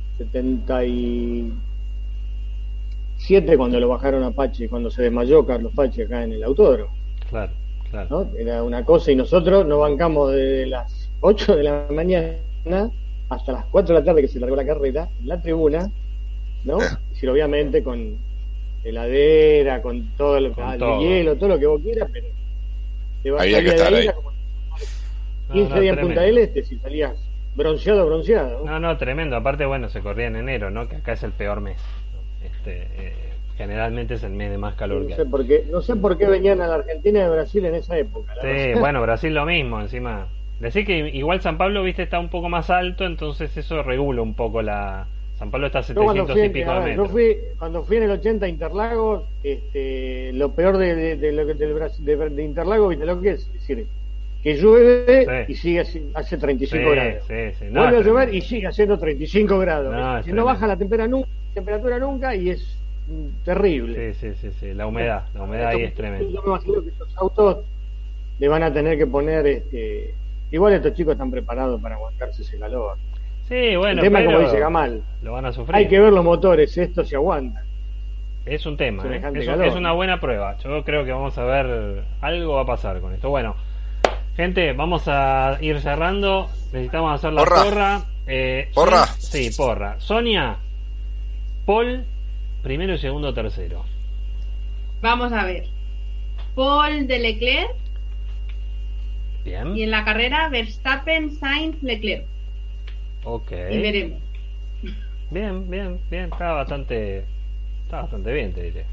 77 cuando lo bajaron a Pache, cuando se desmayó Carlos Pache acá en el autódromo. Claro, claro. ¿No? Era una cosa, y nosotros nos bancamos desde las 8 de la mañana hasta las 4 de la tarde que se largó la carrera, en la tribuna, ¿no? Es decir, obviamente con heladera, con todo el hielo, todo lo que vos quieras, pero te vas a salir de ahí como 15 días en Punta del Este, si salías bronceado. No, tremendo. Aparte, bueno, se corría en enero, ¿no? Que acá es el peor mes. Generalmente es el mes de más calor que hay. No sé por qué venían a la Argentina de Brasil en esa época. Sí, bueno, Brasil lo mismo, encima. Decir que igual San Pablo, viste, está un poco más alto, entonces eso regula un poco la... San Pablo está a 700 y pico de metros. Cuando fui en el 80 a Interlagos, lo peor de Interlagos, ¿viste lo que es? Es decir, que llueve y sigue hace 35 grados. No, vuelve a llover y sigue haciendo 35 grados. No baja la temperatura nunca y es terrible. Sí. La humedad ahí es tremenda. Yo me imagino que estos autos le van a tener que poner, igual estos chicos están preparados para aguantarse ese calor. Sí, bueno, el tema, como dice Gamal, lo van a sufrir. Hay que ver los motores, esto se aguanta. Es un tema, es una buena prueba. Yo creo que vamos a ver, algo va a pasar con esto. Bueno, gente, vamos a ir cerrando. Necesitamos hacer la porra. ¿Porra? Sí, porra. Sonia, Paul, primero y segundo, tercero. Vamos a ver. Paul de Leclerc. Bien. Y en la carrera, Verstappen, Sainz, Leclerc. Ok. Y veremos. Bien. Está bastante bien, te diré.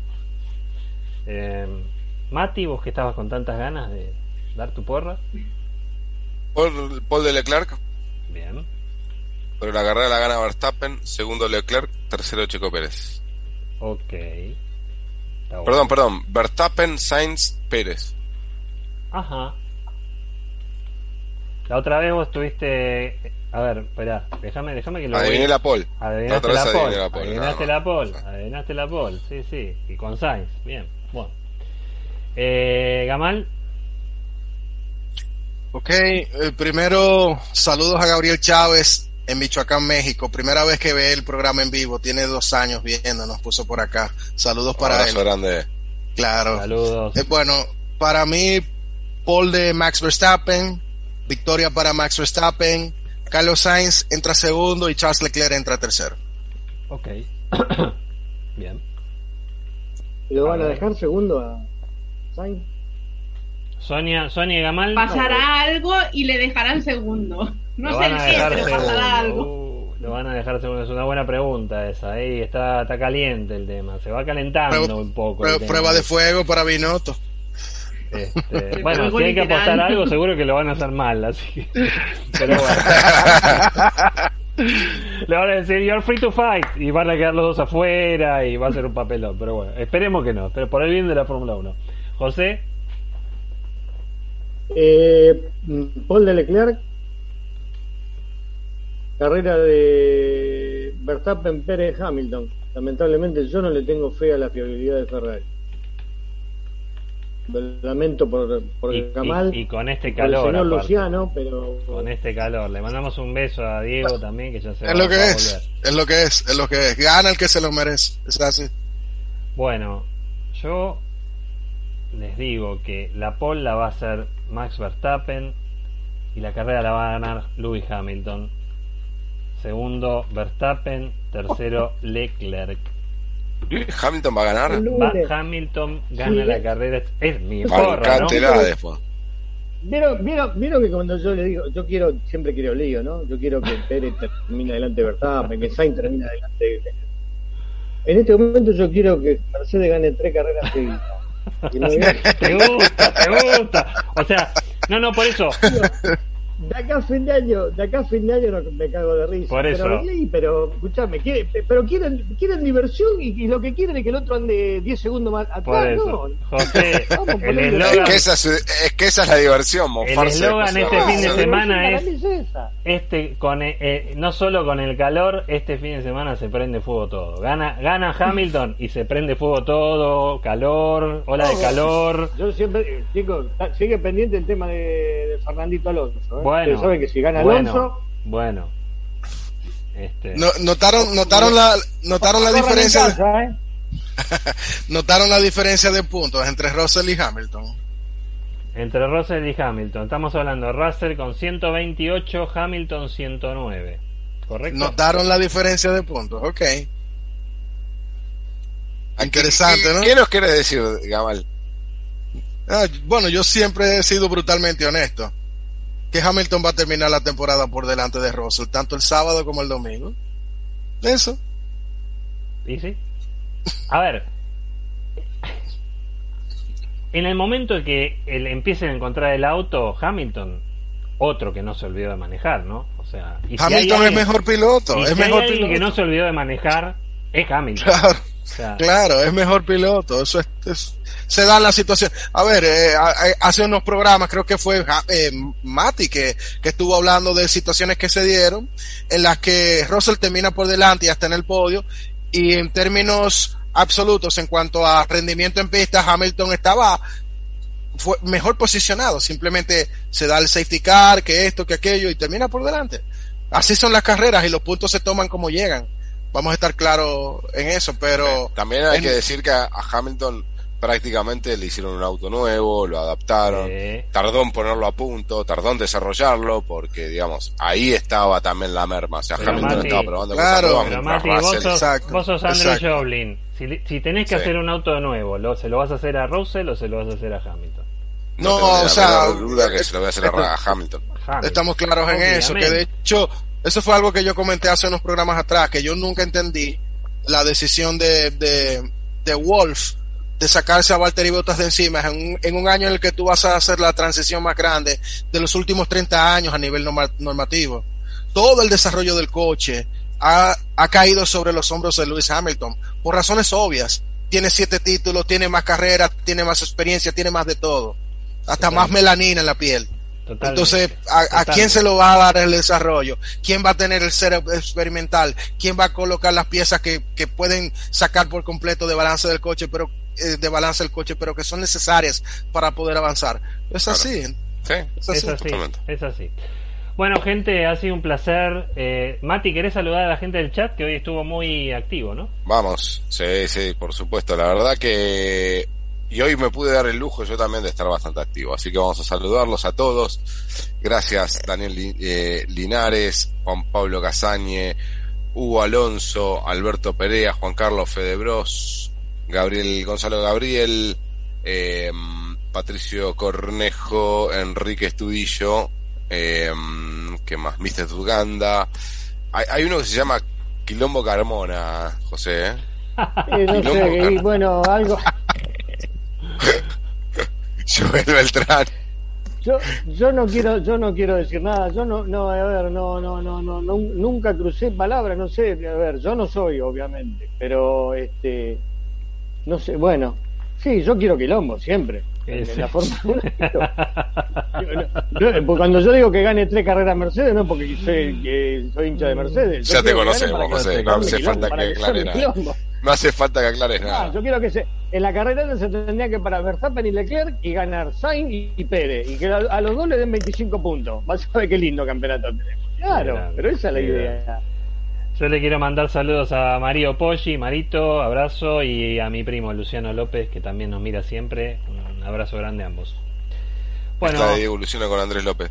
Mati, vos que estabas con tantas ganas de dar tu porra. Paul de Leclerc. Bien. Pero la carrera la gana Verstappen, segundo Leclerc, tercero Checo Pérez. Ok. Perdón. Verstappen, Sainz, Pérez. Ajá. La otra vez vos tuviste... A ver, esperá, déjame que lo Adiviné la pole. Adivinaste la pole. Sí. Y con Sainz. Bien. Bueno. Gamal. Ok, primero saludos a Gabriel Chávez en Michoacán, México. Primera vez que ve el programa en vivo. Tiene 2 años viendo, nos puso por acá. Saludos para él. Grande. Claro. Saludos. Bueno, para mí, pole de Max Verstappen, victoria para Max Verstappen. Carlos Sainz entra segundo y Charles Leclerc entra tercero. Ok. Bien. ¿Lo van a dejar segundo a Sainz? Sonia y Gamal. Pasará algo y le dejarán segundo. No sé el qué, pero pasará algo. Lo van a dejar segundo. Es una buena pregunta esa. Ahí está caliente el tema. Se va calentando un poco. Prueba de fuego para Binotto. Bueno, si hay que apostar algo, seguro que lo van a hacer mal, así que... Pero bueno. Le van a decir, you're free to fight, y van a quedar los dos afuera, y va a ser un papelón, pero bueno, esperemos que no, pero por el bien de la Fórmula 1. José. Paul de Leclerc, carrera de Verstappen, Pérez, Hamilton. Lamentablemente yo no le tengo fe a la fiabilidad de Ferrari. Lo lamento por Gamal y con este calor, el señor Luciano, pero con este calor le mandamos un beso a Diego también, que ya se es va lo que a es, volver. Es lo que es, gana el que se lo merece, es así. Bueno, yo les digo que la pole la va a hacer Max Verstappen y la carrera la va a ganar Lewis Hamilton. Segundo Verstappen, tercero Leclerc. Hamilton va a ganar. Hamilton gana la carrera. Es mi porra, ¿no? Después. vieron que cuando yo le digo, siempre quiero lío, ¿no? Yo quiero que Pérez termine adelante de Verstappen, que Sainz termine adelante. En este momento yo quiero que Mercedes gane 3 carreras seguidas. Te gusta. O sea, no, por eso. De acá a fin de año no, me cago de risa. Por eso. Pero escuchame, quieren diversión y lo que quieren es que el otro ande 10 segundos más atrás. Por eso. No. José, el eslogan, es que esa es la diversión, el mofarse. eslogan este fin de semana es esa. no solo con el calor, este fin de semana se prende fuego todo. Gana Hamilton y se prende fuego todo, calor, ola de calor. Yo siempre, chicos, sigue pendiente el tema de Fernandito Alonso, ¿eh? Bueno, ustedes saben que si gana Alonso, bueno. Notaron la diferencia casa, notaron la diferencia de puntos entre Russell y Hamilton. Entre Russell y Hamilton, estamos hablando de Russell con 128, Hamilton 109, ¿correcto? Notaron la diferencia de puntos, ok. Interesante, ¿no? ¿Qué nos quiere decir, Gamal? Bueno, yo siempre he sido brutalmente honesto. Que Hamilton va a terminar la temporada por delante de Russell, tanto el sábado como el domingo. Eso. ¿Y sí? A ver, en el momento en que empiecen a encontrar el auto, Hamilton, otro que no se olvidó de manejar, ¿no? O sea, y si Hamilton hay es mejor piloto. y Es si mejor hay alguien piloto. que no se olvidó de manejar, es Hamilton. Claro. O sea, Claro, es mejor piloto. Eso se da la situación. A ver, hace unos programas, creo que fue Mati que estuvo hablando de situaciones que se dieron en las que Russell termina por delante y hasta en el podio, y en términos absolutos en cuanto a rendimiento en pista, Hamilton fue mejor posicionado. Simplemente se da el safety car, que esto, que aquello, y termina por delante. Así son las carreras y los puntos se toman como llegan. Vamos a estar claros en eso, pero también hay que decir que a Hamilton prácticamente le hicieron un auto nuevo, lo adaptaron, tardó en ponerlo a punto, tardó en desarrollarlo, porque digamos, ahí estaba también la merma. O sea, pero Hamilton Mati, estaba probando claro, cosas pero nuevas. Mati, Russell, vos sos Andrew exacto. Joblin. Si tenés que Sí. hacer un auto nuevo, ¿se lo vas a hacer a Russell o se lo vas a hacer a Hamilton? no No, tengo ni la o sea, menor duda que se lo voy a hacer a Hamilton. estamos claros en eso, que de hecho, eso fue algo que yo comenté hace unos programas atrás, que yo nunca entendí la decisión de Wolf de sacarse a Valtteri Bottas de encima en un año en el que tú vas a hacer la transición más grande de los últimos 30 años a nivel normativo. Todo el desarrollo del coche ha caído sobre los hombros de Lewis Hamilton, por razones obvias. Tiene 7 títulos, tiene más carreras, tiene más experiencia, tiene más de todo, hasta más melanina en la piel. Totalmente. Entonces, ¿a quién se lo va a dar el desarrollo? ¿Quién va a tener el cerebro experimental? ¿Quién va a colocar las piezas que pueden sacar por completo de balance del coche, pero que son necesarias para poder avanzar? Es Claro. así. Sí, Es así, totalmente. es así. Bueno, gente, ha sido un placer. Mati, ¿querés saludar a la gente del chat que hoy estuvo muy activo, no? Vamos, sí, por supuesto. La verdad que... Y hoy me pude dar el lujo yo también de estar bastante activo. Así que vamos a saludarlos a todos. Gracias, Daniel Linares, Juan Pablo Casañe, Hugo Alonso, Alberto Perea, Juan Carlos Fedebros, Gonzalo Gabriel, Patricio Cornejo, Enrique Estudillo, ¿qué más? Mr. Uganda. Hay uno que se llama Quilombo Carmona, José, ¿eh? no sé, bueno, algo. Joel Beltrán. Yo no quiero decir nada. Yo nunca crucé palabras, no sé, a ver, yo no soy, obviamente, pero no sé, bueno, sí, yo quiero quilombo siempre. En la Fórmula 1. Cuando yo digo que gane 3 carreras Mercedes, no es porque soy hincha de Mercedes. Ya te conocemos, José, no hace falta que aclares nada. No hace falta que aclares nada. Yo quiero que en la carrera se tendría que parar Verstappen y Leclerc y ganar Sainz y Pérez, y que a los dos le den 25 puntos. Vas a ver qué lindo campeonato tenemos. Claro, pero esa es la idea. Yo le quiero mandar saludos a Mario Poggi, Marito, abrazo, y a mi primo Luciano López, que también nos mira siempre. Un abrazo grande a ambos. Bueno, mezcla de Diego Luciano con Andrés López.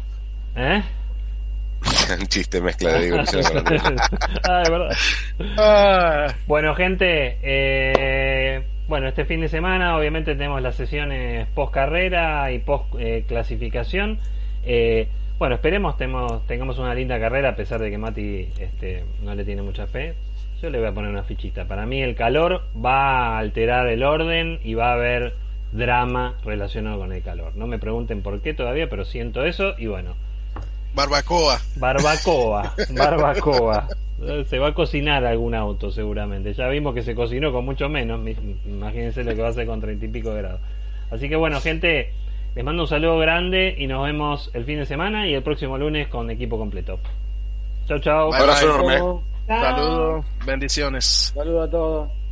Un chiste, mezcla de Diego Luciano con Andrés López. Es verdad. Bueno, gente, bueno, este fin de semana obviamente tenemos las sesiones post carrera y post clasificación. Bueno, esperemos tengamos una linda carrera, a pesar de que Mati no le tiene mucha fe. Yo le voy a poner una fichita. Para mí el calor va a alterar el orden y va a haber drama relacionado con el calor. No me pregunten por qué todavía, pero siento eso. Y bueno, Barbacoa. Se va a cocinar algún auto seguramente. Ya vimos que se cocinó con mucho menos. Imagínense lo que va a hacer con 30 y pico de grados. Así que bueno, gente, les mando un saludo grande y nos vemos el fin de semana y el próximo lunes con equipo completo. Chau, chau. Un abrazo enorme. Chao. Saludos, bendiciones. Saludos a todos.